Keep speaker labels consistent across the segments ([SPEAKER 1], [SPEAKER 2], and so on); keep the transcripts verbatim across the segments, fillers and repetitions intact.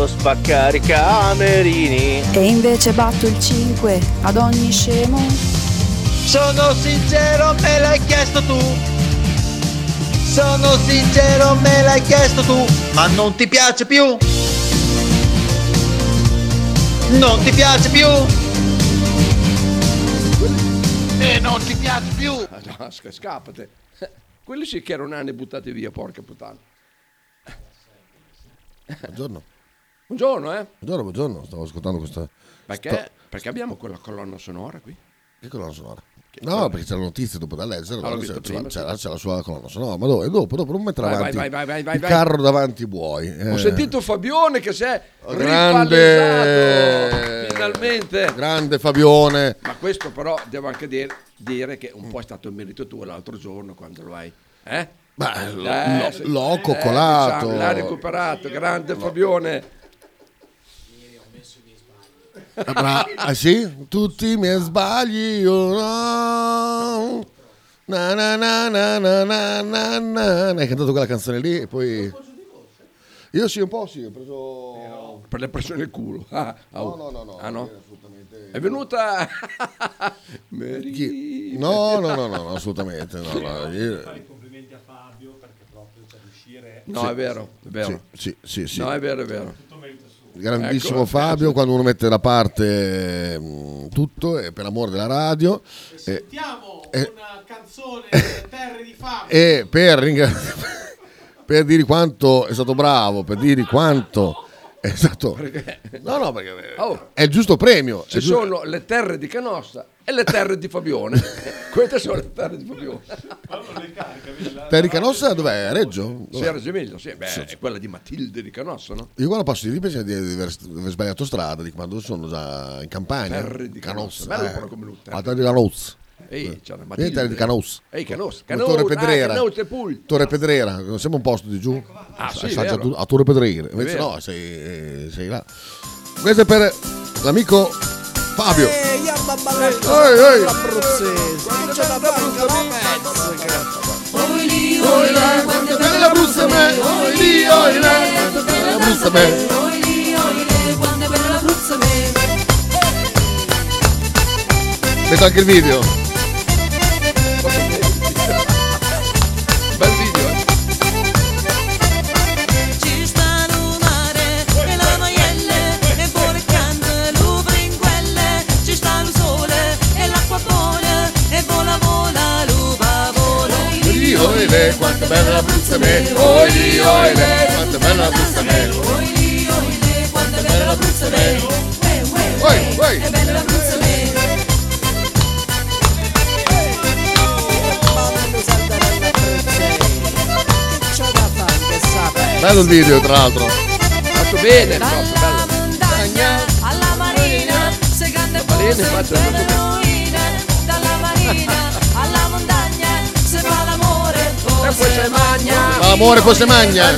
[SPEAKER 1] spaccare i camerini.
[SPEAKER 2] E invece batto il cinque ad ogni scemo.
[SPEAKER 3] Sono sincero, me l'hai chiesto tu. Sono sincero, me l'hai chiesto tu. Ma non ti piace più? Non ti piace più?
[SPEAKER 4] E non ti piace più?
[SPEAKER 5] No, scappate. Quelli sì che erano anni buttati via, porca puttana.
[SPEAKER 6] Buongiorno.
[SPEAKER 5] Buongiorno, eh?
[SPEAKER 6] Buongiorno, buongiorno. Stavo ascoltando questa...
[SPEAKER 5] Perché?
[SPEAKER 6] Sto...
[SPEAKER 5] Perché abbiamo quella colonna sonora qui?
[SPEAKER 6] Che colonna sonora? No, perché c'è la notizia dopo da leggere.
[SPEAKER 5] Ah,
[SPEAKER 6] c'è,
[SPEAKER 5] prima,
[SPEAKER 6] c'è,
[SPEAKER 5] sì.
[SPEAKER 6] c'è la sua colonna sonora. Ma dove? Dopo, dopo non mettere
[SPEAKER 5] Vai,
[SPEAKER 6] avanti
[SPEAKER 5] vai, vai, vai, vai,
[SPEAKER 6] il
[SPEAKER 5] vai.
[SPEAKER 6] carro davanti ai buoi. Eh.
[SPEAKER 5] Ho sentito Fabione che si è
[SPEAKER 6] Grande...
[SPEAKER 5] ripallesato, finalmente.
[SPEAKER 6] Grande Fabione.
[SPEAKER 5] Ma questo però devo anche dire, dire che un po' è stato il merito tuo l'altro giorno quando lo hai... Eh?
[SPEAKER 6] Beh,
[SPEAKER 5] Eh,
[SPEAKER 6] l'ho,
[SPEAKER 5] sì.
[SPEAKER 6] l'ho
[SPEAKER 5] Eh,
[SPEAKER 6] coccolato.
[SPEAKER 5] diciamo, l'ha recuperato, grande Fabione.
[SPEAKER 6] Bra- ah sì? Tutti i miei sbagli io no. Na na na na na na na na. Hai cantato quella canzone lì e poi io sì un po' sì ho preso
[SPEAKER 5] Per le pressioni nel culo. Ah,
[SPEAKER 6] no no no no,
[SPEAKER 5] ah, no?
[SPEAKER 6] assolutamente
[SPEAKER 5] È venuta
[SPEAKER 6] Chi? no no no no, no assolutamente no, no. Io...
[SPEAKER 7] fare i complimenti a Fabio perché proprio cioè, riuscire
[SPEAKER 5] No,
[SPEAKER 6] sì.
[SPEAKER 5] è vero, è vero.
[SPEAKER 6] Sì, sì, sì, sì.
[SPEAKER 5] No, è vero, è vero.
[SPEAKER 7] tutto merito suo.
[SPEAKER 6] Grandissimo
[SPEAKER 5] Ecco.
[SPEAKER 6] Fabio, quando uno mette da parte mh, tutto è per l'amore della radio
[SPEAKER 7] E
[SPEAKER 6] e,
[SPEAKER 7] sentiamo
[SPEAKER 6] eh.
[SPEAKER 7] una canzone delle terre di Fabio.
[SPEAKER 6] e per, ringra- per dire quanto è stato bravo, per dire quanto è stato no no perché
[SPEAKER 5] Oh.
[SPEAKER 6] è il giusto premio.
[SPEAKER 5] Ci
[SPEAKER 6] è giusto-
[SPEAKER 5] sono le terre di Canossa e le terre di Fabione. Queste sono le terre di Fabione.
[SPEAKER 6] Terry Canossa dov'è? A Reggio?
[SPEAKER 5] Sì, a Reggio Emilia, sì. Beh, è quella di Matilde di Canossa, no?
[SPEAKER 6] Io quando passo di lì penso di aver, di aver sbagliato strada, di quando sono già in campagna.
[SPEAKER 5] Terre di Canossa. Bello però come lui, terre.
[SPEAKER 6] Ah, Terre di Canossa.
[SPEAKER 5] Ehi, c'era
[SPEAKER 6] Vieni
[SPEAKER 5] Matilde.
[SPEAKER 6] Terre di Canossa.
[SPEAKER 5] Ehi, Canossa.
[SPEAKER 6] Come
[SPEAKER 5] Canossa.
[SPEAKER 6] Torre Pedrera.
[SPEAKER 5] Ah, Canossa e Puglia.
[SPEAKER 6] Torre Pedrera, sembra un posto di giù.
[SPEAKER 5] Ah, sì,
[SPEAKER 6] Assaggia
[SPEAKER 5] vero.
[SPEAKER 6] tu- a Torre Pedrera. Invece
[SPEAKER 5] vero.
[SPEAKER 6] no, sei, sei là. Questo è per l'amico Fabio.
[SPEAKER 8] Ehi, amma balletto,
[SPEAKER 6] Ehi, ehi.
[SPEAKER 8] l'abruzzese, non c'è da fare,
[SPEAKER 6] Oi là, quanto è bella l'Abruzzo a me. Oi lì, oi là, quanto è bella l'Abruzzo a me. Metto anche il video.
[SPEAKER 5] Bel video, eh.
[SPEAKER 9] Ci sta il mare e la maielle e buone canne, l'ubringuelle, ci sta il sole e l'acqua buona e vola vola l'uva vola.
[SPEAKER 6] Oi lì, oi là, quanto è bella l'Abruzzo a me. Oi lì, oi là, quanto è bella l'Abruzzo a me.
[SPEAKER 9] Oi lì, oi lì, quanto è bella l'Abruzzo a me. Eh, uè,
[SPEAKER 6] Oi,
[SPEAKER 9] uè,
[SPEAKER 6] oi.
[SPEAKER 9] è bella l'Abruzzo a me.
[SPEAKER 6] Bello il video tra l'altro.
[SPEAKER 5] Fatto bene, proprio,
[SPEAKER 9] Dalla
[SPEAKER 5] bello.
[SPEAKER 9] montagna alla marina, se grande
[SPEAKER 5] balene,
[SPEAKER 9] pose
[SPEAKER 5] infatti,
[SPEAKER 9] per
[SPEAKER 5] è
[SPEAKER 9] le
[SPEAKER 5] molto
[SPEAKER 9] ruine. Dalla marina alla montagna, se fa l'amore
[SPEAKER 5] E poi se magna.
[SPEAKER 6] Ma l'amore poi se magna.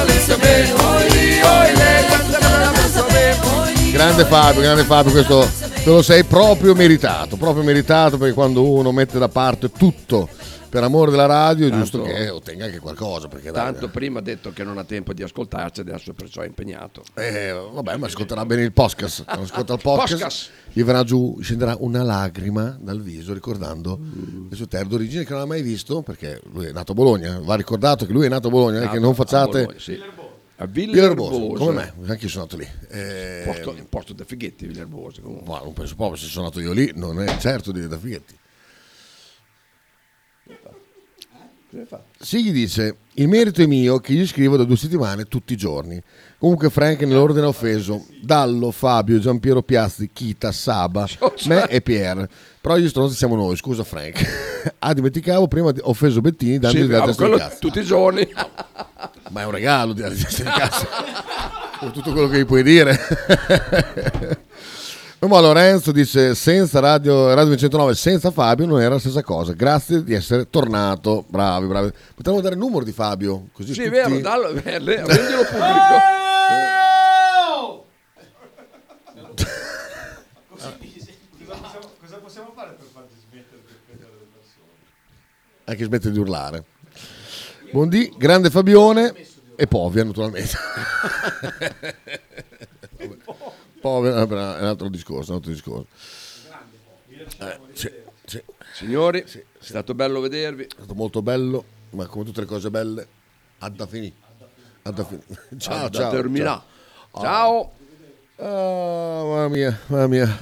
[SPEAKER 6] Grande Fabio, grande Fabio, questo te lo sei proprio meritato, proprio meritato perché quando uno mette da parte tutto per amore della radio è
[SPEAKER 5] Tanto-
[SPEAKER 6] giusto che ottenga anche qualcosa. Perché dai,
[SPEAKER 5] Tanto prima ha detto che non ha tempo di ascoltarci, adesso perciò è impegnato.
[SPEAKER 6] eh, vabbè, ma ascolterà bene il podcast. Quando ascolta il podcast,
[SPEAKER 5] Podcast.
[SPEAKER 6] gli verrà giù, scenderà una lacrima dal viso ricordando le sue terre d'origine che non ha mai visto perché lui è nato a Bologna. Va ricordato che lui è nato a Bologna, eh, che non
[SPEAKER 5] A
[SPEAKER 6] facciate
[SPEAKER 5] Bologna, sì. A
[SPEAKER 6] Villerboso,
[SPEAKER 5] Villerboso.
[SPEAKER 6] come me, anche io sono nato lì. Eh,
[SPEAKER 5] Porto, in Porto da Fighetti, Villerboso. Comunque.
[SPEAKER 6] ma non penso proprio, se sono nato io lì, non è certo di da Fighetti.
[SPEAKER 5] Cosa hai fatto?
[SPEAKER 6] Sì, gli dice, il merito è mio che gli scrivo da due settimane tutti i giorni. Comunque Frank nell'ordine ha offeso Dallo, Fabio, Giampiero Piazzi, Chita, Saba, me e Pierre. Però gli stronzi siamo noi, scusa Frank. Ah, dimenticavo, prima ho offeso Bettini dandogli
[SPEAKER 5] Sì,
[SPEAKER 6] la
[SPEAKER 5] ah,
[SPEAKER 6] testa di
[SPEAKER 5] quello
[SPEAKER 6] cazzo.
[SPEAKER 5] tutti i giorni.
[SPEAKER 6] Ma è un regalo di la testa di cazzo. Con tutto quello che gli puoi dire. Ma Lorenzo dice senza radio, radio centonove senza Fabio non era la stessa cosa. Grazie di essere tornato. Bravi, bravi. Potremmo dare il numero di Fabio così
[SPEAKER 5] Sì,
[SPEAKER 6] tutti...
[SPEAKER 5] vero, dallo, eh, rendilo pubblico.
[SPEAKER 7] Cosa possiamo fare per farti smettere di offendere le persone?
[SPEAKER 6] Anche smette di urlare. Buondì, grande Fabione e Povia naturalmente. Povera, è un altro discorso, un altro discorso. Eh, sì, sì.
[SPEAKER 5] Signori,
[SPEAKER 6] Sì,
[SPEAKER 5] è stato bello vedervi.
[SPEAKER 6] È stato molto bello, ma come tutte le cose belle, ad da finì. Ad da finì. Ciao,
[SPEAKER 5] Da
[SPEAKER 6] ciao.
[SPEAKER 5] terminà.
[SPEAKER 6] Ciao.
[SPEAKER 5] Ciao.
[SPEAKER 6] Ah, mamma mia, mamma mia.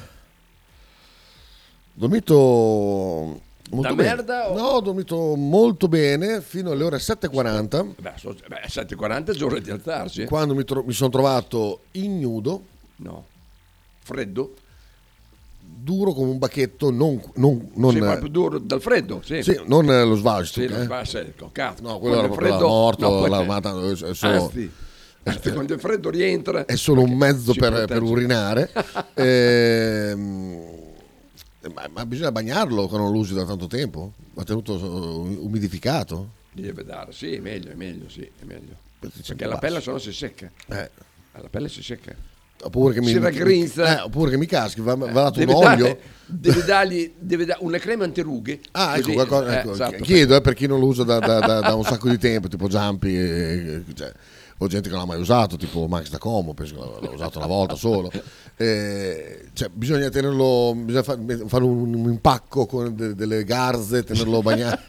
[SPEAKER 6] Dormito molto
[SPEAKER 5] Da
[SPEAKER 6] bene.
[SPEAKER 5] merda o-
[SPEAKER 6] No, ho dormito molto bene fino alle ore sette e quaranta,
[SPEAKER 5] Beh, so- beh, sette e quaranta è il giorno di alzarsi. eh?
[SPEAKER 6] quando mi, tro- mi sono trovato ignudo,
[SPEAKER 5] No. Freddo?
[SPEAKER 6] duro come un bacchetto, non, non, non,
[SPEAKER 5] Sì,
[SPEAKER 6] eh,
[SPEAKER 5] proprio duro dal freddo, sì.
[SPEAKER 6] sì, non eh, lo Svalstuk,
[SPEAKER 5] Sì, lo
[SPEAKER 6] eh.
[SPEAKER 5] fa secco, cazzo.
[SPEAKER 6] No, quello
[SPEAKER 5] Quando
[SPEAKER 6] era
[SPEAKER 5] è
[SPEAKER 6] proprio
[SPEAKER 5] freddo-
[SPEAKER 6] morto,
[SPEAKER 5] no, poi-
[SPEAKER 6] la- ma tanto è solo,
[SPEAKER 5] Anzi, anzi, quando è freddo rientra.
[SPEAKER 6] è solo un mezzo
[SPEAKER 5] si
[SPEAKER 6] per,
[SPEAKER 5] protegge.
[SPEAKER 6] per urinare. Ehm, ma, ma bisogna bagnarlo quando non lo usi da tanto tempo? Va tenuto uh, umidificato?
[SPEAKER 5] Deve dare, sì, è meglio, è meglio, sì, è meglio.
[SPEAKER 6] Perché c'è
[SPEAKER 5] Perché
[SPEAKER 6] più
[SPEAKER 5] la pelle
[SPEAKER 6] basso.
[SPEAKER 5] sennò si secca.
[SPEAKER 6] Eh.
[SPEAKER 5] La pelle si secca.
[SPEAKER 6] Oppure che mi,
[SPEAKER 5] Si raggrinza.
[SPEAKER 6] eh, oppure che mi caschi, va, va dato un
[SPEAKER 5] Deve
[SPEAKER 6] olio.
[SPEAKER 5] dare- deve dargli deve da- una crema antirughe.
[SPEAKER 6] Ah, ecco,
[SPEAKER 5] così,
[SPEAKER 6] qualcosa,
[SPEAKER 5] eh,
[SPEAKER 6] ecco,
[SPEAKER 5] esatto.
[SPEAKER 6] chiedo eh, per chi non lo usa da, da- da- da un sacco di tempo, tipo Giampi, eh, cioè, o gente che non l'ha mai usato, tipo Max da Como, penso che l'ha, l'ha usato una volta solo. Eh, cioè, bisogna tenerlo, bisogna fa- fare un, un impacco con de- delle garze, tenerlo bagnato.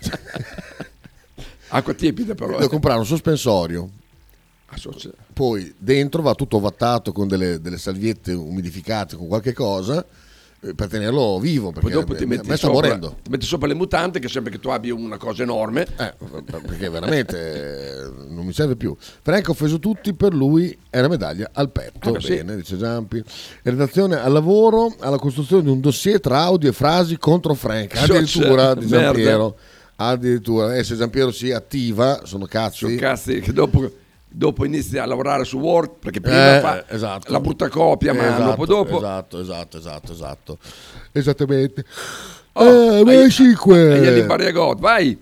[SPEAKER 5] Acqua tiepida però.
[SPEAKER 6] Devo
[SPEAKER 5] eh.
[SPEAKER 6] comprare un sospensorio,
[SPEAKER 5] Associa-
[SPEAKER 6] poi dentro va tutto ovattato con delle, delle salviette umidificate con qualche cosa eh, per tenerlo vivo, perché
[SPEAKER 5] Poi dopo ti
[SPEAKER 6] me-
[SPEAKER 5] metti,
[SPEAKER 6] me sta
[SPEAKER 5] sopra,
[SPEAKER 6] morendo.
[SPEAKER 5] ti metti sopra le mutande che sembra che tu abbia una cosa enorme.
[SPEAKER 6] Eh, perché veramente eh, non mi serve più. Frank ha offeso tutti, per lui è la medaglia al petto.
[SPEAKER 5] Ah, beh, sì.
[SPEAKER 6] Bene, dice Giampi. Redazione al lavoro alla costruzione di un dossier tra audio e frasi contro Frank. Addirittura di
[SPEAKER 5] Merda.
[SPEAKER 6] Giampiero. Addirittura, eh, se Giampiero si attiva, sono cazzi.
[SPEAKER 5] Sono cazzi che dopo, dopo inizi a lavorare su Word, perché prima
[SPEAKER 6] Eh,
[SPEAKER 5] fa
[SPEAKER 6] esatto.
[SPEAKER 5] la brutta copia, ma
[SPEAKER 6] Esatto,
[SPEAKER 5] dopo dopo.
[SPEAKER 6] Esatto, esatto, esatto, esatto. Esattamente.
[SPEAKER 5] Oh,
[SPEAKER 6] eh, beh,
[SPEAKER 5] hai-
[SPEAKER 6] cinque.
[SPEAKER 5] hai gli imbariagot, vai.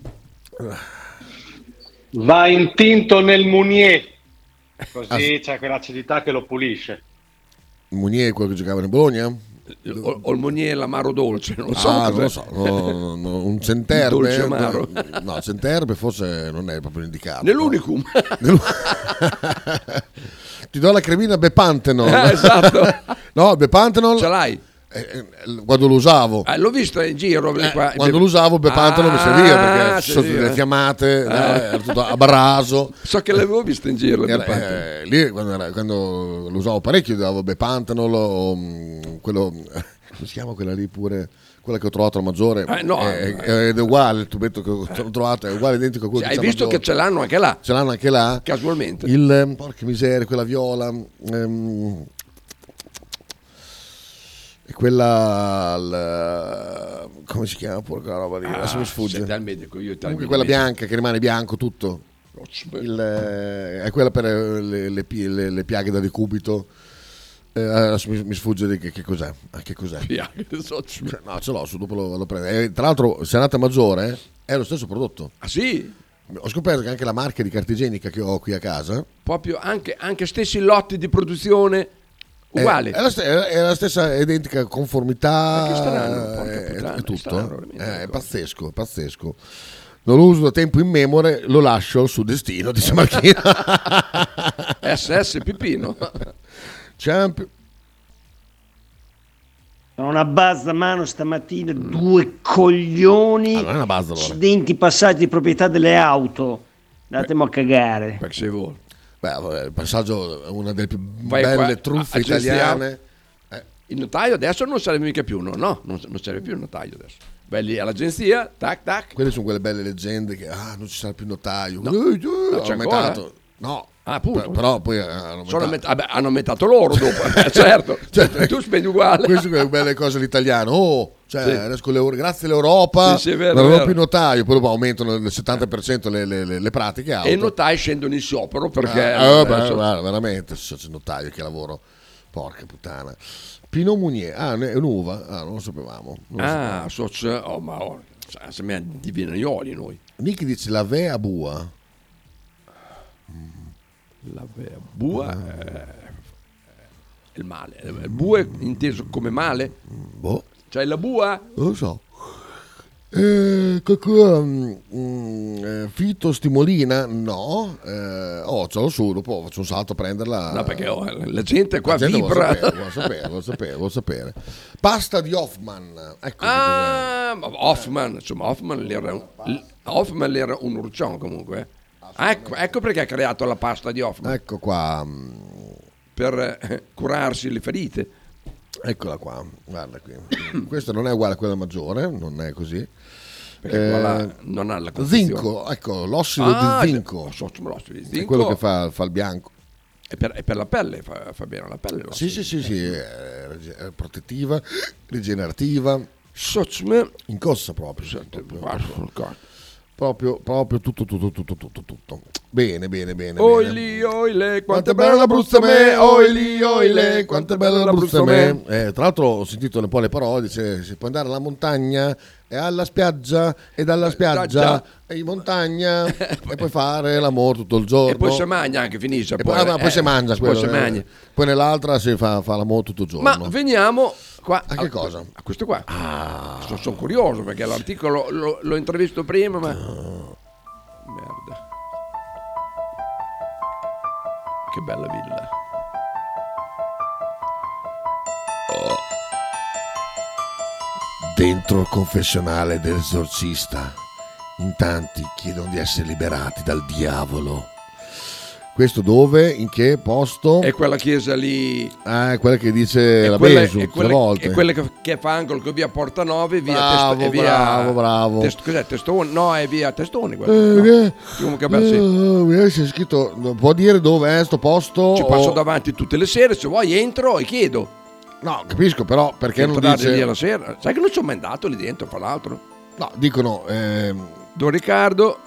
[SPEAKER 7] Va intinto nel Munier, così
[SPEAKER 6] Ah,
[SPEAKER 7] c'è quella acidità che lo pulisce.
[SPEAKER 6] Munier, quello che giocava in Bologna?
[SPEAKER 5] O, o il Monier l'amaro dolce, non lo so.
[SPEAKER 6] Ah, non
[SPEAKER 5] cos'è.
[SPEAKER 6] lo so, no, no, no, un centerbe,
[SPEAKER 5] Dolce amaro.
[SPEAKER 6] no, no, centerbe forse non è proprio indicato.
[SPEAKER 5] Nell'unicum.
[SPEAKER 6] No. Ti do la cremina Bepantenol.
[SPEAKER 5] Eh, esatto.
[SPEAKER 6] No, Bepantenol.
[SPEAKER 5] Ce l'hai?
[SPEAKER 6] eh, eh, quando lo usavo.
[SPEAKER 5] Eh, l'ho visto in giro.
[SPEAKER 6] Eh,
[SPEAKER 5] qua.
[SPEAKER 6] quando lo usavo Bepantenol mi serviva perché
[SPEAKER 5] Ah,
[SPEAKER 6] ci sono
[SPEAKER 5] serviva.
[SPEAKER 6] delle fiammate,
[SPEAKER 5] Ah.
[SPEAKER 6] no, era tutto a baraso.
[SPEAKER 5] So che l'avevo visto in giro. il
[SPEAKER 6] Era,
[SPEAKER 5] Bepanthenol.
[SPEAKER 6] eh, lì quando, era- quando lo usavo parecchio davo Bepantenol o mm, quello come si chiama quella lì pure, quella che ho trovato al Maggiore,
[SPEAKER 5] Eh, no,
[SPEAKER 6] è, è- ed è uguale il tubetto che ho trovato, è uguale identico a quello
[SPEAKER 5] Sì,
[SPEAKER 6] che
[SPEAKER 5] hai
[SPEAKER 6] c'è
[SPEAKER 5] visto
[SPEAKER 6] al
[SPEAKER 5] che
[SPEAKER 6] Maggiore.
[SPEAKER 5] ce l'hanno anche là,
[SPEAKER 6] Ce l'hanno anche là.
[SPEAKER 5] casualmente.
[SPEAKER 6] Il ehm, porca miseria, quella viola ehm, e quella il- come si chiama pure quella roba lì? Adesso mi sfugge.
[SPEAKER 5] Sei dal medico, io te
[SPEAKER 6] Comunque quella bianca che rimane bianco tutto. Il, eh, è quella per le, le pi- le- le piaghe da decubito. Eh, adesso mi, mi sfugge di che, che cos'è. Ah, che cos'è? Cioè, no, ce l'ho, su, dopo lo, lo prendo. E, tra l'altro, Serata Maggiore eh, è lo stesso prodotto.
[SPEAKER 5] Ah sì?
[SPEAKER 6] Ho scoperto che anche la marca di carta igienica che ho qui a casa
[SPEAKER 5] Proprio anche, anche stessi lotti di produzione uguali.
[SPEAKER 6] È, è, la, st- è la stessa identica conformità.
[SPEAKER 5] Ma che strano, porca
[SPEAKER 6] è,
[SPEAKER 5] puttana,
[SPEAKER 6] è
[SPEAKER 5] è
[SPEAKER 6] tutto.
[SPEAKER 5] strano,
[SPEAKER 6] eh.
[SPEAKER 5] veramente,
[SPEAKER 6] è,
[SPEAKER 5] ecco.
[SPEAKER 6] pazzesco, è pazzesco. Non lo uso da tempo immemore, lo lascio al suo destino, dice Marchino.
[SPEAKER 5] S S Pipino.
[SPEAKER 6] Champion.
[SPEAKER 10] Sono una bazza a mano stamattina, due coglioni,
[SPEAKER 6] Ah, non è una bazza, allora.
[SPEAKER 10] accidenti passati di proprietà delle auto. Datemi a cagare.
[SPEAKER 5] Perché se vuole.
[SPEAKER 6] Beh, vabbè, il passaggio è una delle più
[SPEAKER 5] Vai
[SPEAKER 6] belle
[SPEAKER 5] qua,
[SPEAKER 6] truffe
[SPEAKER 5] a- agenzia.
[SPEAKER 6] italiane.
[SPEAKER 5] Il notaio adesso non serve mica più, no, no, non, non serve più il notaio adesso. Vai lì all'agenzia, tac tac.
[SPEAKER 6] Quelle sono quelle belle leggende che ah, non ci sarà più notaio.
[SPEAKER 5] No.
[SPEAKER 6] Eh, eh,
[SPEAKER 5] No, c'è
[SPEAKER 6] hanno
[SPEAKER 5] ancora?
[SPEAKER 6] aumentato. No,
[SPEAKER 5] Ah, appunto.
[SPEAKER 6] per- però poi hanno
[SPEAKER 5] Sono
[SPEAKER 6] aumentato.
[SPEAKER 5] met- vabbè, hanno aumentato loro dopo, eh, certo.
[SPEAKER 6] Cioè,
[SPEAKER 5] tu spendi uguale.
[SPEAKER 6] Queste sono quelle belle cose all'italiano. Oh, cioè,
[SPEAKER 5] Sì.
[SPEAKER 6] adesso con l'Euro- grazie all'Europa
[SPEAKER 5] Sì, sì, è vero,
[SPEAKER 6] non
[SPEAKER 5] è
[SPEAKER 6] avrò
[SPEAKER 5] vero.
[SPEAKER 6] più notaio, poi dopo aumentano del settanta per cento le, le- le- le pratiche auto.
[SPEAKER 5] E i notai scendono in sciopero perché
[SPEAKER 6] Ah,
[SPEAKER 5] eh,
[SPEAKER 6] beh,
[SPEAKER 5] adesso-
[SPEAKER 6] guarda, veramente se c'è il notaio che lavoro. Porca puttana. Pinot Meunier, ah, è un'uva? Ah, non lo sapevamo. Non lo
[SPEAKER 5] Ah, so, c'è- oh, ma oh, se me divinaioli noi.
[SPEAKER 6] Nicky dice la Vea Bua.
[SPEAKER 5] La vera bua è il male. Il bue inteso come male?
[SPEAKER 6] Boh,
[SPEAKER 5] C'hai la bua?
[SPEAKER 6] non lo so. Eh, co- mm, mm, eh, fito stimolina? No. Eh, oh, ce l'ho su, dopo faccio un salto a prenderla.
[SPEAKER 5] No, perché oh, la gente qua
[SPEAKER 6] La gente
[SPEAKER 5] vibra.
[SPEAKER 6] Vuol sapere, vuol sapere, vuol sapere, vuol sapere. Pasta di Hoffman. Ecco
[SPEAKER 5] Ah, ma Hoffman, insomma, Hoffman era un, Hoffman era un urcion comunque. eh. Ecco, ecco perché ha creato la pasta di Hoffman.
[SPEAKER 6] Ecco qua.
[SPEAKER 5] Per eh, curarsi le ferite.
[SPEAKER 6] Eccola qua, guarda qui. Questa non è uguale a quella maggiore, non è così.
[SPEAKER 5] Perché
[SPEAKER 6] Eh,
[SPEAKER 5] quella non ha la confezione.
[SPEAKER 6] zinco, ecco, l'ossido
[SPEAKER 5] Ah,
[SPEAKER 6] di zinco.
[SPEAKER 5] sì, l'ossido di
[SPEAKER 6] È
[SPEAKER 5] zinco.
[SPEAKER 6] quello che fa, fa il bianco.
[SPEAKER 5] E per, e per la pelle, fa, fa bene alla pelle.
[SPEAKER 6] Sì, sì, sì, sì, è reg- è protettiva, rigenerativa.
[SPEAKER 5] Sotsme.
[SPEAKER 6] Incossa proprio.
[SPEAKER 5] Senti,
[SPEAKER 6] proprio,
[SPEAKER 5] guarda,
[SPEAKER 6] proprio,
[SPEAKER 5] guarda.
[SPEAKER 6] proprio, proprio tutto, tutto, tutto, tutto, tutto. Bene, bene, bene.
[SPEAKER 5] Oi
[SPEAKER 6] bene.
[SPEAKER 5] lì, oi le,
[SPEAKER 6] Quanto è bella l'Abruzzo a me, oi lì, oi le, quanto è bella l'Abruzzo a me. Eh, tra l'altro ho sentito un po' le parole, dice si può andare alla montagna e alla spiaggia e dalla spiaggia e in montagna e poi fare l'amore tutto il giorno.
[SPEAKER 5] E poi si mangia anche, finisce.
[SPEAKER 6] E poi, ah, ma poi
[SPEAKER 5] eh,
[SPEAKER 6] si mangia
[SPEAKER 5] poi
[SPEAKER 6] quello,
[SPEAKER 5] si
[SPEAKER 6] eh.
[SPEAKER 5] mangia.
[SPEAKER 6] Poi nell'altra si fa, fa l'amore tutto il giorno.
[SPEAKER 5] Ma veniamo qua
[SPEAKER 6] A che cosa?
[SPEAKER 5] A questo qua. Sono, sono curioso perché l'articolo lo, l'ho intravisto prima, ma merda. Che bella villa.
[SPEAKER 6] Dentro il confessionale dell'esorcista, in tanti chiedono di essere liberati dal diavolo. Questo dove? In che posto?
[SPEAKER 5] È quella chiesa lì.
[SPEAKER 6] Ah, è quella che dice
[SPEAKER 5] È
[SPEAKER 6] la
[SPEAKER 5] quella,
[SPEAKER 6] Besu
[SPEAKER 5] è
[SPEAKER 6] tre
[SPEAKER 5] quella,
[SPEAKER 6] volte.
[SPEAKER 5] è quella che, che fa angolo con via Portanove, via
[SPEAKER 6] Bravo,
[SPEAKER 5] Testo, e via,
[SPEAKER 6] bravo, bravo.
[SPEAKER 5] Test- cos'è Testone? No, è via Testoni.
[SPEAKER 6] Eh,
[SPEAKER 5] No.
[SPEAKER 6] eh,
[SPEAKER 5] Comunque, beh, sì.
[SPEAKER 6] eh, c'è scritto, può dire dove è sto posto?
[SPEAKER 5] Ci passo
[SPEAKER 6] o-
[SPEAKER 5] davanti tutte le sere, se vuoi entro e chiedo.
[SPEAKER 6] No, capisco, però perché non
[SPEAKER 5] Entrare
[SPEAKER 6] dice...
[SPEAKER 5] lì alla sera. Sai che non ci ho mai andato lì dentro, fra l'altro.
[SPEAKER 6] No, dicono... ehm,
[SPEAKER 5] Don Riccardo,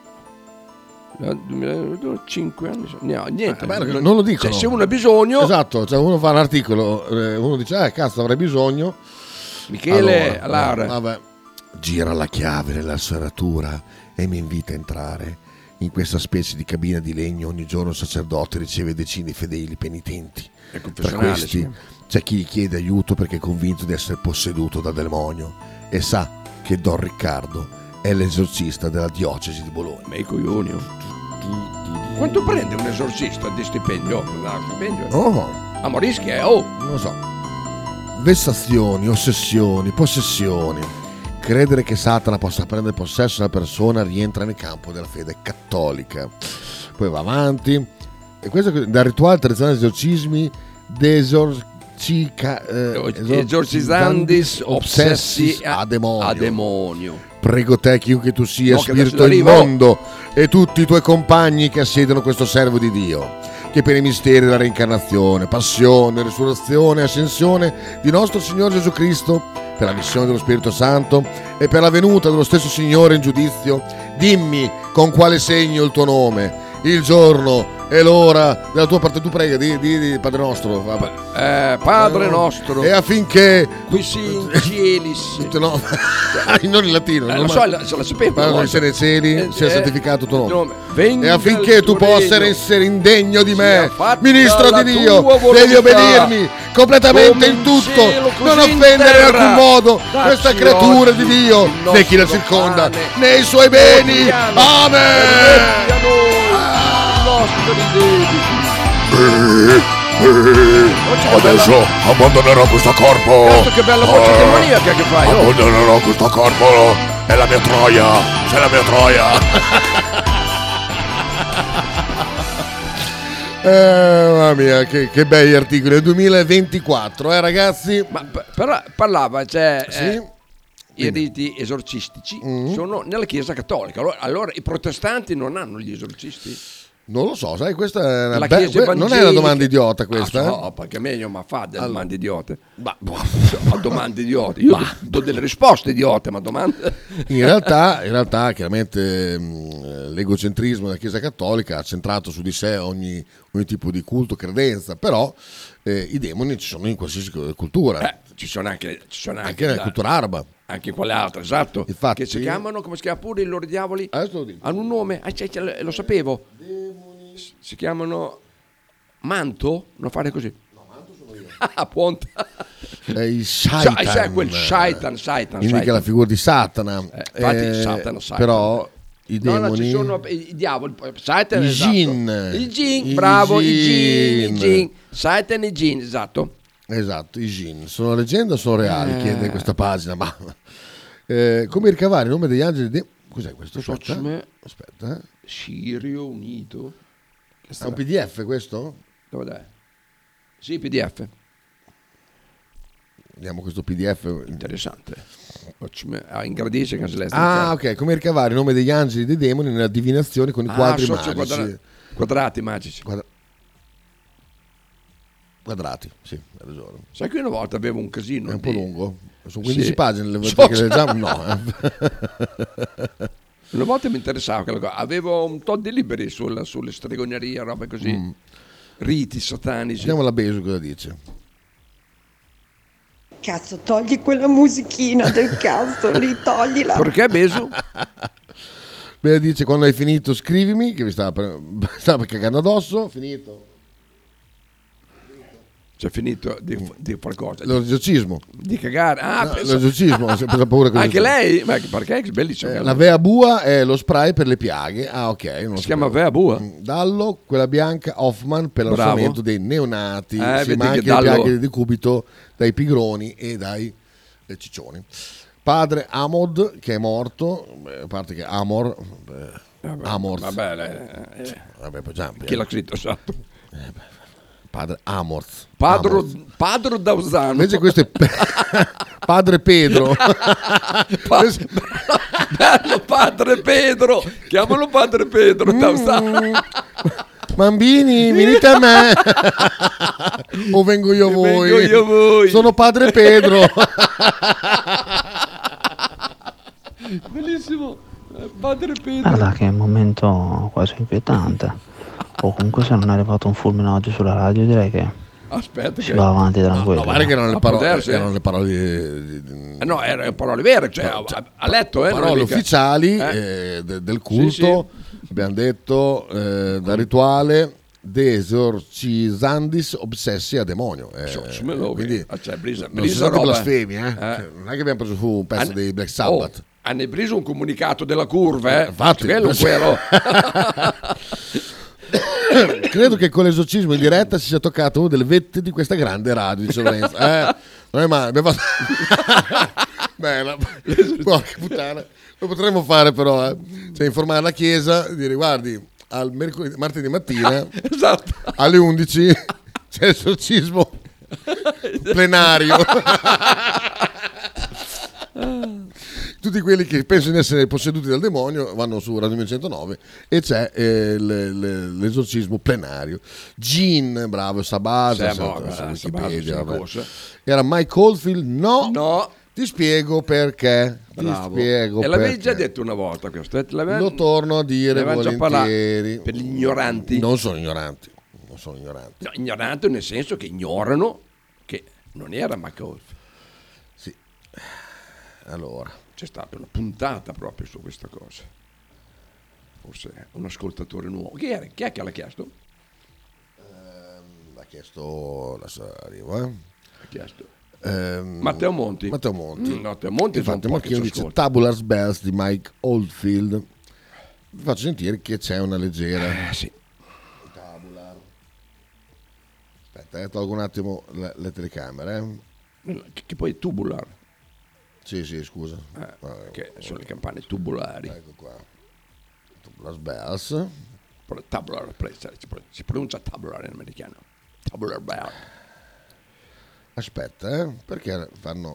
[SPEAKER 5] cinque anni, no, niente,
[SPEAKER 6] Eh, beh, non lo dicono.
[SPEAKER 5] Cioè, se uno ha bisogno,
[SPEAKER 6] Esatto, cioè uno fa un articolo, eh, uno dice, eh cazzo avrei bisogno.
[SPEAKER 5] Michele,
[SPEAKER 6] Allora,
[SPEAKER 5] Lara.
[SPEAKER 6] eh, vabbè. Gira la chiave nella serratura e mi invita a entrare. In questa specie di cabina di legno ogni giorno il sacerdote riceve decine di fedeli penitenti.
[SPEAKER 5] È
[SPEAKER 6] Tra
[SPEAKER 5] confessionale,
[SPEAKER 6] questi
[SPEAKER 5] sì.
[SPEAKER 6] c'è chi gli chiede aiuto perché è convinto di essere posseduto da demonio e sa che Don Riccardo è l'esorcista della diocesi di Bologna.
[SPEAKER 5] Ma i coglioni. Quanto prende un esorcista di stipendio? No, stipendio?
[SPEAKER 6] Oh,
[SPEAKER 5] A Morischi è, oh!
[SPEAKER 6] non lo so. Vessazioni, ossessioni, possessioni. Credere che Satana possa prendere possesso della persona rientra nel campo della fede cattolica. Poi va avanti. E questo è dal rituale tradizionale degli esorcismi desorcica, eh,
[SPEAKER 5] Esorcizzandis obsessi
[SPEAKER 6] a demonio.
[SPEAKER 5] a demonio.
[SPEAKER 6] Prego te, chiunque tu sia,
[SPEAKER 5] No, che adesso
[SPEAKER 6] spirito
[SPEAKER 5] arrivo.
[SPEAKER 6] immondo, e tutti i tuoi compagni che assiedono questo servo di Dio, che per i misteri della reincarnazione, passione, risurrezione e ascensione di nostro Signore Gesù Cristo, per la missione dello Spirito Santo e per la venuta dello stesso Signore in giudizio, dimmi con quale segno il tuo nome, il giorno e l'ora della tua parte. Tu prega di, di, di Padre nostro,
[SPEAKER 5] Eh, Padre nostro,
[SPEAKER 6] e affinché
[SPEAKER 5] qui si in cielis.
[SPEAKER 6] no, non in latino,
[SPEAKER 5] Eh,
[SPEAKER 6] non
[SPEAKER 5] lo so, la- se la sapevo.
[SPEAKER 6] Padre
[SPEAKER 5] una
[SPEAKER 6] che sei nei cieli,
[SPEAKER 5] Eh,
[SPEAKER 6] sia
[SPEAKER 5] eh,
[SPEAKER 6] santificato il tuo nome.
[SPEAKER 5] nome. Venga
[SPEAKER 6] E affinché
[SPEAKER 5] il
[SPEAKER 6] tu
[SPEAKER 5] tuo
[SPEAKER 6] possa
[SPEAKER 5] regno.
[SPEAKER 6] essere indegno di me,
[SPEAKER 5] Sia fatta
[SPEAKER 6] ministro
[SPEAKER 5] la
[SPEAKER 6] di Dio,
[SPEAKER 5] tua volontà,
[SPEAKER 6] devi obbedirmi completamente
[SPEAKER 5] come
[SPEAKER 6] in
[SPEAKER 5] in
[SPEAKER 6] tutto,
[SPEAKER 5] cielo, così
[SPEAKER 6] non
[SPEAKER 5] in
[SPEAKER 6] offendere in
[SPEAKER 5] terra.
[SPEAKER 6] alcun modo
[SPEAKER 5] Dacci
[SPEAKER 6] questa creatura
[SPEAKER 5] oggi
[SPEAKER 6] di Dio,
[SPEAKER 5] il
[SPEAKER 6] né chi la
[SPEAKER 5] nostro
[SPEAKER 6] circonda,
[SPEAKER 5] pane
[SPEAKER 6] né i suoi beni.
[SPEAKER 5] quotidiano.
[SPEAKER 6] Amen.
[SPEAKER 5] Rimetti a noi i nostri debiti.
[SPEAKER 11] Adesso abbandonerò questo corpo.
[SPEAKER 5] Cazzo, che bella voce
[SPEAKER 11] Ah,
[SPEAKER 5] demoniaca che fai, oh.
[SPEAKER 11] Abbandonerò questo corpo. È la mia troia. C'è la mia troia.
[SPEAKER 6] Eh, mamma mia, che, che bei articoli. Nel duemilaventiquattro, eh ragazzi.
[SPEAKER 5] Ma p- però parlava, cioè,
[SPEAKER 6] Sì?
[SPEAKER 5] eh, i riti esorcistici
[SPEAKER 6] Mm.
[SPEAKER 5] sono nella Chiesa Cattolica. Allora, allora i protestanti non hanno gli esorcisti?
[SPEAKER 6] Non lo so, sai, questa è una
[SPEAKER 5] La
[SPEAKER 6] be-
[SPEAKER 5] Chiesa
[SPEAKER 6] que- non è una
[SPEAKER 5] evangelica-
[SPEAKER 6] domanda idiota questa.
[SPEAKER 5] Ah,
[SPEAKER 6] eh?
[SPEAKER 5] no, perché meglio ma fa delle
[SPEAKER 6] Allora.
[SPEAKER 5] domande idiote. Ma a domande idiote. Io do, do delle risposte idiote, ma domande.
[SPEAKER 6] In realtà, in realtà chiaramente mh, l'egocentrismo della Chiesa Cattolica ha centrato su di sé ogni, ogni tipo di culto, credenza, però eh, i demoni ci sono in qualsiasi cultura,
[SPEAKER 5] Eh, ci sono anche, ci sono anche,
[SPEAKER 6] anche nella
[SPEAKER 5] da-
[SPEAKER 6] cultura araba.
[SPEAKER 5] anche in quale altra, esatto.
[SPEAKER 6] Infatti-
[SPEAKER 5] che si chiamano, come si chiama pure i loro diavoli?
[SPEAKER 6] Adesso lo dico.
[SPEAKER 5] Hanno un nome, ah, cioè, cioè, lo sapevo. Si chiamano Manto? Non fare così. No, Manto sono io. A Ponta.
[SPEAKER 6] È il Shaitan.
[SPEAKER 5] Sai, sai, quel Shaitan, Shaitan,
[SPEAKER 6] Indica
[SPEAKER 5] Shaitan.
[SPEAKER 6] la figura di Satana.
[SPEAKER 5] Eh, infatti,
[SPEAKER 6] Eh,
[SPEAKER 5] Satana, Satana.
[SPEAKER 6] Però i
[SPEAKER 5] No,
[SPEAKER 6] demoni...
[SPEAKER 5] no, ci sono i, i diavoli, Satan,
[SPEAKER 6] I
[SPEAKER 5] esatto.
[SPEAKER 6] Jin.
[SPEAKER 5] I Jin,
[SPEAKER 6] I
[SPEAKER 5] bravo, i Jin,
[SPEAKER 6] Jin.
[SPEAKER 5] i Jin. Satan e i Jin, esatto.
[SPEAKER 6] Esatto, i Jin. Sono leggenda o sono reali?
[SPEAKER 5] Eh.
[SPEAKER 6] Chiede questa pagina. Ma... Eh, come ricavare il nome degli angeli? De... Cos'è questo?
[SPEAKER 5] So,
[SPEAKER 6] Aspetta,
[SPEAKER 5] me-
[SPEAKER 6] aspetta. eh.
[SPEAKER 5] Sirio Unito. Che
[SPEAKER 6] È
[SPEAKER 5] sarà?
[SPEAKER 6] un P D F questo?
[SPEAKER 5] Dove dai? Sì, P D F.
[SPEAKER 6] Vediamo questo P D F.
[SPEAKER 5] Interessante. Ah, ingrandisce che se l'è
[SPEAKER 6] Ah, ok. Come ricavare il nome degli angeli e dei demoni nella divinazione con i
[SPEAKER 5] Ah,
[SPEAKER 6] quadri
[SPEAKER 5] socio
[SPEAKER 6] magici.
[SPEAKER 5] quadra- quadrati magici.
[SPEAKER 6] Quadra- Quadrati, sì, hai ragione.
[SPEAKER 5] Sai che una volta avevo un casino.
[SPEAKER 6] È un po'
[SPEAKER 5] di-
[SPEAKER 6] lungo. Sono quindici
[SPEAKER 5] Sì.
[SPEAKER 6] pagine le volte
[SPEAKER 5] So-
[SPEAKER 6] che leggiamo. No. eh.
[SPEAKER 5] Una volta mi interessava quella cosa. Avevo un tot di libri sulla, sulle stregonerie, robe così.
[SPEAKER 6] Mm.
[SPEAKER 5] Riti satanici.
[SPEAKER 6] Vediamo la Besu cosa dice.
[SPEAKER 12] Cazzo, togli quella musichina del cazzo, ritoglila.
[SPEAKER 5] Perché Besu?
[SPEAKER 6] Beh, dice quando hai finito scrivimi, che vi stava, per- stava cagando addosso, finito.
[SPEAKER 5] C'è finito di, di qualcosa.
[SPEAKER 6] L'esorcismo.
[SPEAKER 5] Di cagare. Ah,
[SPEAKER 6] No,
[SPEAKER 5] penso-
[SPEAKER 6] l'esorcismo, ho sempre paura che
[SPEAKER 5] Anche
[SPEAKER 6] l'esorcismo.
[SPEAKER 5] lei? Ma perché è bellissimo.
[SPEAKER 6] Eh, la Vea Bua è lo spray per le piaghe. Ah, ok. Non lo
[SPEAKER 5] Si chiama
[SPEAKER 6] sapevo.
[SPEAKER 5] Vea Bua?
[SPEAKER 6] Dallo, quella bianca, Hoffman per
[SPEAKER 5] Bravo.
[SPEAKER 6] l'alzamento dei neonati.
[SPEAKER 5] Eh,
[SPEAKER 6] sì,
[SPEAKER 5] vedi
[SPEAKER 6] ma
[SPEAKER 5] che
[SPEAKER 6] anche le
[SPEAKER 5] Dallo-
[SPEAKER 6] piaghe di decubito dai pigroni e dai eh, ciccioni. Padre Amod, che è morto, eh, a parte che Amor, eh, Amor.
[SPEAKER 5] Vabbè, eh, eh,
[SPEAKER 6] Vabbè, poi già-
[SPEAKER 5] chi l'ha scritto? Esatto.
[SPEAKER 6] Padre Amorth.
[SPEAKER 5] Padro,
[SPEAKER 6] Amorth.
[SPEAKER 5] Padro Dausano.
[SPEAKER 6] Invece questo è Pe- Padre Pedro.
[SPEAKER 5] Pa- bello Padre Pedro. Chiamalo Padre Pedro Dausano.
[SPEAKER 6] Bambini, venite a me. O vengo io a voi.
[SPEAKER 5] Vengo io a voi.
[SPEAKER 6] Sono Padre Pedro.
[SPEAKER 5] Bellissimo. Eh, Padre Pedro.
[SPEAKER 13] Guarda che è un momento quasi inquietante. O comunque se non è arrivato un fulmine oggi sulla radio direi che
[SPEAKER 5] Aspetta
[SPEAKER 13] si
[SPEAKER 5] che...
[SPEAKER 13] va avanti tranquillo.
[SPEAKER 6] No, guarda che erano le
[SPEAKER 5] Ma
[SPEAKER 6] parole,
[SPEAKER 5] potersi, eh.
[SPEAKER 6] erano le parole di- di-
[SPEAKER 5] Eh, no, erano parole vere, cioè, ha, ha letto, eh, non è
[SPEAKER 6] parole
[SPEAKER 5] mica-
[SPEAKER 6] ufficiali
[SPEAKER 5] Eh.
[SPEAKER 6] eh, de- del culto. Abbiamo detto eh, da rituale de esorcisandis obsessi a demonio. Eh,
[SPEAKER 5] Insomma, lo-
[SPEAKER 6] quindi
[SPEAKER 5] ah, cioè, brisa-
[SPEAKER 6] non
[SPEAKER 5] brisa
[SPEAKER 6] sono stati
[SPEAKER 5] roba.
[SPEAKER 6] blasfemi, eh.
[SPEAKER 5] Eh.
[SPEAKER 6] Cioè, non è che abbiamo preso su un pezzo
[SPEAKER 5] Hanno-
[SPEAKER 6] dei Black Sabbath.
[SPEAKER 5] Oh, hanno preso un comunicato della curva, eh.
[SPEAKER 6] Infatti.
[SPEAKER 5] quello, quello.
[SPEAKER 6] Credo che con l'esorcismo in diretta si sia toccato una delle vette di questa grande radio, dice Lorenzo. Eh, non è male, abbiamo fatto... Bella, porca puttana. Lo potremmo fare però, eh. Cioè informare la chiesa, dire guardi, al mercoledì, martedì mattina
[SPEAKER 5] Esatto.
[SPEAKER 6] alle undici c'è l'esorcismo plenario. Tutti quelli che pensano di essere posseduti dal demonio vanno su Radio millecentonove e c'è eh, le- le- l'esorcismo plenario. Gin, bravo, Sabasa,
[SPEAKER 5] Sì,
[SPEAKER 6] su-
[SPEAKER 5] ma,
[SPEAKER 6] su
[SPEAKER 5] eh,
[SPEAKER 6] Wikipedia,
[SPEAKER 5] Sabasa, sì,
[SPEAKER 6] vabbè.
[SPEAKER 5] cosa.
[SPEAKER 6] Era Mike Oldfield, no,
[SPEAKER 5] No.
[SPEAKER 6] ti spiego perché.
[SPEAKER 5] Bravo.
[SPEAKER 6] Ti spiego
[SPEAKER 5] E l'avevi
[SPEAKER 6] perché.
[SPEAKER 5] già detto una volta questo. eh, te l'avevi-
[SPEAKER 6] Lo torno a dire
[SPEAKER 5] ne avevamo già parlato.
[SPEAKER 6] volentieri.
[SPEAKER 5] Per gli ignoranti.
[SPEAKER 6] Non sono ignoranti, non sono ignoranti.
[SPEAKER 5] No, ignoranti nel senso che ignorano che non era McAuliffe.
[SPEAKER 6] Sì. Allora.
[SPEAKER 5] C'è stata una puntata proprio su questa cosa. Forse un ascoltatore nuovo. Chi, era? Chi è che l'ha chiesto?
[SPEAKER 6] Ehm, l'ha chiesto, adesso arrivo, eh.
[SPEAKER 5] Ha chiesto.
[SPEAKER 6] Ehm,
[SPEAKER 5] Matteo Monti.
[SPEAKER 6] Matteo Monti.
[SPEAKER 5] Mm, Matteo Monti fa un
[SPEAKER 6] Infatti
[SPEAKER 5] po'
[SPEAKER 6] Marchino
[SPEAKER 5] che ci
[SPEAKER 6] dice
[SPEAKER 5] ascolta.
[SPEAKER 6] Tabular Bells di Mike Oldfield. Vi faccio sentire che c'è una leggera.
[SPEAKER 5] Eh, sì.
[SPEAKER 6] Tabular. Aspetta, eh, tolgo un attimo le, le telecamere. eh.
[SPEAKER 5] Che, che poi è tubular.
[SPEAKER 6] Sì, sì, scusa.
[SPEAKER 5] Eh,
[SPEAKER 6] Vabbè,
[SPEAKER 5] che sono le campane tubolari.
[SPEAKER 6] Ecco qua. Tabular Bells.
[SPEAKER 5] Però Tabular, si pro- si pronuncia tabular in americano. Tabular bell.
[SPEAKER 6] Aspetta, eh, perché fanno...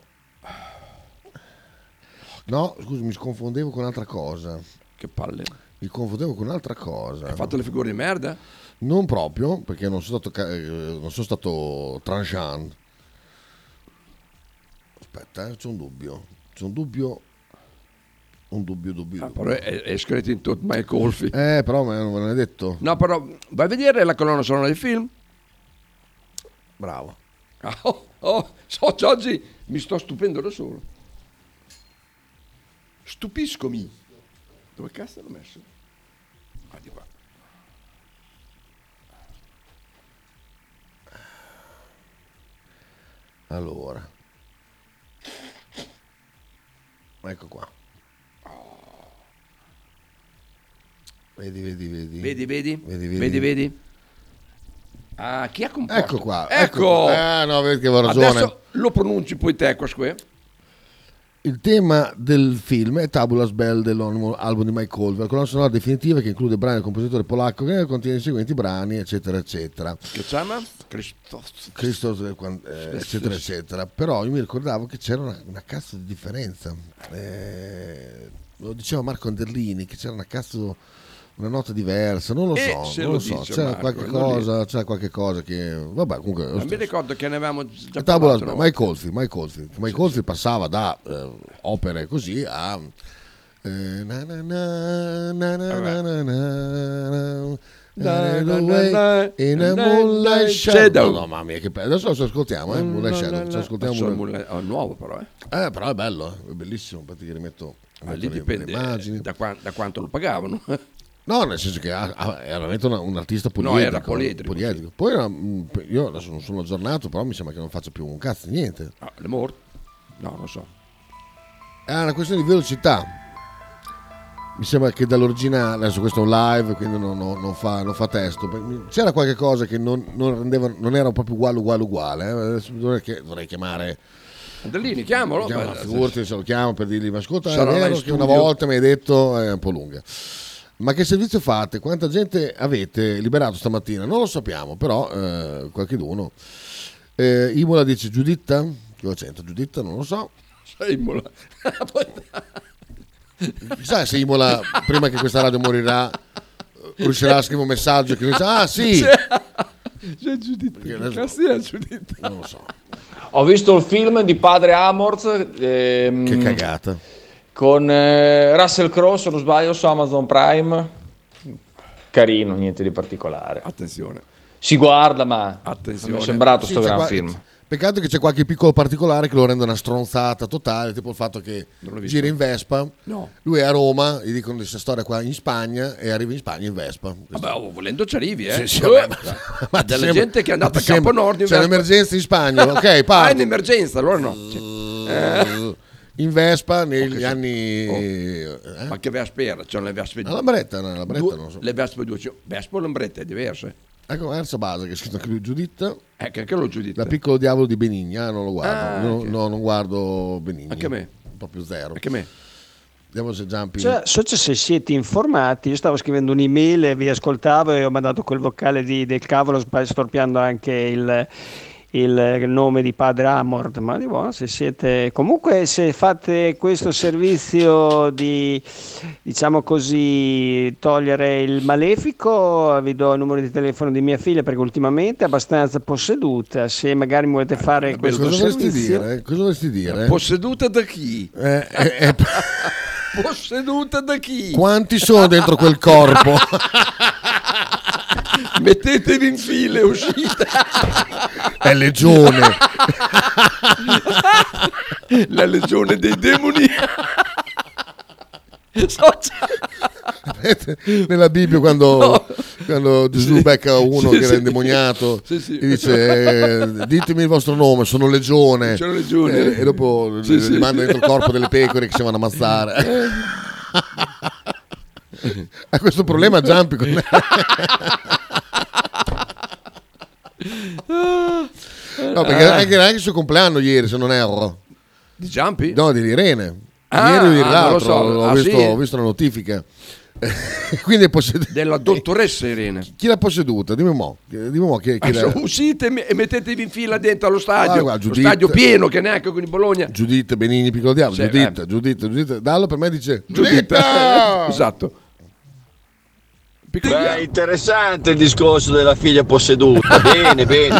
[SPEAKER 6] No, scusa, mi confondevo con un'altra cosa.
[SPEAKER 5] Che palle.
[SPEAKER 6] Mi confondevo con un'altra cosa.
[SPEAKER 5] Hai fatto le figure di merda?
[SPEAKER 6] Non proprio, perché non sono stato, ca- eh, non sono stato tranchant. Aspetta, eh, c'è un dubbio. C'è un dubbio. Un dubbio, dubbio.
[SPEAKER 5] Ah,
[SPEAKER 6] dubbio.
[SPEAKER 5] però è, è scritto in tutto Mike Oldfield.
[SPEAKER 6] Eh, però me non me l'hai detto.
[SPEAKER 5] No, però vai a vedere la colonna sonora del film.
[SPEAKER 6] Bravo.
[SPEAKER 5] Ah, Oh, oh, so, oggi mi sto stupendo da solo. Stupiscomi. Dove cazzo l'ho messo? Ah, di qua.
[SPEAKER 6] Allora, ecco qua. Vedi, vedi, vedi.
[SPEAKER 5] Vedi, vedi?
[SPEAKER 6] Vedi,
[SPEAKER 5] Vedi, vedi? Ah, chi ha composto?
[SPEAKER 6] Ecco qua.
[SPEAKER 5] Ecco!
[SPEAKER 6] Ah, no, vedi che avevo ragione.
[SPEAKER 5] Adesso lo pronunci poi te, questo.
[SPEAKER 6] Il tema del film è Tabulas Bell dell'omonimo album di Mike Oldfield, colonna sonora definitiva che include brani del compositore polacco che contiene i seguenti brani, eccetera, eccetera.
[SPEAKER 5] Che si chiama? Christos.
[SPEAKER 6] Christos, eh, eccetera, eccetera. Però io mi ricordavo che c'era una, una cazzo di differenza. Eh, lo diceva Marco Anderlini, che c'era una cazzo... una nota diversa, non lo
[SPEAKER 5] E
[SPEAKER 6] so,
[SPEAKER 5] se
[SPEAKER 6] non
[SPEAKER 5] lo
[SPEAKER 6] lo so,
[SPEAKER 5] dice
[SPEAKER 6] c'era
[SPEAKER 5] Marco,
[SPEAKER 6] qualche
[SPEAKER 5] quello lì.
[SPEAKER 6] cosa, c'era qualche cosa che vabbè, comunque lo
[SPEAKER 5] Non mi
[SPEAKER 6] stesso.
[SPEAKER 5] ricordo che ne avevamo già
[SPEAKER 6] Tabulas
[SPEAKER 5] parlato.
[SPEAKER 6] Bell, Mike Oldfield, Mike Oldfield, Mike Oldfield passava da eh, opere così a eh, na na na na na na na na
[SPEAKER 5] Na, na, na, na,
[SPEAKER 6] in a
[SPEAKER 5] na,
[SPEAKER 6] moonlight
[SPEAKER 5] na,
[SPEAKER 6] shadow.
[SPEAKER 5] shadow.
[SPEAKER 6] No, mamma mia, che bello. Adesso lo ascoltiamo, eh, Moonlight Shadow. Ci ascoltiamo
[SPEAKER 5] Sono
[SPEAKER 6] Moonlight-
[SPEAKER 5] Moonlight- oh, nuovo però, eh.
[SPEAKER 6] Eh, però è bello, eh, è bellissimo. Infatti che rimetto,
[SPEAKER 5] Ma
[SPEAKER 6] rimetto
[SPEAKER 5] lì
[SPEAKER 6] le-
[SPEAKER 5] dipende
[SPEAKER 6] le immagini.
[SPEAKER 5] da, qua- da quanto lo pagavano.
[SPEAKER 6] No, nel senso che ha- ha- era veramente una- un artista
[SPEAKER 5] No,
[SPEAKER 6] poliedrico.
[SPEAKER 5] era poliedrico,
[SPEAKER 6] poliedrico. Poi era, mh, io adesso non sono aggiornato, però mi sembra che non faccia più un cazzo, niente.
[SPEAKER 5] Ah, le morte? No, non so.
[SPEAKER 6] È una questione di velocità. Mi sembra che dall'originale, adesso questo è un live, quindi non, non- non fa, non fa testo. C'era qualche cosa che non, non rendeva, non era proprio uguale, uguale, uguale. eh. Adesso dovrei, che- dovrei chiamare.
[SPEAKER 5] Andellini, chiamalo.
[SPEAKER 6] Chiamo,
[SPEAKER 5] Beh,
[SPEAKER 6] figurati se lo chiamo per dirgli: ma ascolta, è
[SPEAKER 5] Sarà là in
[SPEAKER 6] vero che una
[SPEAKER 5] studio."
[SPEAKER 6] volta mi hai detto è un po' lunga. Ma che servizio fate? Quanta gente avete liberato stamattina? Non lo sappiamo, però eh, qualcheduno. Eh, Imola dice Giuditta? Che accento Giuditta? Non lo so.
[SPEAKER 5] Imola.
[SPEAKER 6] Chissà se Imola, prima che questa radio morirà, riuscirà a scrivere un messaggio che dice: ah sì!
[SPEAKER 5] C'è Giuditta.
[SPEAKER 6] Perché
[SPEAKER 5] Che
[SPEAKER 6] adesso-
[SPEAKER 5] cazzo è Giuditta?
[SPEAKER 6] Non lo so.
[SPEAKER 14] Ho visto il film di Padre Amorth ehm,
[SPEAKER 6] Che cagata.
[SPEAKER 14] con eh, Russell Crowe, se non sbaglio, su Amazon Prime. Carino, niente di particolare.
[SPEAKER 5] Attenzione.
[SPEAKER 14] Si guarda, ma
[SPEAKER 5] Attenzione.
[SPEAKER 14] mi è sembrato
[SPEAKER 6] Sì,
[SPEAKER 14] sto
[SPEAKER 6] c'è
[SPEAKER 14] gran
[SPEAKER 6] qua-
[SPEAKER 14] film.
[SPEAKER 6] Peccato che c'è qualche piccolo particolare che lo rende una stronzata totale, tipo il fatto che
[SPEAKER 5] Non l'ho visto.
[SPEAKER 6] gira in Vespa.
[SPEAKER 5] No.
[SPEAKER 6] Lui è a Roma, gli dicono questa storia qua in Spagna e arriva in Spagna in Vespa.
[SPEAKER 5] Vabbè, oh, volendo ci arrivi, eh.
[SPEAKER 6] Sì, sì,
[SPEAKER 5] Eh,
[SPEAKER 6] vabbè, ma-
[SPEAKER 5] ma
[SPEAKER 6] ma ti
[SPEAKER 5] della
[SPEAKER 6] sembra-
[SPEAKER 5] gente che è andata
[SPEAKER 6] ma
[SPEAKER 5] a
[SPEAKER 6] ti
[SPEAKER 5] Campo
[SPEAKER 6] sembra-
[SPEAKER 5] Nord in
[SPEAKER 6] c'è
[SPEAKER 5] Vespa.
[SPEAKER 6] un'emergenza in Spagna, ok,
[SPEAKER 5] Ah, è
[SPEAKER 6] parti.
[SPEAKER 5] un'emergenza, allora no. Cioè,
[SPEAKER 6] In Vespa negli
[SPEAKER 5] Ok, sì.
[SPEAKER 6] anni...
[SPEAKER 5] Oh.
[SPEAKER 6] eh?
[SPEAKER 5] Ma che Vespa era? C'è le Vespe
[SPEAKER 6] La Lambretta, no, la Lambretta
[SPEAKER 5] due-
[SPEAKER 6] non so.
[SPEAKER 5] Le Vespe due, cioè, Vespa o Lambretta è diverse.
[SPEAKER 6] Ecco, Erza Base che è scritto anche lui, Giuditta.
[SPEAKER 5] Eh, che anche lo giudizio.
[SPEAKER 6] La Piccolo Diavolo di Benigni, ah, non lo guardo.
[SPEAKER 5] Ah,
[SPEAKER 6] no,
[SPEAKER 5] ok.
[SPEAKER 6] no, non guardo Benigni.
[SPEAKER 5] Anche me.
[SPEAKER 6] Proprio zero.
[SPEAKER 5] Anche me.
[SPEAKER 6] Vediamo se Giampi...
[SPEAKER 10] Cioè, so se siete informati, io stavo scrivendo un'email e vi ascoltavo e ho mandato quel vocale di, del cavolo sp- storpiando anche il, il nome di Padre Amorth, ma di buono, se siete comunque, se fate questo servizio di, diciamo così, togliere il malefico, vi do il numero di telefono di mia figlia perché ultimamente è abbastanza posseduta, se magari mi volete fare questo
[SPEAKER 6] Cosa vorresti
[SPEAKER 10] servizio.
[SPEAKER 6] dire? Cosa vorresti dire?
[SPEAKER 5] Posseduta da chi?
[SPEAKER 6] Eh, eh, eh,
[SPEAKER 5] Posseduta da chi?
[SPEAKER 6] quanti sono dentro quel corpo?
[SPEAKER 5] Mettetevi in fila e uscite.
[SPEAKER 6] È legione.
[SPEAKER 5] La legione dei demoni. So già.
[SPEAKER 6] Nella Bibbia quando,
[SPEAKER 5] No.
[SPEAKER 6] quando Gesù
[SPEAKER 5] Sì.
[SPEAKER 6] becca uno
[SPEAKER 5] Sì,
[SPEAKER 6] che
[SPEAKER 5] sì.
[SPEAKER 6] era indemoniato
[SPEAKER 5] Sì, sì.
[SPEAKER 6] e dice eh, ditemi il vostro nome, sono legione.
[SPEAKER 5] Sono legione.
[SPEAKER 6] Eh, e dopo
[SPEAKER 5] Sì,
[SPEAKER 6] gli
[SPEAKER 5] sì.
[SPEAKER 6] manda dentro il corpo delle pecore che si vanno a ammazzare. Ha questo problema Giampi con me. No, perché
[SPEAKER 5] Ah.
[SPEAKER 6] anche, anche il suo compleanno ieri, se non erro.
[SPEAKER 5] Di Giampi?
[SPEAKER 6] No, di Irene.
[SPEAKER 5] Ah,
[SPEAKER 6] ieri o ieri
[SPEAKER 5] ah, non
[SPEAKER 6] l'altro,
[SPEAKER 5] lo so.
[SPEAKER 6] ho,
[SPEAKER 5] Ah,
[SPEAKER 6] visto,
[SPEAKER 5] sì?
[SPEAKER 6] ho visto la notifica. Quindi è posseduta.
[SPEAKER 5] Della dottoressa Irene.
[SPEAKER 6] Chi l'ha posseduta? Dimmi mo. Dimmi mo chi, chi
[SPEAKER 5] Adesso
[SPEAKER 6] l'ha...
[SPEAKER 5] uscite e me- e mettetevi in fila dentro allo stadio.
[SPEAKER 6] Guarda, guarda,
[SPEAKER 5] Lo
[SPEAKER 6] Giuditta.
[SPEAKER 5] stadio pieno che neanche con il Bologna.
[SPEAKER 6] Giuditta, Benigni, Piccolo Diavolo.
[SPEAKER 5] Sì,
[SPEAKER 6] Giuditta,
[SPEAKER 5] eh.
[SPEAKER 6] Giuditta, Giuditta. Dallo per me dice
[SPEAKER 5] Giuditta.
[SPEAKER 6] Giuditta!
[SPEAKER 5] Esatto. Piccolo
[SPEAKER 15] Beh,
[SPEAKER 5] Diavolo.
[SPEAKER 15] interessante il discorso della figlia posseduta. Bene, bene.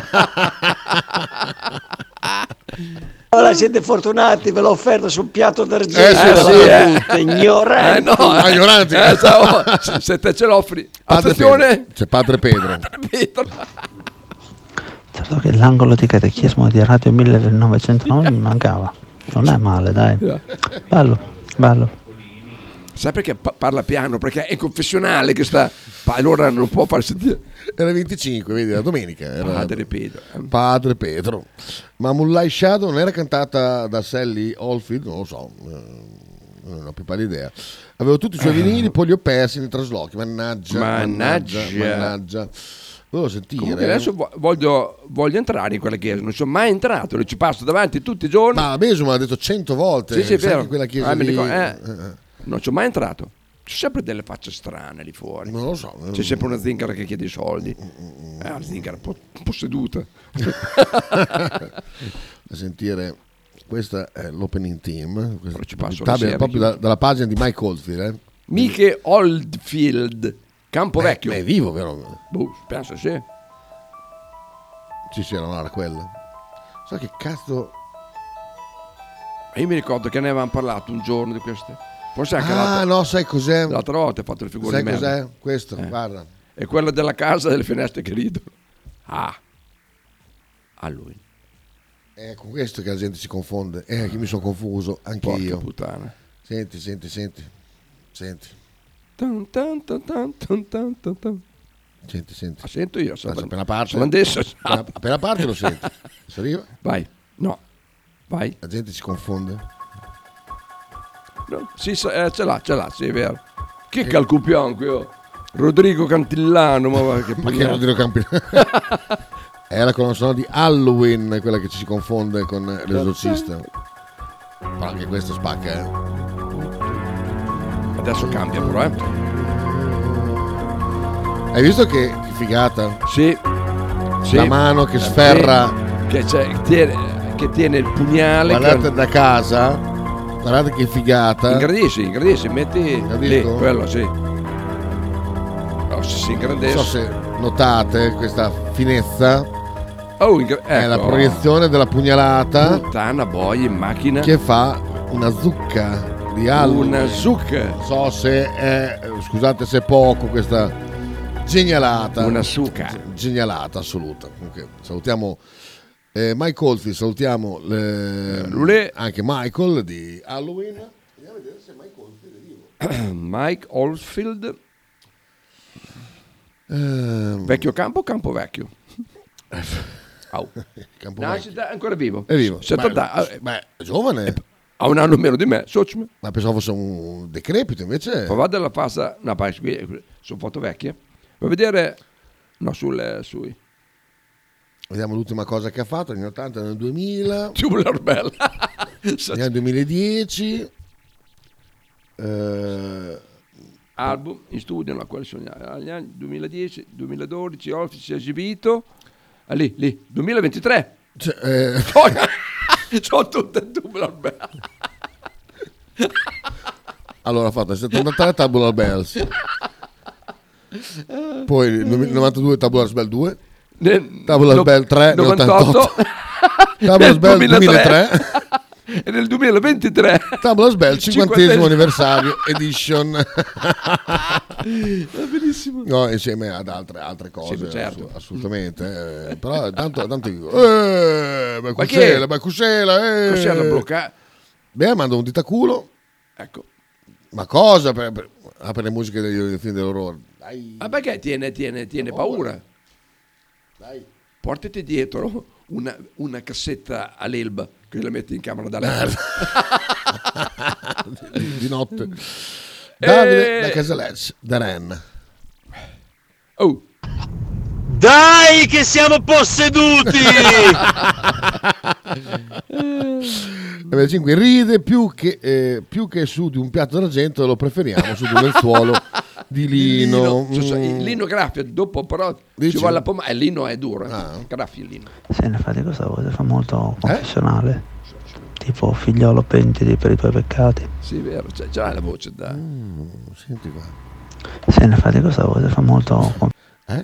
[SPEAKER 10] Allora siete fortunati, ve l'ho offerto sul piatto d'argento.
[SPEAKER 6] Eh, sì,
[SPEAKER 10] ve
[SPEAKER 6] sì,
[SPEAKER 10] l'ho
[SPEAKER 6] eh.
[SPEAKER 10] avuto, ignoranti.
[SPEAKER 5] Eh no,
[SPEAKER 6] Ah, ignoranti.
[SPEAKER 5] Eh, ciao. Se- se te ce l'offri.
[SPEAKER 6] Padre
[SPEAKER 5] Attenzione.
[SPEAKER 6] Pedro. C'è Padre Pedro.
[SPEAKER 5] Pietro.
[SPEAKER 13] Certo che l'angolo di catechismo di Radio millenovecentonove mi mancava. Non è male, dai. Bello, bello.
[SPEAKER 5] Sai perché pa- parla piano? Perché è confessionale che sta Pa- allora non può far sentire.
[SPEAKER 6] Era venticinque, vedi, la domenica. Era
[SPEAKER 5] Padre Pedro.
[SPEAKER 6] Padre Pedro. Ma Moonlight Shadow non era cantata da Sally Oldfield? Non lo so, eh, non ho più pari idea. Avevo tutti i suoi vinili, poi li ho persi nei traslochi. Mannaggia, mannaggia,
[SPEAKER 5] Mannaggia.
[SPEAKER 6] mannaggia. Volevo sentire.
[SPEAKER 5] Comunque adesso vo- voglio, voglio entrare in quella chiesa, non sono mai entrato, ci passo davanti tutti i giorni.
[SPEAKER 6] Ma Beso me l'ha detto cento volte.
[SPEAKER 5] Sì, sì, è
[SPEAKER 6] sai
[SPEAKER 5] vero.
[SPEAKER 6] che quella chiesa
[SPEAKER 5] Ah, mi
[SPEAKER 6] lì-
[SPEAKER 5] ricordo, eh.
[SPEAKER 6] eh, eh.
[SPEAKER 5] Non ci ho mai entrato. C'è sempre delle facce strane lì fuori.
[SPEAKER 6] Non lo so.
[SPEAKER 5] C'è sempre una zingara che chiede i soldi. Eh, una zingara un po' posseduta.
[SPEAKER 6] A sentire, questa è l'opening team. Questa
[SPEAKER 5] ci passo
[SPEAKER 6] tab-
[SPEAKER 5] la serie,
[SPEAKER 6] proprio
[SPEAKER 5] chi-
[SPEAKER 6] da- dalla pagina di Mike Oldfield. Eh.
[SPEAKER 5] Miche Oldfield, Campovecchio.
[SPEAKER 6] Eh, è vivo, vero?
[SPEAKER 5] Boh, penso sì.
[SPEAKER 6] Sì, sì, no, era quella. So che cazzo.
[SPEAKER 5] E io mi ricordo che ne avevamo parlato un giorno di queste. Forse anche
[SPEAKER 6] Ah,
[SPEAKER 5] l'altra,
[SPEAKER 6] no, sai cos'è?
[SPEAKER 5] l'altra volta hai fatto le figure
[SPEAKER 6] Sai
[SPEAKER 5] di merda.
[SPEAKER 6] cos'è? Questo,
[SPEAKER 5] Eh.
[SPEAKER 6] guarda.
[SPEAKER 5] È quella della casa delle finestre che ridono. Ah, a lui.
[SPEAKER 6] È con questo che la gente si confonde. Eh, che mi sono confuso, anche
[SPEAKER 5] Porca
[SPEAKER 6] io.
[SPEAKER 5] puttana.
[SPEAKER 6] Senti, senti, senti. Senti,
[SPEAKER 5] Tan, tan, tan, tan, tan, tan, tan, tan.
[SPEAKER 6] senti, senti.
[SPEAKER 5] Ah, sento io. Sono,
[SPEAKER 6] Adesso appena parte.
[SPEAKER 5] sono adesso.
[SPEAKER 6] Appena, appena parte lo senti. Adesso arriva.
[SPEAKER 5] Vai. No. Vai.
[SPEAKER 6] La gente si confonde.
[SPEAKER 5] No. Sì, sa- eh, ce l'ha, ce l'ha, sì, è vero. Che calcupion qui, oh. Rodrigo Cantillano, ma va, che
[SPEAKER 6] Ma che
[SPEAKER 5] pugnale.
[SPEAKER 6] Rodrigo Campino? È la colonna sonora di Halloween, quella che ci si confonde con l'esorcista. Ma anche questo spacca, eh.
[SPEAKER 5] Adesso cambia però, eh.
[SPEAKER 6] Hai visto che, che figata?
[SPEAKER 5] Sì. Sì.
[SPEAKER 6] La mano che
[SPEAKER 5] Eh,
[SPEAKER 6] sferra.
[SPEAKER 5] sì. Che, c'è, tiene, che tiene il pugnale.
[SPEAKER 6] Guardate
[SPEAKER 5] che...
[SPEAKER 6] da casa. Guardate che figata.
[SPEAKER 5] Ingrandisci, ingrandisci, metti lì,
[SPEAKER 6] Ingrandisco?
[SPEAKER 5] quello, sì. No, se si
[SPEAKER 6] Non
[SPEAKER 5] ingrandisce.
[SPEAKER 6] so se notate questa finezza.
[SPEAKER 5] Oh, ingra-
[SPEAKER 6] È la
[SPEAKER 5] ecco.
[SPEAKER 6] proiezione della pugnalata
[SPEAKER 5] Puttana, boia, in macchina.
[SPEAKER 6] che fa una zucca di Halloween.
[SPEAKER 5] Una zucca.
[SPEAKER 6] Non so se è, scusate se è poco questa genialata.
[SPEAKER 5] Una zucca.
[SPEAKER 6] Genialata assoluta. Comunque, salutiamo eh, Mike Oldfield, salutiamo le-
[SPEAKER 5] Lulè.
[SPEAKER 6] anche Michael di Halloween. Andiamo a vedere se Mike Oldfield è vivo.
[SPEAKER 5] Mike Oldfield.
[SPEAKER 6] Ehm,
[SPEAKER 5] Vecchio campo o campo vecchio? Au.
[SPEAKER 6] Campo
[SPEAKER 5] Nascita, è ancora vivo.
[SPEAKER 6] È vivo.
[SPEAKER 5] settanta
[SPEAKER 6] Beh, beh, è giovane.
[SPEAKER 5] Ha un anno meno di me, socio.
[SPEAKER 6] Ma pensavo fosse un decrepito, invece.
[SPEAKER 5] Poi vado alla fase, no, poi qui sono foto vecchie. Vuoi vedere? No, sul, sui.
[SPEAKER 6] Vediamo l'ultima cosa che ha fatto, negli ottanta, nel duemila.
[SPEAKER 5] Tubular Bell.
[SPEAKER 6] Nel duemiladieci. Eh,
[SPEAKER 5] Album in studio, no, quelli sono gli anni duemiladieci, duemiladodici, Oldfield si è esibito. Ah, lì, lì, duemilaventitré.
[SPEAKER 6] cioè, eh,
[SPEAKER 5] Sono tutte Tubular Bell.
[SPEAKER 6] allora ha fatto il settantatré Tabular Bells. Poi il novantadue Tabular Bell due.
[SPEAKER 5] Nel-
[SPEAKER 6] Tabular
[SPEAKER 5] no-
[SPEAKER 6] Bell tre nel
[SPEAKER 5] novantotto.
[SPEAKER 6] ottantotto. Tabular Bell duemilatré.
[SPEAKER 5] E nel duemilaventitré.
[SPEAKER 6] Tabular Bell cinquantesimo
[SPEAKER 5] cinquantesimo
[SPEAKER 6] anniversario edition.
[SPEAKER 5] È bellissimo.
[SPEAKER 6] No, insieme ad altre, altre cose,
[SPEAKER 5] Sì, certo.
[SPEAKER 6] assu- assolutamente. eh, però tanto, tanto dico, eh, beh,
[SPEAKER 5] Ma che?
[SPEAKER 6] Cuscela, beh, Cuscela, eh.
[SPEAKER 5] Cos'è la blocca?
[SPEAKER 6] Beh, manda un ditaculo.
[SPEAKER 5] Ecco.
[SPEAKER 6] Ma cosa? Per, per, ah, per le musiche dei, dei film dell'orrore. Dai,
[SPEAKER 5] Ma perché tiene, tiene, tiene paura?
[SPEAKER 6] dai.
[SPEAKER 5] Portati dietro una, una cassetta all'Elba che la metti in camera da letto.
[SPEAKER 6] di, di notte. Davide
[SPEAKER 5] Eh.
[SPEAKER 6] da Casalecce, da Ren.
[SPEAKER 5] Oh.
[SPEAKER 15] Dai che siamo posseduti!
[SPEAKER 6] Invece cinque ride più che, eh, più che su di un piatto d'argento, lo preferiamo su di un lenzuolo di lino.
[SPEAKER 5] Lino, cioè, cioè, il
[SPEAKER 6] Mm.
[SPEAKER 5] lino graffia, dopo però
[SPEAKER 6] Dici?
[SPEAKER 5] ci vuole la pomata. Il lino è duro,
[SPEAKER 6] Ah.
[SPEAKER 5] graffia il lino.
[SPEAKER 13] Se ne fate questa voce fa molto
[SPEAKER 6] Eh?
[SPEAKER 13] confessionale. Tipo figliolo pentiti per i tuoi peccati.
[SPEAKER 5] Sì, è vero, c'è, c'è la voce da...
[SPEAKER 6] Mm, senti qua.
[SPEAKER 13] Se ne fate questa voce fa molto. con-
[SPEAKER 6] Eh?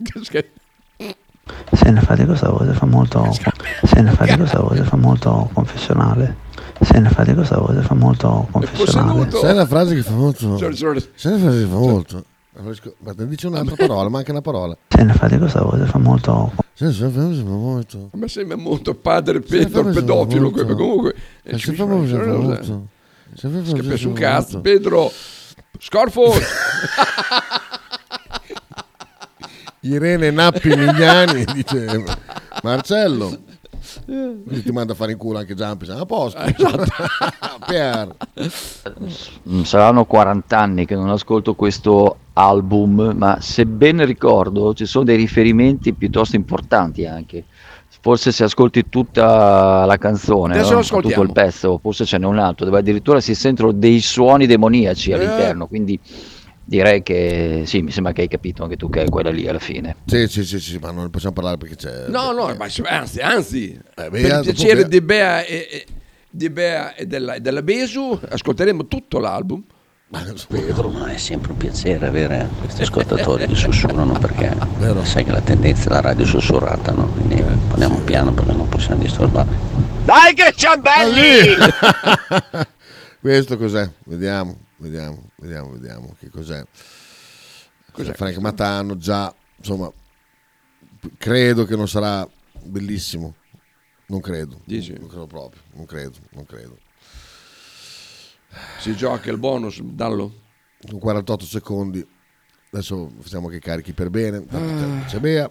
[SPEAKER 13] Se ne fate questa voce fa molto. Se ne fate questa voce fa molto confessionale. Se ne fate questa voce fa molto confessionale.
[SPEAKER 5] posseduto.
[SPEAKER 6] Sai la frase che fa molto?
[SPEAKER 5] Sorry, sorry.
[SPEAKER 6] Sai la frase che fa molto? Guarda, dice un'altra parola, manca una parola.
[SPEAKER 13] Se ne fate questa voce fa molto.
[SPEAKER 6] Sai la frase che fa molto?
[SPEAKER 5] A me sembra molto padre
[SPEAKER 6] Sì,
[SPEAKER 5] Pedro,
[SPEAKER 6] fa
[SPEAKER 5] pedofilo,
[SPEAKER 6] molto.
[SPEAKER 5] que- comunque...
[SPEAKER 6] Eh,
[SPEAKER 5] eh,
[SPEAKER 6] si
[SPEAKER 5] ci-
[SPEAKER 6] fa molto,
[SPEAKER 5] ci-
[SPEAKER 6] si fa
[SPEAKER 5] ci-
[SPEAKER 6] molto. Si fa molto,
[SPEAKER 5] Scappia
[SPEAKER 6] si
[SPEAKER 5] su un
[SPEAKER 6] fa
[SPEAKER 5] cazzo,
[SPEAKER 6] molto.
[SPEAKER 5] Pedro, Scorfo!
[SPEAKER 6] Irene Nappi Migliani dice Marcello. Ti manda a fare in culo anche Giampi, siamo a posto. Pier.
[SPEAKER 16] Saranno quaranta anni che non ascolto questo album, ma se ben ricordo ci sono dei riferimenti piuttosto importanti anche. Forse se ascolti tutta la canzone,
[SPEAKER 5] Adesso
[SPEAKER 16] no?
[SPEAKER 5] lo ascoltiamo.
[SPEAKER 16] Tutto il pezzo, forse ce n'è un altro dove addirittura si sentono dei suoni demoniaci all'interno,
[SPEAKER 5] Eh.
[SPEAKER 16] quindi direi che sì, mi sembra che hai capito anche tu che è quella lì alla fine.
[SPEAKER 6] Sì, sì, sì, sì, ma non ne possiamo parlare perché c'è.
[SPEAKER 5] No, no, ma anzi, anzi
[SPEAKER 6] Eh,
[SPEAKER 5] per
[SPEAKER 6] beh,
[SPEAKER 5] il
[SPEAKER 6] dopo
[SPEAKER 5] piacere
[SPEAKER 6] che-
[SPEAKER 5] di Bea e, e- di Bea e della, e della Besu ascolteremo tutto l'album.
[SPEAKER 17] Pedro, ma è sempre un piacere avere questi ascoltatori che sussurrano, perché sai che la tendenza è la radio sussurrata, no? Quindi parliamo piano perché non possiamo disturbare.
[SPEAKER 15] Dai che ciambelli!
[SPEAKER 6] Questo cos'è? Vediamo, vediamo, vediamo, vediamo che cos'è. Cos'è Frank Matano? Già, insomma, credo che non sarà bellissimo. Non credo.
[SPEAKER 5] Dici?
[SPEAKER 6] Non credo proprio, non credo, non credo.
[SPEAKER 5] Si gioca il bonus, dallo.
[SPEAKER 6] Con quarantotto secondi. Adesso facciamo che carichi per bene.
[SPEAKER 5] Ah.
[SPEAKER 6] C'è Bea.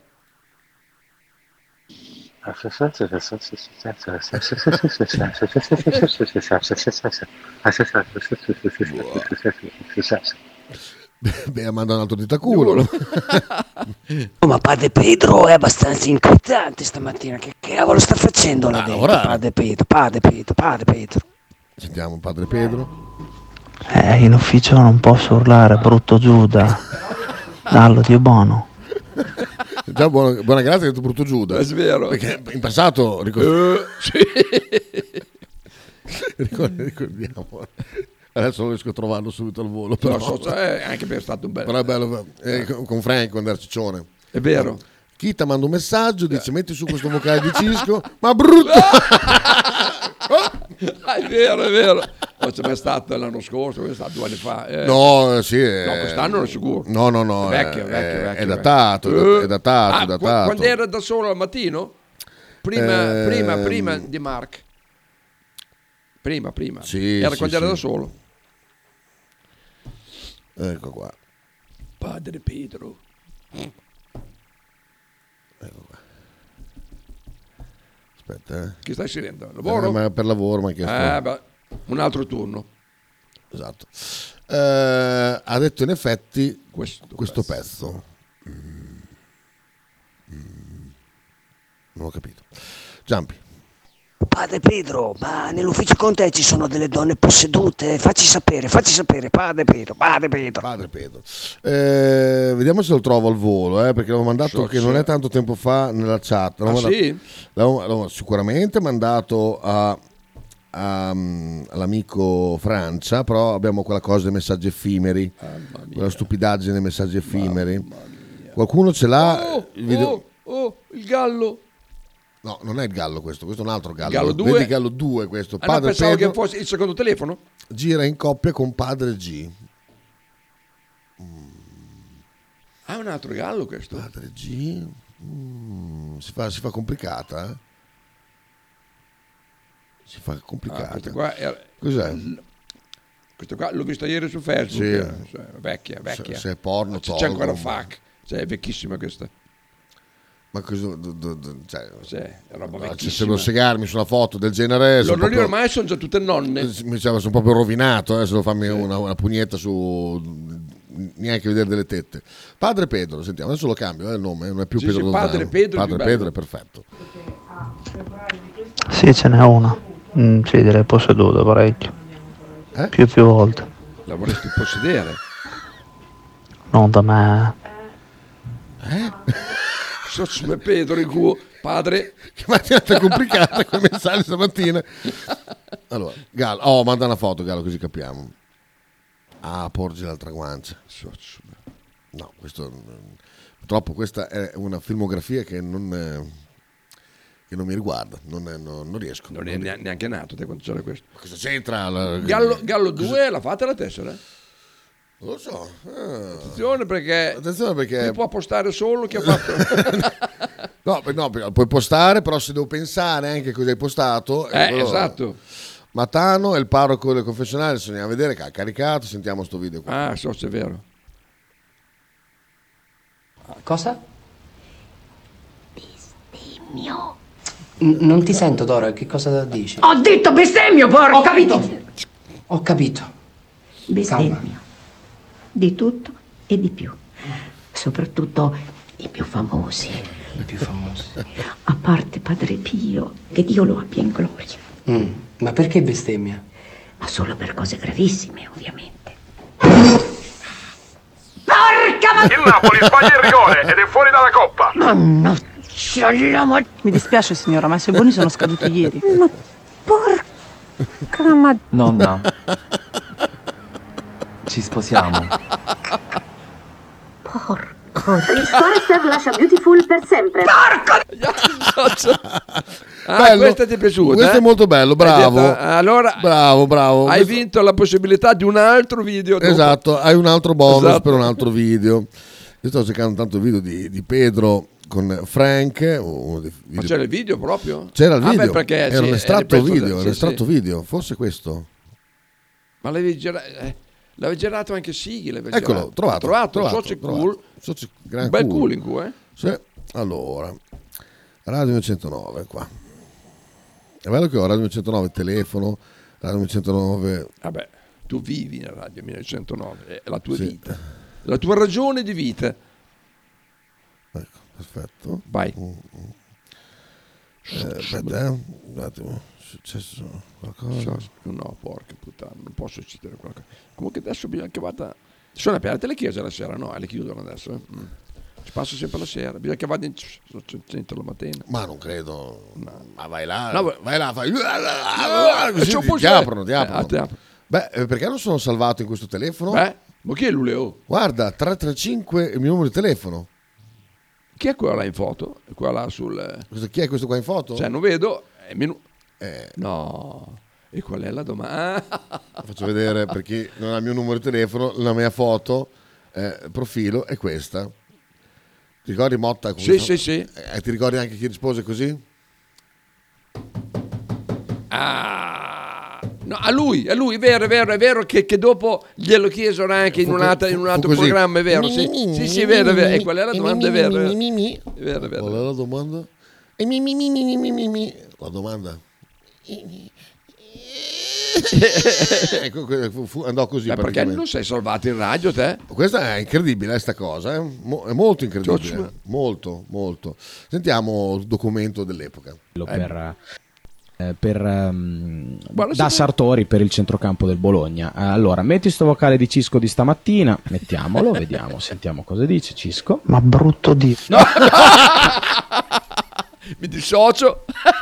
[SPEAKER 6] Bea manda un altro dito a culo.
[SPEAKER 18] Oh, ma padre Pedro è abbastanza inquietante stamattina. Che cavolo sta facendo là
[SPEAKER 6] Ah,
[SPEAKER 18] dentro?
[SPEAKER 6] lavorare.
[SPEAKER 18] Padre Pedro, padre Pedro, padre Pedro.
[SPEAKER 6] Sentiamo padre Pedro.
[SPEAKER 13] Eh, in ufficio non posso urlare, brutto Giuda. Dallo, Dio buono.
[SPEAKER 6] Già buona, buona grazia che tu brutto Giuda.
[SPEAKER 5] È vero.
[SPEAKER 6] Perché in passato ricord-
[SPEAKER 5] Eh, sì.
[SPEAKER 6] ricord- ricordiamo. Adesso non riesco a trovarlo subito al volo. Però,
[SPEAKER 5] Però so- eh, anche per è stato un bel.
[SPEAKER 6] però è bello. eh, con- con Frank quando era ciccione.
[SPEAKER 5] È vero.
[SPEAKER 6] Kita manda un messaggio, dice metti su questo vocale di Cisco, ma brutto!
[SPEAKER 5] Ah, è vero, è vero. Non c'è mai stato l'anno scorso, è stato due anni fa. eh.
[SPEAKER 6] No, sì.
[SPEAKER 5] No,
[SPEAKER 6] eh,
[SPEAKER 5] quest'anno non sicuro.
[SPEAKER 6] No, no, no.
[SPEAKER 5] È vecchio,
[SPEAKER 6] eh,
[SPEAKER 5] vecchio,
[SPEAKER 6] è-
[SPEAKER 5] vecchio,
[SPEAKER 6] È
[SPEAKER 5] vecchio.
[SPEAKER 6] datato,
[SPEAKER 5] Eh.
[SPEAKER 6] è datato,
[SPEAKER 5] Ah,
[SPEAKER 6] è
[SPEAKER 5] qu-
[SPEAKER 6] datato.
[SPEAKER 5] Quando era da solo al mattino? Prima,
[SPEAKER 6] Ehm,
[SPEAKER 5] prima, prima di Mark. Prima, prima.
[SPEAKER 6] Sì,
[SPEAKER 5] era
[SPEAKER 6] sì,
[SPEAKER 5] quando era
[SPEAKER 6] sì.
[SPEAKER 5] da solo.
[SPEAKER 6] Ecco qua.
[SPEAKER 5] Padre Pedro.
[SPEAKER 6] Ecco qua. Aspetta, eh.
[SPEAKER 5] Che stai scrivendo? Lavoro?
[SPEAKER 6] Eh, ma per lavoro mi ha chiesto.
[SPEAKER 5] Eh, beh, un altro turno.
[SPEAKER 6] Esatto. Eh, ha detto in effetti
[SPEAKER 5] questo,
[SPEAKER 6] questo pezzo. Mm. Mm. Non ho capito. Giampi.
[SPEAKER 18] Padre Pedro, ma nell'ufficio con te ci sono delle donne possedute? Facci sapere, facci sapere, padre Pedro, padre Pedro.
[SPEAKER 6] Padre Pedro. Eh, vediamo se lo trovo al volo, eh, perché l'avevo mandato
[SPEAKER 5] So,
[SPEAKER 6] che
[SPEAKER 5] so.
[SPEAKER 6] non è tanto tempo fa nella chat. L'avevo
[SPEAKER 5] Ah,
[SPEAKER 6] mandato-
[SPEAKER 5] sì?
[SPEAKER 6] l'avevo- l'avevo sicuramente mandato a, a, mm, all'amico Francia, però abbiamo quella cosa dei messaggi effimeri, quella stupidaggine dei messaggi effimeri. Qualcuno ce l'ha?
[SPEAKER 5] Oh,
[SPEAKER 6] il video-
[SPEAKER 5] oh, oh, il gallo.
[SPEAKER 6] No, non è il gallo questo, questo è un altro gallo.
[SPEAKER 5] Gallo due?
[SPEAKER 6] Vedi gallo due questo.
[SPEAKER 5] Ah, no,
[SPEAKER 6] Padre
[SPEAKER 5] pensavo
[SPEAKER 6] Pedro
[SPEAKER 5] che fosse il secondo telefono.
[SPEAKER 6] gira in coppia con padre G.
[SPEAKER 5] Ah, è un altro gallo questo.
[SPEAKER 6] Padre G. Mm, si, fa, si fa complicata, eh? Si fa complicata.
[SPEAKER 5] Ah, questo qua era-
[SPEAKER 6] Cos'è?
[SPEAKER 5] Questo qua l'ho visto ieri su Facebook.
[SPEAKER 6] Sì.
[SPEAKER 5] eh, cioè, vecchia, vecchia.
[SPEAKER 6] Se- se è porno,
[SPEAKER 5] C'è,
[SPEAKER 6] Togo,
[SPEAKER 5] c'è ancora
[SPEAKER 6] ma-
[SPEAKER 5] F A Q. Cioè, è vecchissima questa.
[SPEAKER 6] Ma cosa? d- d- d- cioè,
[SPEAKER 5] Sì, è roba
[SPEAKER 6] no, se
[SPEAKER 5] vecchissima.
[SPEAKER 6] devo segarmi su una foto del genere. sono
[SPEAKER 5] Loro lì
[SPEAKER 6] proprio-
[SPEAKER 5] ormai sono già tutte nonne.
[SPEAKER 6] mi sono sono proprio rovinato. Eh, se devo farmi una, una pugnetta su. Neanche vedere delle tette. Padre Pedro, sentiamo, adesso lo cambio eh, il nome, non è più
[SPEAKER 5] Sì,
[SPEAKER 6] Pedro
[SPEAKER 5] sì,
[SPEAKER 6] Dozano.
[SPEAKER 5] Padre Pedro è
[SPEAKER 6] Padre
[SPEAKER 5] più
[SPEAKER 6] Pedro
[SPEAKER 5] bello.
[SPEAKER 6] è perfetto.
[SPEAKER 13] Sì, ce n'è una. Mm, sì, direi posseduta parecchio.
[SPEAKER 6] Eh?
[SPEAKER 13] Più e più volte.
[SPEAKER 5] La vorresti possedere?
[SPEAKER 13] Non da me.
[SPEAKER 6] Eh?
[SPEAKER 5] Sono Pedro in culo. Padre.
[SPEAKER 6] Che mattinata complicata con i messaggi stamattina. Allora, Gallo, oh, manda una foto, Gallo, così capiamo. Ah, porgi l'altra guancia. No, questo purtroppo questa è una filmografia che non, eh, che non mi riguarda, non, è- non- non riesco.
[SPEAKER 5] Non è nea- neanche nato te quando c'era questo.
[SPEAKER 6] Ma cosa c'entra? La-
[SPEAKER 5] Gallo, Gallo due, la fate la tessera?
[SPEAKER 6] Non lo so. Ah.
[SPEAKER 5] Attenzione perché,
[SPEAKER 6] Attenzione perché
[SPEAKER 5] qui può postare solo chi ha fatto.
[SPEAKER 6] no, per- no, per- puoi postare, però se devo pensare anche cosa hai postato.
[SPEAKER 5] Eh,
[SPEAKER 6] quello-
[SPEAKER 5] esatto.
[SPEAKER 6] Matano è il parroco del confessionale, se andiamo a vedere che ha caricato, sentiamo sto video qua.
[SPEAKER 5] Ah, so se è vero.
[SPEAKER 17] Cosa?
[SPEAKER 19] bestemmio.
[SPEAKER 20] N- non ti sento, Dora, che cosa dici?
[SPEAKER 19] Ho detto bestemmio, porco! Ho capito!
[SPEAKER 20] Ho capito.
[SPEAKER 19] Bestemmio. Di tutto e di più. Soprattutto i più famosi.
[SPEAKER 20] I più famosi.
[SPEAKER 19] A parte Padre Pio, che Dio lo abbia in gloria.
[SPEAKER 20] Mm, ma perché bestemmia?
[SPEAKER 19] Ma solo per cose gravissime, ovviamente. Porca ma...
[SPEAKER 11] Il Napoli sbaglia il rigore ed è fuori dalla coppa.
[SPEAKER 19] Mannaggia la ma...
[SPEAKER 2] Mi dispiace signora, ma i suoi buoni sono scaduti ieri.
[SPEAKER 19] Ma porca ma...
[SPEAKER 21] Nonna, ci sposiamo.
[SPEAKER 19] Porco.
[SPEAKER 12] Il Forester lascia Beautiful per sempre.
[SPEAKER 5] Ah,
[SPEAKER 6] Bello.
[SPEAKER 5] questa ti è piaciuta?
[SPEAKER 6] Questo
[SPEAKER 5] eh?
[SPEAKER 6] è molto bello, bravo.
[SPEAKER 5] Hai detto, allora,
[SPEAKER 6] bravo, bravo.
[SPEAKER 5] Hai
[SPEAKER 6] Questo-
[SPEAKER 5] vinto la possibilità di un altro video. dopo.
[SPEAKER 6] Esatto, hai un altro bonus
[SPEAKER 5] Esatto.
[SPEAKER 6] per un altro video. Io sto cercando tanto il video di, di Pedro con Frank. Uno dei
[SPEAKER 5] Ma
[SPEAKER 6] video-
[SPEAKER 5] c'era il video proprio?
[SPEAKER 6] C'era il
[SPEAKER 5] Ah,
[SPEAKER 6] video,
[SPEAKER 5] beh, perché,
[SPEAKER 6] era
[SPEAKER 5] sì,
[SPEAKER 6] un
[SPEAKER 5] è
[SPEAKER 6] estratto
[SPEAKER 5] ripreso-
[SPEAKER 6] video,
[SPEAKER 5] sì,
[SPEAKER 6] un estratto
[SPEAKER 5] sì.
[SPEAKER 6] video, forse questo.
[SPEAKER 5] Ma l'avevi gira- eh, l'avevi girato anche Sighi. l'avevi
[SPEAKER 6] Eccolo,
[SPEAKER 5] girato.
[SPEAKER 6] trovato,
[SPEAKER 5] trovato,
[SPEAKER 6] trovato,
[SPEAKER 5] soci
[SPEAKER 6] trovato.
[SPEAKER 5] cool.
[SPEAKER 6] Soci- gran
[SPEAKER 5] Bel
[SPEAKER 6] cool.
[SPEAKER 5] cool in cui, eh?
[SPEAKER 6] Sì. Allora, Radio centonove qua. È bello che ho Radio centonove telefono, Radio centonove.
[SPEAKER 5] Vabbè, tu vivi nella radio millenovecentonove, è la tua
[SPEAKER 6] Sì.
[SPEAKER 5] vita, la tua ragione di vita.
[SPEAKER 6] Ecco, perfetto.
[SPEAKER 5] Vai.
[SPEAKER 6] Mm, mm. Eh, aspetta, eh, un attimo, è successo qualcosa?
[SPEAKER 5] No, porca puttana, non posso citare qualcosa. Comunque adesso bisogna che vada. Sono aperte le chiese la sera? No, le chiudono adesso. Eh? Mm. Ci passo sempre la sera, bisogna che vada in centro la mattina.
[SPEAKER 6] Ma non credo. Ma vai là,
[SPEAKER 5] No,
[SPEAKER 6] vai là, fai.
[SPEAKER 5] c'è un
[SPEAKER 6] Ti,
[SPEAKER 5] po'
[SPEAKER 6] ti aprono, ti
[SPEAKER 5] Eh,
[SPEAKER 6] aprono.
[SPEAKER 5] ah, ti aprono.
[SPEAKER 6] Beh, eh, perché non sono salvato in questo telefono?
[SPEAKER 5] Beh, ma chi è l'Uleo?
[SPEAKER 6] Guarda, tre tre cinque il mio numero di telefono.
[SPEAKER 5] Chi è quello là in foto? Qua là sul.
[SPEAKER 6] Questo- chi è questo qua in foto?
[SPEAKER 5] Cioè, non vedo. È menu...
[SPEAKER 6] Eh.
[SPEAKER 5] No. E qual è la domanda?
[SPEAKER 6] Faccio vedere per chi non ha il mio numero di telefono, la mia foto, eh, profilo è questa. Ti ricordi Motta? Come
[SPEAKER 5] Sì,
[SPEAKER 6] so-
[SPEAKER 5] sì, sì.
[SPEAKER 6] Eh, ti ricordi anche chi rispose così?
[SPEAKER 5] Ah, no, a lui, a lui, è vero, è vero, è vero che, che dopo glielo chiesero anche in
[SPEAKER 6] Fu-
[SPEAKER 5] un altro,
[SPEAKER 6] fu-
[SPEAKER 5] in un
[SPEAKER 6] fu
[SPEAKER 5] altro
[SPEAKER 6] così.
[SPEAKER 5] programma, è vero, sì, sì, sì, è vero, è vero. E qual è la domanda? È vero, è vero, è vero, è vero.
[SPEAKER 6] Qual è la domanda? E mi, mi, mi, mi, mi, mi, mi, mi. La domanda? Ecco, que- fu- fu- andò così
[SPEAKER 5] Beh, perché
[SPEAKER 6] praticamente.
[SPEAKER 5] non sei salvato in radio te?
[SPEAKER 6] Questa è incredibile, eh, sta cosa, eh? Mo- è molto incredibile,
[SPEAKER 5] Giorgio.
[SPEAKER 6] molto, molto. Sentiamo il documento dell'epoca.
[SPEAKER 22] per, eh, per, ehm,
[SPEAKER 5] Guarda,
[SPEAKER 22] da
[SPEAKER 5] se-
[SPEAKER 22] Sartori per il centrocampo del Bologna. Eh, Allora, metti sto vocale di Cisco di stamattina, mettiamolo, vediamo, sentiamo cosa dice Cisco.
[SPEAKER 13] Ma brutto di...
[SPEAKER 5] No. Mi dissocio.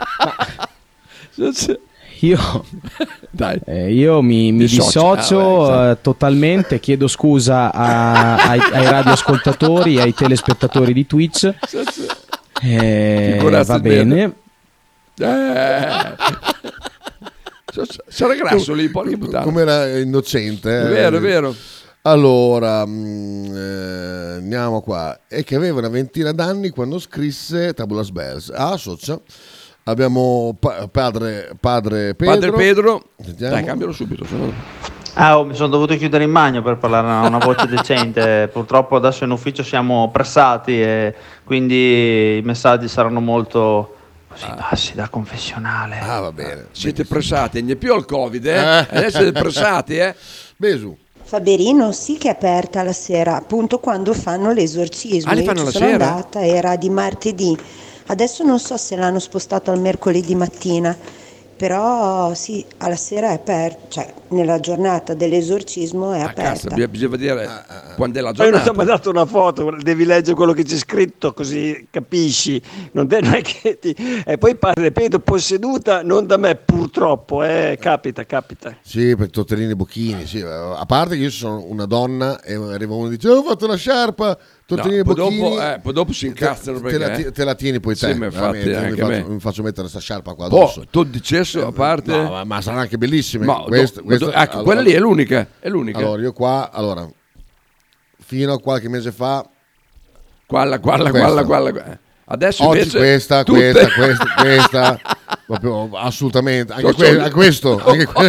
[SPEAKER 22] Io,
[SPEAKER 5] Dai.
[SPEAKER 22] eh, io mi, mi
[SPEAKER 5] Dissocio.
[SPEAKER 22] dissocio
[SPEAKER 5] Ah, vai,
[SPEAKER 22] eh, totalmente, chiedo scusa a- ai, ai radioascoltatori, ai telespettatori di Twitch. Eh,
[SPEAKER 5] Figurati
[SPEAKER 22] va
[SPEAKER 5] bene.
[SPEAKER 22] bene.
[SPEAKER 5] Eh. Sarà grasso lì, porca puttana.
[SPEAKER 6] Come era innocente. eh?
[SPEAKER 5] È vero, è vero.
[SPEAKER 6] Allora, mh, eh, andiamo qua. E che aveva una ventina d'anni quando scrisse Tabulas Bells. Ah, socia. Abbiamo pa- padre, padre Pedro.
[SPEAKER 5] Padre Pedro.
[SPEAKER 6] Sentiamo.
[SPEAKER 5] Dai, cambialo subito. Se no...
[SPEAKER 23] Ah, oh, mi sono dovuto chiudere in bagno per parlare a una voce decente. Purtroppo adesso in ufficio siamo pressati e quindi i messaggi saranno molto così bassi da confessionale.
[SPEAKER 6] Ah, va bene.
[SPEAKER 5] Siete pressati, non è più al Covid, eh?
[SPEAKER 6] Eh.
[SPEAKER 5] Adesso siete pressati, eh?
[SPEAKER 6] Besu.
[SPEAKER 12] Faberino sì che è aperta la sera, appunto quando fanno l'esorcismo.
[SPEAKER 5] Ah, le
[SPEAKER 12] Io
[SPEAKER 5] fanno
[SPEAKER 12] ci
[SPEAKER 5] la
[SPEAKER 12] sono
[SPEAKER 5] sera?
[SPEAKER 12] andata, era di martedì. Adesso non so se l'hanno spostato al mercoledì mattina, però sì, alla sera è aperta, cioè nella giornata dell'esorcismo è
[SPEAKER 5] Ah,
[SPEAKER 12] aperta.
[SPEAKER 5] cazzo, bisogna- bisogna vedere quando è la
[SPEAKER 10] Poi non ti
[SPEAKER 5] giornata.
[SPEAKER 10] ho mandato una foto, devi leggere quello che c'è scritto così capisci. Non, te, non è che ti... E poi padre Pedro posseduta, non da me purtroppo, eh, capita, capita.
[SPEAKER 6] Sì, per tortellini e bocchini, sì. A parte che io sono una donna e arriva uno e dice: "Oh, ho fatto la sciarpa, tortellini
[SPEAKER 5] No,
[SPEAKER 6] e
[SPEAKER 5] poi
[SPEAKER 6] bocchini".
[SPEAKER 5] dopo, eh, poi dopo si incastrano
[SPEAKER 6] te, te la,
[SPEAKER 5] perché,
[SPEAKER 6] ti- te la tieni poi te.
[SPEAKER 5] Sì, ma infatti
[SPEAKER 6] veramente, io mi
[SPEAKER 5] anche
[SPEAKER 6] faccio,
[SPEAKER 5] me.
[SPEAKER 6] mi faccio mettere questa sciarpa qua
[SPEAKER 5] Oh,
[SPEAKER 6] addosso.
[SPEAKER 5] tu dicesso a parte.
[SPEAKER 6] No, ma, ma saranno anche bellissime.
[SPEAKER 5] Ma
[SPEAKER 6] Questa-
[SPEAKER 5] do-
[SPEAKER 6] questa-
[SPEAKER 5] do- ecco, quella lì è l'unica, è l'unica.
[SPEAKER 6] Allora, io qua, allora, fino a qualche mese fa,
[SPEAKER 5] Qualla, qualla,
[SPEAKER 6] questa.
[SPEAKER 5] qualla, qualla, qualla. Adesso
[SPEAKER 6] oggi
[SPEAKER 5] invece
[SPEAKER 6] questa,
[SPEAKER 5] tutte-
[SPEAKER 6] questa, questa, questa, proprio assolutamente, anche,
[SPEAKER 5] So-
[SPEAKER 6] que-
[SPEAKER 5] so-
[SPEAKER 6] anche questo, anche que-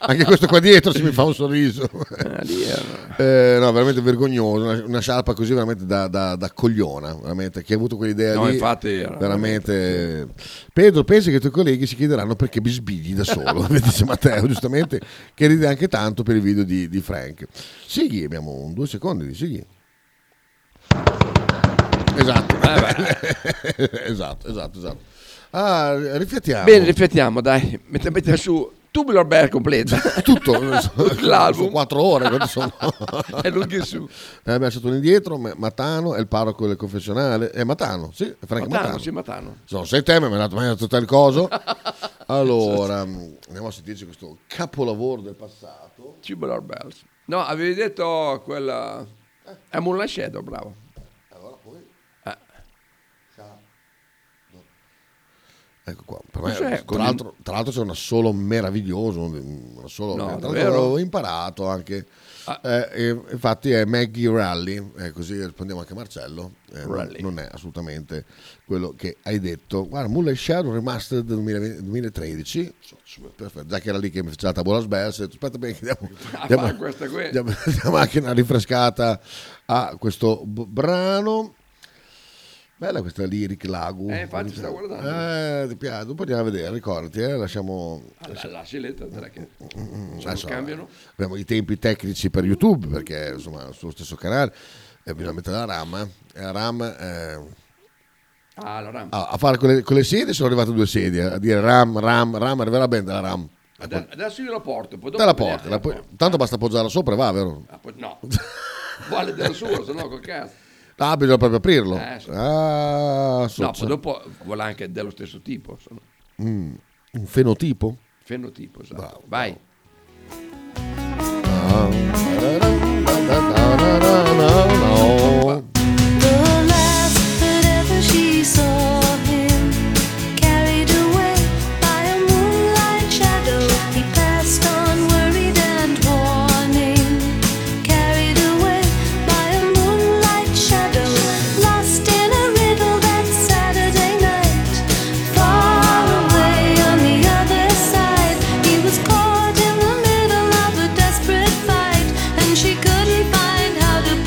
[SPEAKER 6] Anche questo qua dietro si mi fa un sorriso. Eh, no, veramente vergognoso. Una, una sciarpa così veramente da, da, da cogliona. Veramente. Chi ha avuto quell'idea
[SPEAKER 5] No,
[SPEAKER 6] lì,
[SPEAKER 5] infatti era
[SPEAKER 6] veramente. Pedro, pensi che i tuoi colleghi si chiederanno perché bisbigli da solo? Dice Matteo, giustamente, che ride anche tanto per il video di, di Frank. Sighi, abbiamo un due secondi di Sighi. Esatto. esatto, esatto, esatto. Ah, riflettiamo.
[SPEAKER 5] Bene, riflettiamo, dai. Mettiamo metti su Tubular Bear completa.
[SPEAKER 6] Tutto.
[SPEAKER 5] L'album.
[SPEAKER 6] Sono quattro ore. quanto sono?
[SPEAKER 5] È lungo su.
[SPEAKER 6] Eh, abbiamo stato indietro. Matano è il parroco del confessionale. È Matano, sì. È Frank
[SPEAKER 5] Matano,
[SPEAKER 6] Matano.
[SPEAKER 5] sì, Matano.
[SPEAKER 6] Sono sei temi, mi ha dato, mi ha dato tutto il coso. Allora, andiamo a sentirci questo capolavoro del passato.
[SPEAKER 5] Tubular Bells. No, avevi detto quella... È Moonlight Shadow, bravo.
[SPEAKER 6] Allora poi...
[SPEAKER 5] Eh.
[SPEAKER 6] Ecco qua, per me,
[SPEAKER 5] Cos'è?
[SPEAKER 6] tra, l'altro, tra l'altro c'è un assolo meraviglioso, un assolo,
[SPEAKER 5] No,
[SPEAKER 6] tra l'altro
[SPEAKER 5] davvero?
[SPEAKER 6] ho imparato anche,
[SPEAKER 5] Ah.
[SPEAKER 6] eh, e infatti è Maggie Rally, eh, così rispondiamo anche a Marcello, eh, non,
[SPEAKER 5] Rally.
[SPEAKER 6] non è assolutamente quello che hai detto. Guarda, Moonlight Shadow Remastered del duemilaventi duemilatredici, perfetto, già che era lì che mi faceva la tabula sbelsa, aspetta bene che diamo,
[SPEAKER 5] Ah,
[SPEAKER 6] diamo,
[SPEAKER 5] fa questa qui.
[SPEAKER 6] diamo, diamo anche una rinfrescata a questo b- brano. Bella questa Lyric Lagu.
[SPEAKER 5] Eh, infatti stavo guardando.
[SPEAKER 6] Eh, ti piace? Dopo andiamo a vedere, ricordati, eh, lasciamo...
[SPEAKER 5] La, la siletta, dai, che se
[SPEAKER 6] adesso,
[SPEAKER 5] lo cambiano.
[SPEAKER 6] abbiamo i tempi tecnici per YouTube, perché insomma sullo stesso canale e bisogna mettere la RAM. eh. E la RAM... eh,
[SPEAKER 5] Ah, la RAM.
[SPEAKER 6] a, a fare con le, con le sedie sono arrivate due sedie, a dire RAM, RAM, RAM, arriverà bene della RAM.
[SPEAKER 5] Adesso, adesso io la porto. Poi dopo
[SPEAKER 6] Te la
[SPEAKER 5] vediamo.
[SPEAKER 6] porti, la puoi- tanto basta appoggiarla sopra e va, vero?
[SPEAKER 5] Ah, poi- no, vale del suo, se no col cazzo.
[SPEAKER 6] Ah, bisogna proprio aprirlo.
[SPEAKER 5] Eh, sì.
[SPEAKER 6] Ah,
[SPEAKER 5] No,
[SPEAKER 6] so-
[SPEAKER 5] poi dopo vuole anche dello stesso tipo. Sono.
[SPEAKER 6] Mm, un fenotipo?
[SPEAKER 5] Fenotipo, esatto.
[SPEAKER 6] Bravo,
[SPEAKER 5] Vai.
[SPEAKER 6] No.
[SPEAKER 9] The last that ever she saw him, carried away by a moonlight shadow, he passed on worried and warning. Carried away by a moonlight shadow, lost in a riddle that Saturday night. Far away on the other side, he was caught in the middle of a desperate fight, and she couldn't find how to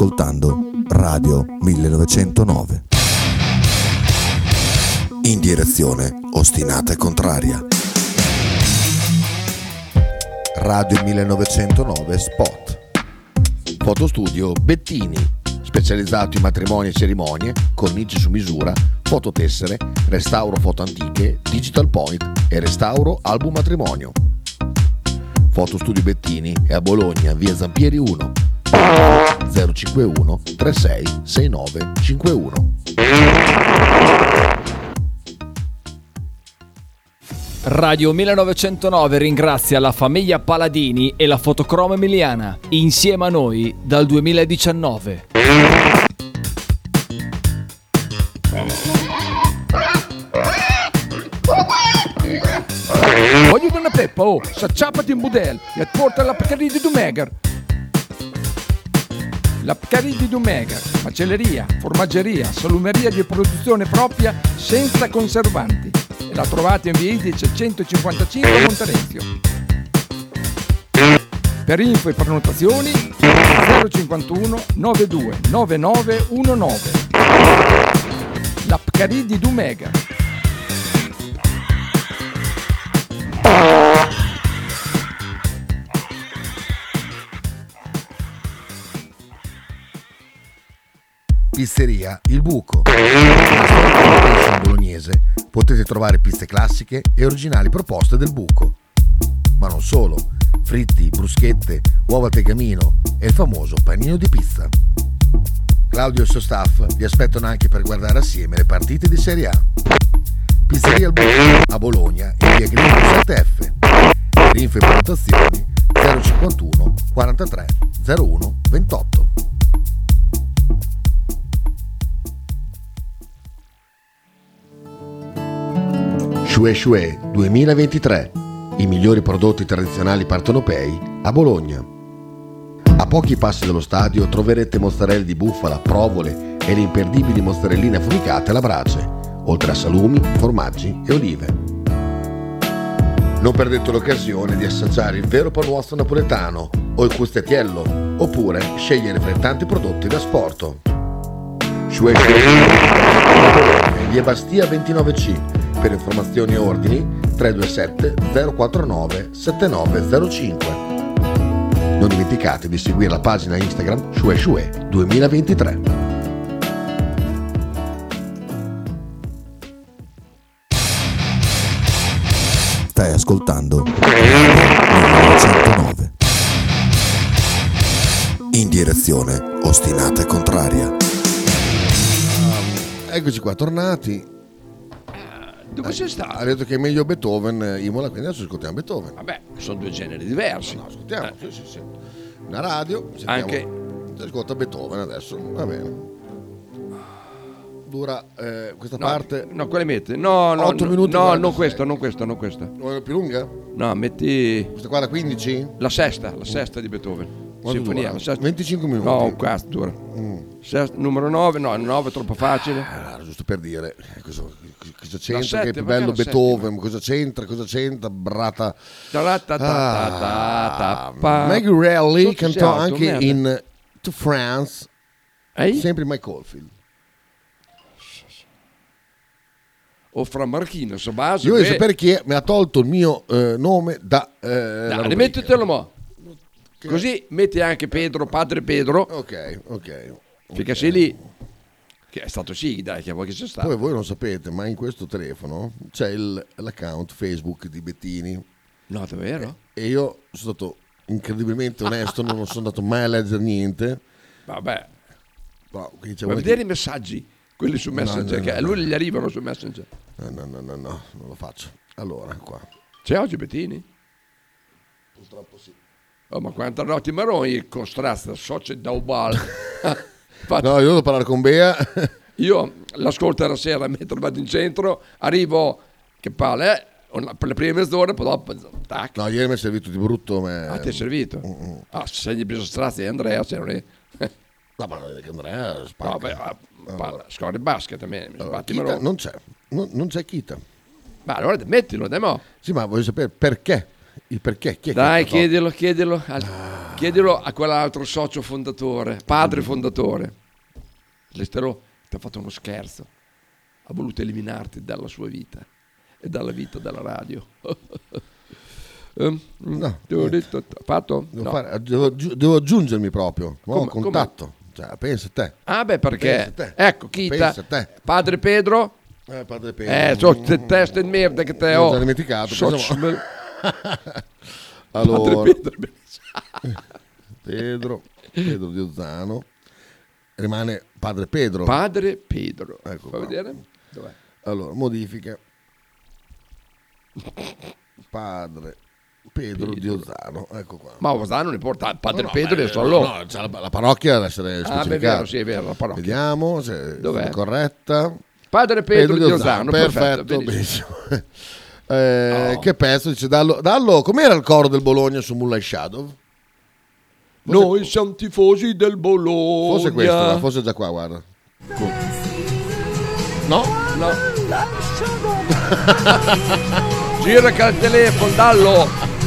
[SPEAKER 1] ascoltando Radio millenovecentonove. In direzione ostinata e contraria. Radio millenovecentonove Spot. Fotostudio Bettini, specializzato in matrimoni e cerimonie, cornici su misura, fototessere, restauro foto antiche, digital point e restauro album matrimonio. Fotostudio Bettini è a Bologna, via Zampieri uno, zero cinquantuno trentasei sessantanove cinquantuno.
[SPEAKER 3] Radio millenovecentonove ringrazia la famiglia Paladini e la Fotocromo Emiliana, insieme a noi dal duemiladiciannove.
[SPEAKER 5] Voglio una peppa, oh, s'acciappati in budel e porta la Pcaridi di Dumegar. La Pcaridi di Dumegar, macelleria, formaggeria, salumeria di produzione propria senza conservanti. E la trovate in via Idice centocinquantacinque a Monterezio. Per info e prenotazioni zero cinquantuno novantadue novantanove diciannove. La Pcaridi di Dumegar.
[SPEAKER 6] Pizzeria Il Buco. In bolognese potete trovare pizze classiche e originali proposte del buco. Ma non solo, fritti, bruschette, uova al tegamino e il famoso panino di pizza. Claudio e il suo staff vi aspettano anche per guardare assieme le partite di Serie A. Pizzeria Il Buco a Bologna in via Grillo sette F. Per info e prenotazioni zero cinquantuno quarantatré zero uno ventotto. Shue Shue duemilaventitré, i migliori prodotti tradizionali partenopei a Bologna. A pochi passi dallo stadio troverete mozzarella di bufala, provole e le imperdibili mozzarelline affumicate alla brace, oltre a salumi, formaggi e olive. Non perdete l'occasione di assaggiare il vero panuozzo napoletano o il custettiello, oppure scegliere fra i tanti prodotti da sporto. Shue Shue, via Bastia ventinove C. Per informazioni e ordini tre due sette zero quattro nove sette nove zero cinque. Non dimenticate di seguire la pagina Instagram Shue Shue duemilaventitré.
[SPEAKER 1] Stai ascoltando millenovecentonove. In direzione ostinata e contraria.
[SPEAKER 6] Eccoci qua, tornati.
[SPEAKER 5] Dove sei stato?
[SPEAKER 6] Ha detto che è meglio Beethoven, Imola, quindi adesso ascoltiamo Beethoven.
[SPEAKER 5] Vabbè, sono due generi diversi.
[SPEAKER 6] No, ascoltiamo,
[SPEAKER 5] Eh.
[SPEAKER 6] sì, sì, sì. Una radio, sentiamo.
[SPEAKER 5] Anche-
[SPEAKER 6] Si ascolta Beethoven adesso, va bene. Dura eh, questa
[SPEAKER 5] No,
[SPEAKER 6] parte.
[SPEAKER 5] No, quale metti? No, no,
[SPEAKER 6] otto
[SPEAKER 5] no,
[SPEAKER 6] minuti e
[SPEAKER 5] no, non
[SPEAKER 6] quarantasei.
[SPEAKER 5] questa, non questa, non questa.
[SPEAKER 6] Non è più lunga?
[SPEAKER 5] No, metti
[SPEAKER 6] Questa qua da quindici?
[SPEAKER 5] la sesta, la sesta di Beethoven.
[SPEAKER 6] Quanto
[SPEAKER 5] Sinfonia,
[SPEAKER 6] dura?
[SPEAKER 5] la sesta.
[SPEAKER 6] venticinque minuti.
[SPEAKER 5] No, questo dura. Sesta- numero nove, no, il nove è troppo facile.
[SPEAKER 6] Ah, giusto per dire eh, cosa, cosa
[SPEAKER 5] La
[SPEAKER 6] c'entra,
[SPEAKER 5] sette,
[SPEAKER 6] che è più
[SPEAKER 5] perché
[SPEAKER 6] bello
[SPEAKER 5] la
[SPEAKER 6] Beethoven, cosa c'entra, cosa c'entra, brata.
[SPEAKER 5] Ta-la-ta-ta-ta-ta-pa.
[SPEAKER 6] Ah, Maggie Reilly
[SPEAKER 5] Sotto
[SPEAKER 6] cantò
[SPEAKER 5] sei alto,
[SPEAKER 6] anche
[SPEAKER 5] merda.
[SPEAKER 6] in To France,
[SPEAKER 5] Ehi?
[SPEAKER 6] sempre Mike Oldfield.
[SPEAKER 5] O fra Marchino, su base.
[SPEAKER 6] Io voglio
[SPEAKER 5] beh,
[SPEAKER 6] sapere chi è, mi ha tolto il mio eh, nome da eh, la
[SPEAKER 5] dai,
[SPEAKER 6] rubrica.
[SPEAKER 5] rimettetelo mo. Così metti anche Pedro, padre Pedro.
[SPEAKER 6] Ok, ok.
[SPEAKER 5] Perché sei lì. Che è stato sì, dai, che vuoi che sia stato.
[SPEAKER 6] Poi voi non sapete, ma in questo telefono c'è il- l'account Facebook di Bettini.
[SPEAKER 5] No, davvero?
[SPEAKER 6] E io sono stato incredibilmente onesto, non sono andato mai a leggere niente.
[SPEAKER 5] Vabbè.
[SPEAKER 6] No, quindi c'è
[SPEAKER 5] Vuoi
[SPEAKER 6] voi
[SPEAKER 5] vedere
[SPEAKER 6] che-
[SPEAKER 5] i messaggi? Quelli su
[SPEAKER 6] No,
[SPEAKER 5] Messenger,
[SPEAKER 6] no,
[SPEAKER 5] che
[SPEAKER 6] no,
[SPEAKER 5] a lui
[SPEAKER 6] no.
[SPEAKER 5] gli arrivano su Messenger.
[SPEAKER 6] No, no, no, no, no, non lo faccio. Allora, qua.
[SPEAKER 5] C'è oggi Bettini?
[SPEAKER 6] Purtroppo sì.
[SPEAKER 5] Oh, ma quanta notte maroni con strazza, socio da ubal.
[SPEAKER 6] No, io devo parlare con Bea.
[SPEAKER 5] Io l'ascolto la sera mentre vado in centro, arrivo, che palle, eh, una- per le prime mezz'ore, poi dopo, tac.
[SPEAKER 6] No, ieri mi è servito di brutto. Ma...
[SPEAKER 5] Ah, ti è servito? Ah, se sei preso strazzi, Andrea, se non è...
[SPEAKER 6] No, ma non è che Andrea spacca.
[SPEAKER 5] No, beh, ah, parla, scorre basket a me, mi
[SPEAKER 6] Allora,
[SPEAKER 5] sbatti
[SPEAKER 6] Kita
[SPEAKER 5] maroni.
[SPEAKER 6] non c'è, non, non c'è Kita.
[SPEAKER 5] Ma allora mettilo, dai mo.
[SPEAKER 6] Sì, ma voglio sapere perché. Il perché. Chi è che
[SPEAKER 5] Dai,
[SPEAKER 6] ha tolto?
[SPEAKER 5] chiedilo, chiedilo, al-
[SPEAKER 6] Ah.
[SPEAKER 5] chiedilo a quell'altro socio fondatore, padre fondatore. L'Estero ti ha fatto uno scherzo, ha voluto eliminarti dalla sua vita e dalla vita della radio. um,
[SPEAKER 6] No,
[SPEAKER 5] devo detto, fatto?
[SPEAKER 6] Devo,
[SPEAKER 5] No.
[SPEAKER 6] fare- devo aggi- devo aggiungermi proprio, nuovo
[SPEAKER 5] Come-
[SPEAKER 6] contatto. Cioè, pensa a te.
[SPEAKER 5] Ah beh, perché?
[SPEAKER 6] Pensa a te.
[SPEAKER 5] Ecco, Chita,
[SPEAKER 6] Pensa a te.
[SPEAKER 5] padre Pedro.
[SPEAKER 6] Eh, padre Pedro.
[SPEAKER 5] Eh, so te teste in merda che te
[SPEAKER 6] L'ho
[SPEAKER 5] ho.
[SPEAKER 6] già dimenticato,
[SPEAKER 5] So-
[SPEAKER 6] pensavo- Allora,
[SPEAKER 5] Padre Pedro,
[SPEAKER 6] Pedro, Pedro di Ozzano. Rimane padre Pedro.
[SPEAKER 5] Padre Pedro.
[SPEAKER 6] Ecco
[SPEAKER 5] Fai
[SPEAKER 6] qua.
[SPEAKER 5] vedere? Dov'è?
[SPEAKER 6] Allora, modifiche. Padre Pedro di Ozzano. Ecco qua.
[SPEAKER 5] Ma Ozzano non importa, padre
[SPEAKER 6] No, no,
[SPEAKER 5] Pedro
[SPEAKER 6] ma-
[SPEAKER 5] è solo.
[SPEAKER 6] no, c'è la, la parrocchia deve essere
[SPEAKER 5] Ah, beh, è
[SPEAKER 6] specificata.
[SPEAKER 5] vero, sì, è vero, la parrocchia.
[SPEAKER 6] Vediamo se
[SPEAKER 5] Dov'è?
[SPEAKER 6] è corretta.
[SPEAKER 5] Padre Pedro di Ozzano, perfetto,
[SPEAKER 6] perfetto,
[SPEAKER 5] benissimo.
[SPEAKER 6] benissimo. Eh,
[SPEAKER 5] Oh.
[SPEAKER 6] Che pezzo dice Dallo, Dallo, com'era il coro del Bologna su Moonlight Shadow?
[SPEAKER 5] Noi siamo tifosi del Bologna.
[SPEAKER 6] Forse questo, forse già qua, guarda. No?
[SPEAKER 5] No. Gira che al telefono, Dallo.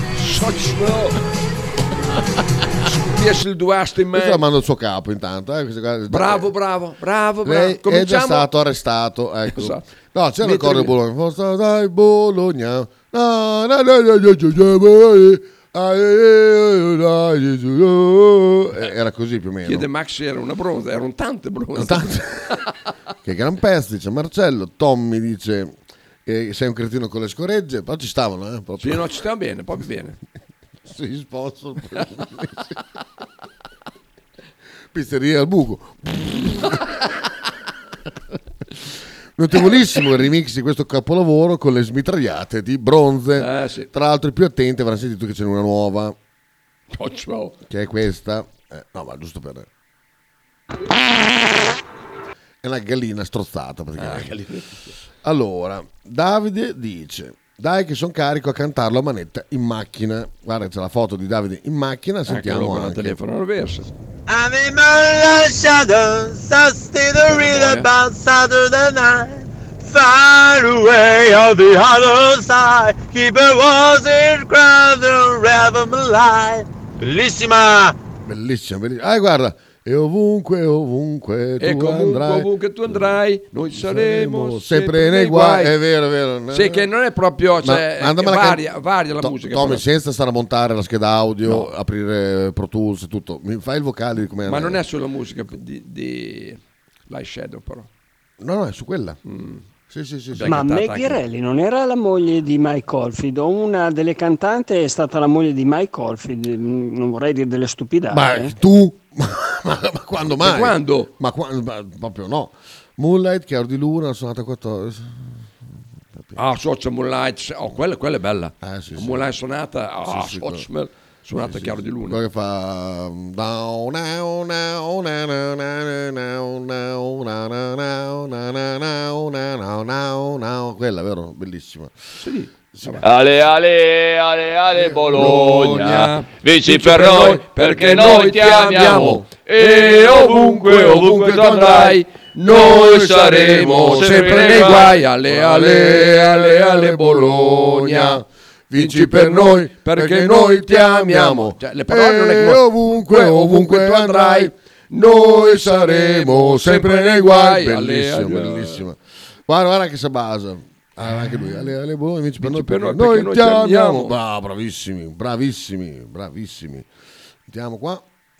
[SPEAKER 5] Spiesce il duasto in
[SPEAKER 6] Questo
[SPEAKER 5] me.
[SPEAKER 6] la manda il suo capo intanto. Eh, queste qua-
[SPEAKER 5] Bravo, bravo, bravo, bravo.
[SPEAKER 6] Lei è già
[SPEAKER 5] Cominciamo.
[SPEAKER 6] stato arrestato. Ecco.
[SPEAKER 5] Esatto.
[SPEAKER 6] No, c'era il
[SPEAKER 5] Mentre-
[SPEAKER 6] coro del Bologna. Forza dai Bologna. Na, na, na, na, na, Eh, Era così più o meno.
[SPEAKER 5] Chiede Max, era una bronza, erano tante bronze.
[SPEAKER 6] Tante. Che gran pezzo, dice Marcello. Tommy dice che sei un cretino con le scoregge. Però ci stavano, eh, proprio.
[SPEAKER 5] Sì, no, ci stiamo bene, proprio bene.
[SPEAKER 6] Sì, sponsor. Pizzeria al buco. Notevolissimo il remix di questo capolavoro con le smitragliate di Bronze.
[SPEAKER 5] Eh, sì.
[SPEAKER 6] Tra l'altro i più attenti avranno sentito che c'è una nuova,
[SPEAKER 5] Oh, ciao.
[SPEAKER 6] che è questa. Eh, no, ma giusto per... È una gallina strozzata praticamente. Allora, Davide dice: dai che sono carico a cantarlo a manetta in macchina. Guarda, c'è la foto di Davide in macchina, sentiamo
[SPEAKER 5] Eccolo con il
[SPEAKER 6] anche.
[SPEAKER 5] telefono reverso.
[SPEAKER 9] I'm in my shadow, so still to read about Saturday night. Far away on the other side, keep it was it crowd and rev my life. Bellissima!
[SPEAKER 6] Bellissima, bellissima. Ah, guarda, e ovunque, ovunque tu
[SPEAKER 5] E comunque,
[SPEAKER 6] andrai,
[SPEAKER 5] ovunque tu andrai, noi saremo
[SPEAKER 6] sempre nei guai. È vero, è vero.
[SPEAKER 5] Sì, che non è proprio, cioè,
[SPEAKER 6] Ma mandamela
[SPEAKER 5] varia,
[SPEAKER 6] can-
[SPEAKER 5] varia la
[SPEAKER 6] To-
[SPEAKER 5] musica.
[SPEAKER 6] Tommy,
[SPEAKER 5] però.
[SPEAKER 6] senza stare a montare la scheda audio, aprire Pro Tools e tutto. Mi fai il vocale di come
[SPEAKER 5] Ma non è solo musica di, di Light Shadow, però.
[SPEAKER 6] No, no, è su quella.
[SPEAKER 5] Mm.
[SPEAKER 6] Sì, sì, sì. sì.
[SPEAKER 10] Ma Maggie Reilly non era la moglie di Mike Oldfield, o una delle cantanti è stata la moglie di Mike Oldfield, non vorrei dire delle stupidate.
[SPEAKER 6] Ma
[SPEAKER 10] eh.
[SPEAKER 6] tu, ma, ma quando mai?
[SPEAKER 5] Ma quando?
[SPEAKER 6] Ma, qua- ma proprio no. Moonlight, Chiaro di Luna, sonata quattordici.
[SPEAKER 5] Ah, Socia Moonlight, oh, quella, quella è bella.
[SPEAKER 6] Eh, sì, sì.
[SPEAKER 5] Moonlight sonata, ah,
[SPEAKER 6] Sì, sì,
[SPEAKER 5] Socia,
[SPEAKER 6] quello-
[SPEAKER 5] sonata
[SPEAKER 6] Sì, sì,
[SPEAKER 5] Chiaro di Luna.
[SPEAKER 6] Quello che fa down, now, now, now, now, now, now, now, now, now, now, now, now, now, now, now. Quella, vero? Bellissima.
[SPEAKER 5] Sì.
[SPEAKER 14] Ale, ale, ale, ale, Bologna,
[SPEAKER 5] Bologna,
[SPEAKER 14] vinci per noi perché noi ti amiamo e ovunque, ovunque tu andrai, noi saremo sempre nei guai.
[SPEAKER 5] Ale, ale, ale, ale, Bologna.
[SPEAKER 6] Vinci per noi perché noi ti amiamo.
[SPEAKER 5] Cioè, le parole non è
[SPEAKER 6] E
[SPEAKER 5] come-
[SPEAKER 6] ovunque, ovunque tu andrai, noi saremo sempre nei guai.
[SPEAKER 5] Ale,
[SPEAKER 6] Bellissima,
[SPEAKER 5] ale.
[SPEAKER 6] bellissima. Guarda, guarda che si basa. Ah, anche lui, ale, ale, Bologna, vinci per noi
[SPEAKER 5] per
[SPEAKER 6] perché
[SPEAKER 5] noi,
[SPEAKER 6] noi
[SPEAKER 5] perché
[SPEAKER 6] ti
[SPEAKER 5] noi ti
[SPEAKER 6] amiamo.
[SPEAKER 5] amiamo.
[SPEAKER 6] Bravo, bravissimi, bravissimi, bravissimi. Mettiamo qua.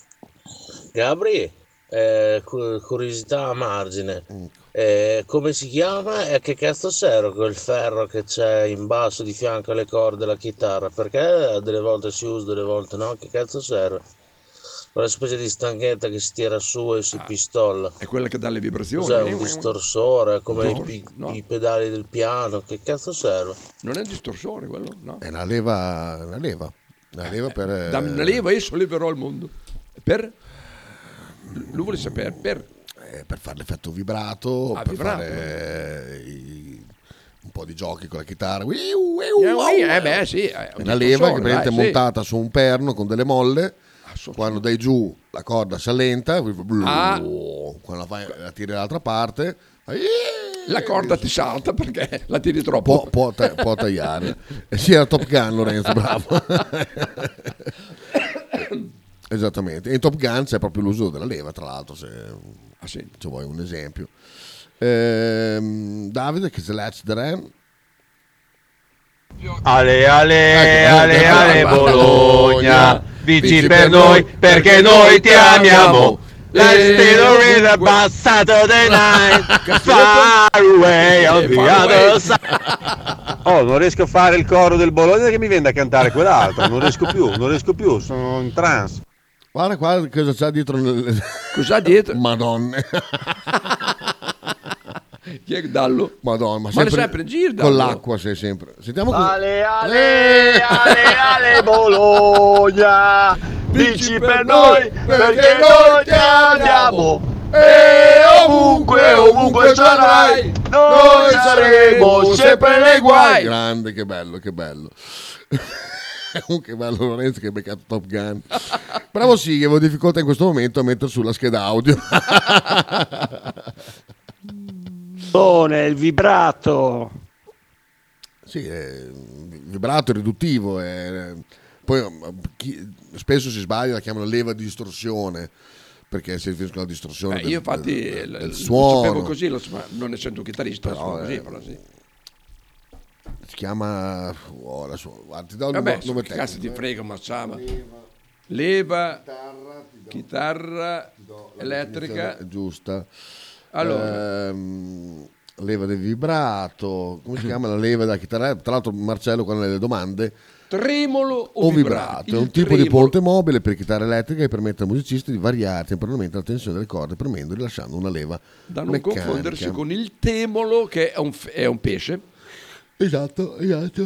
[SPEAKER 4] Gabri, eh, cu- curiosità a margine, eh, come si chiama e a che cazzo serve quel ferro che c'è in basso di fianco alle corde della chitarra? Perché delle volte si usa, delle volte no? Che cazzo serve? Quella specie di stanghetta che si tira su e si pistola.
[SPEAKER 5] È quella che dà le vibrazioni.
[SPEAKER 4] Cos'è un distorsore, come i,
[SPEAKER 5] No,
[SPEAKER 4] pi-
[SPEAKER 5] no.
[SPEAKER 4] i pedali del piano? Che cazzo serve?
[SPEAKER 5] Non è un distorsore quello, no?
[SPEAKER 6] È una leva, una leva. Una leva per... eh,
[SPEAKER 5] Dammi una leva e solleverò il mondo. Per? Lui vuole sapere, per?
[SPEAKER 6] eh, per fare l'effetto vibrato,
[SPEAKER 5] Ah,
[SPEAKER 6] per
[SPEAKER 5] vibrato.
[SPEAKER 6] fare eh, i- un po' di giochi con la chitarra. Wiu, wiu,
[SPEAKER 5] Eh,
[SPEAKER 6] wow.
[SPEAKER 5] eh, beh, sì, è
[SPEAKER 6] È
[SPEAKER 5] un
[SPEAKER 6] una leva che
[SPEAKER 5] distorsore,
[SPEAKER 6] praticamente
[SPEAKER 5] dai,
[SPEAKER 6] è
[SPEAKER 5] sì.
[SPEAKER 6] montata su un perno con delle molle.
[SPEAKER 5] so-
[SPEAKER 6] Quando dai giù la corda si allenta, blu,
[SPEAKER 5] Ah.
[SPEAKER 6] quando la, fai, la tiri dall'altra parte, fai-
[SPEAKER 5] La corda ti salta perché la tiri troppo.
[SPEAKER 6] può, può, ta- può tagliare. E sì, era Top Gun Lorenzo, bravo. Esattamente. E in Top Gun c'è proprio l'uso della leva, tra l'altro, se,
[SPEAKER 5] ah, sì.
[SPEAKER 6] se vuoi un esempio. Ehm, Davide, che se l'H the Ram.
[SPEAKER 7] Ale ale
[SPEAKER 6] Ecco,
[SPEAKER 7] ale
[SPEAKER 6] ecco,
[SPEAKER 7] ale
[SPEAKER 6] ecco,
[SPEAKER 7] Bologna,
[SPEAKER 6] vinci
[SPEAKER 7] vinci
[SPEAKER 6] per
[SPEAKER 7] per noi perché noi ti amiamo. Let's stay the rhythm by Saturday night, far away on the other side. Oh, non riesco a fare il coro del Bologna che mi viene a cantare quell'altro, non riesco più, non riesco più, sono in trance.
[SPEAKER 6] Guarda qua cosa c'ha dietro. Nel...
[SPEAKER 5] Cosa dietro?
[SPEAKER 6] Madonna.
[SPEAKER 5] Chi è Dallo?
[SPEAKER 6] Madonna, ma
[SPEAKER 5] Ma
[SPEAKER 6] sempre,
[SPEAKER 5] è sempre in giro, Dallo.
[SPEAKER 6] con l'acqua sei sempre. Sentiamo cosa.
[SPEAKER 7] Ale ale ale ale Bologna, vinci per noi perché noi ti amiamo. E ovunque, ovunque ci andrai, noi saremo sempre nei guai.
[SPEAKER 6] Grande, che bello, che bello. Che bello Lorenzo che ha beccato Top Gun. Bravo sì, che avevo difficoltà in questo momento a mettere sulla scheda audio.
[SPEAKER 10] Il vibrato.
[SPEAKER 6] Sì, è vibrato, riduttivo. È... Poi chi... spesso si sbaglia, la chiamano leva di distorsione, perché si riferiscono alla distorsione
[SPEAKER 5] Eh,
[SPEAKER 6] del,
[SPEAKER 5] io infatti
[SPEAKER 6] del,
[SPEAKER 5] l-
[SPEAKER 6] del
[SPEAKER 5] lo
[SPEAKER 6] suono.
[SPEAKER 5] sapevo così, lo, ma non essendo un chitarrista, lo
[SPEAKER 6] Però,
[SPEAKER 5] sapevo così,
[SPEAKER 6] eh,
[SPEAKER 5] però sì.
[SPEAKER 6] Si chiama... Oh, adesso, guarda, ti do il
[SPEAKER 5] Vabbè,
[SPEAKER 6] nome, nome
[SPEAKER 5] che cazzo
[SPEAKER 6] tecnico.
[SPEAKER 5] ti frega, Massama. Leva, chitarra, elettrica.
[SPEAKER 6] È giusta.
[SPEAKER 5] Allora.
[SPEAKER 6] Ehm, leva del vibrato, come si chiama la leva della chitarra? Tra l'altro Marcello qua nelle domande.
[SPEAKER 5] Tremolo o,
[SPEAKER 6] O
[SPEAKER 5] vibrato?
[SPEAKER 6] vibrato, è un tipo di ponte mobile per chitarra elettrica che permette ai musicisti di variare temporaneamente la tensione delle corde premendo e rilasciando una leva
[SPEAKER 5] Da non
[SPEAKER 6] meccanica.
[SPEAKER 5] confondersi con il temolo, che è un, f- è un pesce.
[SPEAKER 6] Esatto, esatto.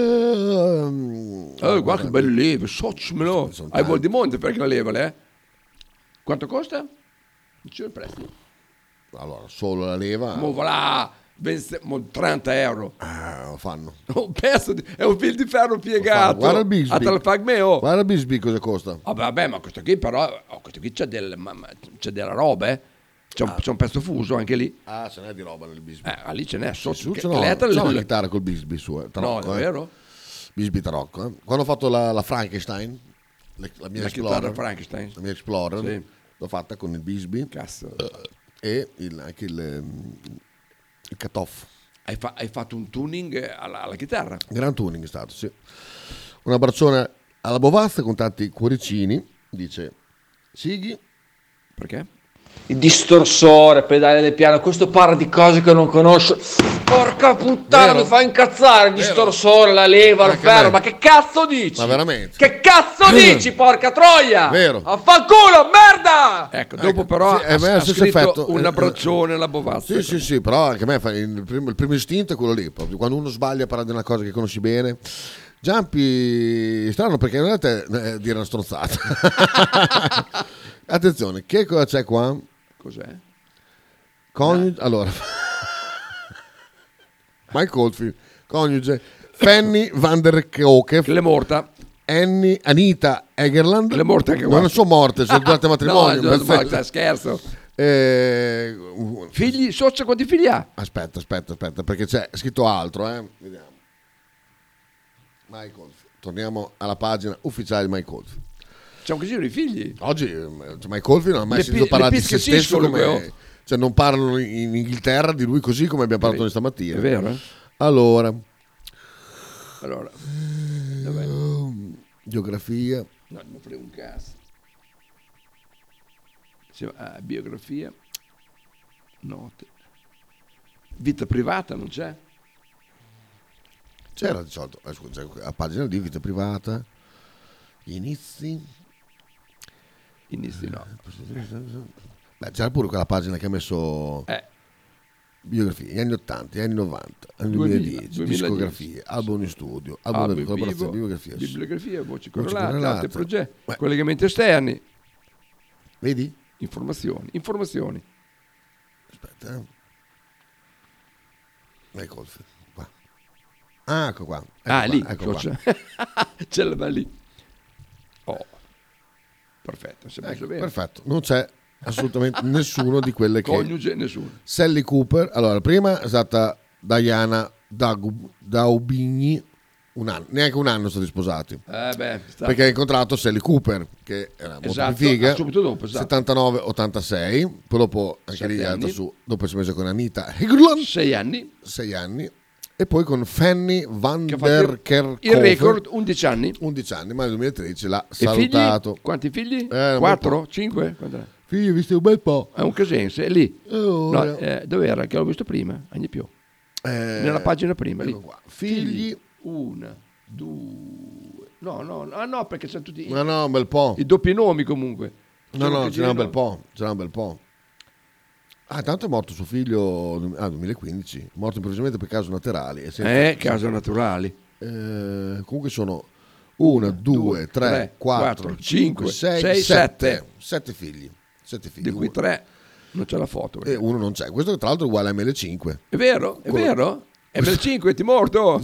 [SPEAKER 6] Ehm,
[SPEAKER 5] Eh, guarda che belle leve, soccimelo. Hai vol di monte perché la leva, eh? Quanto costa? Non ce lo presti.
[SPEAKER 6] Allora, solo la leva.
[SPEAKER 5] Mo voilà, venti mo trenta euro.
[SPEAKER 6] Ah, lo fanno.
[SPEAKER 5] Un pezzo di, è un fil di ferro piegato.
[SPEAKER 6] Guarda il Bixby.
[SPEAKER 5] A tal fagmeo.
[SPEAKER 6] Guarda il Bixby cosa costa.
[SPEAKER 5] Ah, vabbè, ma questo qui però, oh, questo qui c'è, del, ma, ma, c'è della roba, eh. C'è un,
[SPEAKER 6] Ah.
[SPEAKER 5] c'è un pezzo fuso anche lì.
[SPEAKER 6] Ah, ce n'è di roba nel Bixby.
[SPEAKER 5] Eh, lì ce n'è sotto.
[SPEAKER 6] Su,
[SPEAKER 5] che-
[SPEAKER 6] ce n'ho,
[SPEAKER 5] l'elettra-
[SPEAKER 6] c'ho una
[SPEAKER 5] l-
[SPEAKER 6] chitarra col Bixby su, eh, tarocco,
[SPEAKER 5] No,
[SPEAKER 6] eh.
[SPEAKER 5] davvero?
[SPEAKER 6] Bixby tarocco, eh. Quando ho fatto la, la Frankenstein, le- la mia
[SPEAKER 5] La
[SPEAKER 6] Explorer,
[SPEAKER 5] chitarra Frankenstein.
[SPEAKER 6] la mia Explorer,
[SPEAKER 5] Sì.
[SPEAKER 6] l'ho fatta con il Bixby.
[SPEAKER 5] Cazzo.
[SPEAKER 6] E il, anche il, ehm, il cut-off.
[SPEAKER 5] Hai, fa- hai fatto un tuning alla, alla chitarra.
[SPEAKER 6] Gran tuning è stato, sì. Un abbraccione alla Bovazza con tanti cuoricini, dice Sighi.
[SPEAKER 5] Perché?
[SPEAKER 8] Il distorsore, pedale del piano, questo parla di cose che non conosco. Porca puttana,
[SPEAKER 6] Vero?
[SPEAKER 8] mi fa incazzare il distorsore, la leva, il
[SPEAKER 6] Anche
[SPEAKER 8] ferro,
[SPEAKER 6] me.
[SPEAKER 8] ma che cazzo dici?
[SPEAKER 6] Ma veramente?
[SPEAKER 8] Che cazzo dici, porca troia?
[SPEAKER 6] Vero.
[SPEAKER 8] Affanculo, merda!
[SPEAKER 5] Ecco, dopo però
[SPEAKER 6] sì, eh,
[SPEAKER 5] ha,
[SPEAKER 6] beh,
[SPEAKER 5] ha
[SPEAKER 6] stesso
[SPEAKER 5] scritto
[SPEAKER 6] effetto.
[SPEAKER 5] un
[SPEAKER 6] Eh,
[SPEAKER 5] abbraccione alla Bovazza.
[SPEAKER 6] Sì, sì, sì, però anche a me fa il primo, il primo istinto è quello lì, proprio quando uno sbaglia a parlare di una cosa che conosci bene. Giampi, strano perché in realtà è dire una stronzata. Attenzione, che cosa c'è qua?
[SPEAKER 5] Cos'è?
[SPEAKER 6] Coniuge, allora. Mike Oldfield, coniuge, Fanny van der Koke.
[SPEAKER 5] Le morta.
[SPEAKER 6] Annie, Anita Egerland.
[SPEAKER 5] Le morte anche qua.
[SPEAKER 6] Non sono morte, sono durante il matrimonio.
[SPEAKER 5] No,
[SPEAKER 6] perfetto.
[SPEAKER 5] no, scherzo.
[SPEAKER 6] Eh,
[SPEAKER 5] Figli, socia, quanti figli ha?
[SPEAKER 6] Aspetta, aspetta, aspetta, perché c'è scritto altro, eh. Vediamo. Mike Oldfield. Torniamo alla pagina ufficiale di Mike Oldfield.
[SPEAKER 5] C'è un casino di figli.
[SPEAKER 6] Oggi eh, Mike Oldfield non ha mai
[SPEAKER 5] Le
[SPEAKER 6] sentito
[SPEAKER 5] pi-
[SPEAKER 6] parlare
[SPEAKER 5] le
[SPEAKER 6] di se
[SPEAKER 5] pische
[SPEAKER 6] stesso
[SPEAKER 5] siscolo,
[SPEAKER 6] come...
[SPEAKER 5] quello.
[SPEAKER 6] Cioè non parlano in Inghilterra di lui così come abbiamo parlato noi stamattina.
[SPEAKER 5] È vero, eh?
[SPEAKER 6] Allora.
[SPEAKER 5] Allora. Dov'è?
[SPEAKER 6] Geografia.
[SPEAKER 5] No, non mi frega un cazzo. Sì, ah, biografia. Note. Vita privata non c'è?
[SPEAKER 6] C'era di solito, eh, scusa, a pagina di vita privata, gli inizi.
[SPEAKER 5] Inizi no.
[SPEAKER 6] Beh, c'era pure quella pagina che ha messo
[SPEAKER 5] Eh.
[SPEAKER 6] biografie, gli anni ottanta, gli anni novanta, anni
[SPEAKER 5] duemila,
[SPEAKER 6] duemiladieci,
[SPEAKER 5] duemiladici.
[SPEAKER 6] discografie, album in studio, album
[SPEAKER 5] Album
[SPEAKER 6] di collaborazione,
[SPEAKER 5] vivo,
[SPEAKER 6] bibliografia,
[SPEAKER 5] bibliografia, voci
[SPEAKER 6] voci
[SPEAKER 5] correlate,
[SPEAKER 6] correlate.
[SPEAKER 5] altri progetti,
[SPEAKER 6] Beh.
[SPEAKER 5] collegamenti esterni.
[SPEAKER 6] Vedi?
[SPEAKER 5] Informazioni, informazioni.
[SPEAKER 6] Aspetta, eh. Ecco Oldfield, qua. Ah, ecco qua. Ecco
[SPEAKER 5] ah,
[SPEAKER 6] qua,
[SPEAKER 5] lì,
[SPEAKER 6] ecco qua.
[SPEAKER 5] c'è, c'è la lì. Oh, perfetto, si è messo
[SPEAKER 6] Ecco,
[SPEAKER 5] bene.
[SPEAKER 6] perfetto, non c'è assolutamente nessuno di quelle che...
[SPEAKER 5] Coniuge, nessuno.
[SPEAKER 6] Sally Cooper, allora prima è stata Diana Dagu- Daubigny, un anno, neanche un anno sono stati sposati.
[SPEAKER 5] Eh beh, sta-
[SPEAKER 6] Perché ha incontrato Sally Cooper, che era molto
[SPEAKER 5] Esatto,
[SPEAKER 6] più figa,
[SPEAKER 5] ah, subito dopo, esatto.
[SPEAKER 6] settantanove ottantasei, poi dopo anche
[SPEAKER 5] Sette
[SPEAKER 6] lì è andata
[SPEAKER 5] anni.
[SPEAKER 6] su, dopo si è messa con Anita Hegland,
[SPEAKER 5] sei anni,
[SPEAKER 6] sei anni, e poi con Fanny Van
[SPEAKER 5] Che ha
[SPEAKER 6] der
[SPEAKER 5] fatto
[SPEAKER 6] Kerkhove,
[SPEAKER 5] il record, undici anni.
[SPEAKER 6] undici anni, ma nel duemilatredici l'ha
[SPEAKER 5] E
[SPEAKER 6] salutato.
[SPEAKER 5] figli? Quanti figli?
[SPEAKER 6] Eh, un
[SPEAKER 5] Quattro?
[SPEAKER 6] bel po'.
[SPEAKER 5] Cinque? Quant'è?
[SPEAKER 6] Figli, ho visto un bel po'.
[SPEAKER 5] È un casense, è lì.
[SPEAKER 6] E ora?
[SPEAKER 5] No, eh, dove era? Che l'ho visto prima, anni più.
[SPEAKER 6] Eh,
[SPEAKER 5] Nella pagina prima, lì.
[SPEAKER 6] ecco qua. Figli.
[SPEAKER 5] Una, due... No, no, ah no, perché sono tutti...
[SPEAKER 6] Ma no, un bel po'.
[SPEAKER 5] I doppi nomi comunque.
[SPEAKER 6] No,
[SPEAKER 5] Sono
[SPEAKER 6] no,
[SPEAKER 5] che
[SPEAKER 6] c'era un bel
[SPEAKER 5] girano-
[SPEAKER 6] po', c'era un bel po'. Ah, tanto è morto suo figlio, ah, duemilaquindici, morto improvvisamente per cause naturali. E senza-
[SPEAKER 5] Eh, cause naturali.
[SPEAKER 6] Eh, comunque sono uno, due, tre,
[SPEAKER 5] tre,
[SPEAKER 6] quattro,
[SPEAKER 5] quattro,
[SPEAKER 6] cinque,
[SPEAKER 5] cinque,
[SPEAKER 6] sei,
[SPEAKER 5] sei,
[SPEAKER 6] sette.
[SPEAKER 5] sette.
[SPEAKER 6] Sette figli. Sette figli.
[SPEAKER 5] Di cui
[SPEAKER 6] Uno-
[SPEAKER 5] tre non c'è la foto.
[SPEAKER 6] E uno non c'è. Questo tra l'altro è uguale a M L cinque.
[SPEAKER 5] È vero? È
[SPEAKER 6] Quello-
[SPEAKER 5] vero? M L cinque ti morto?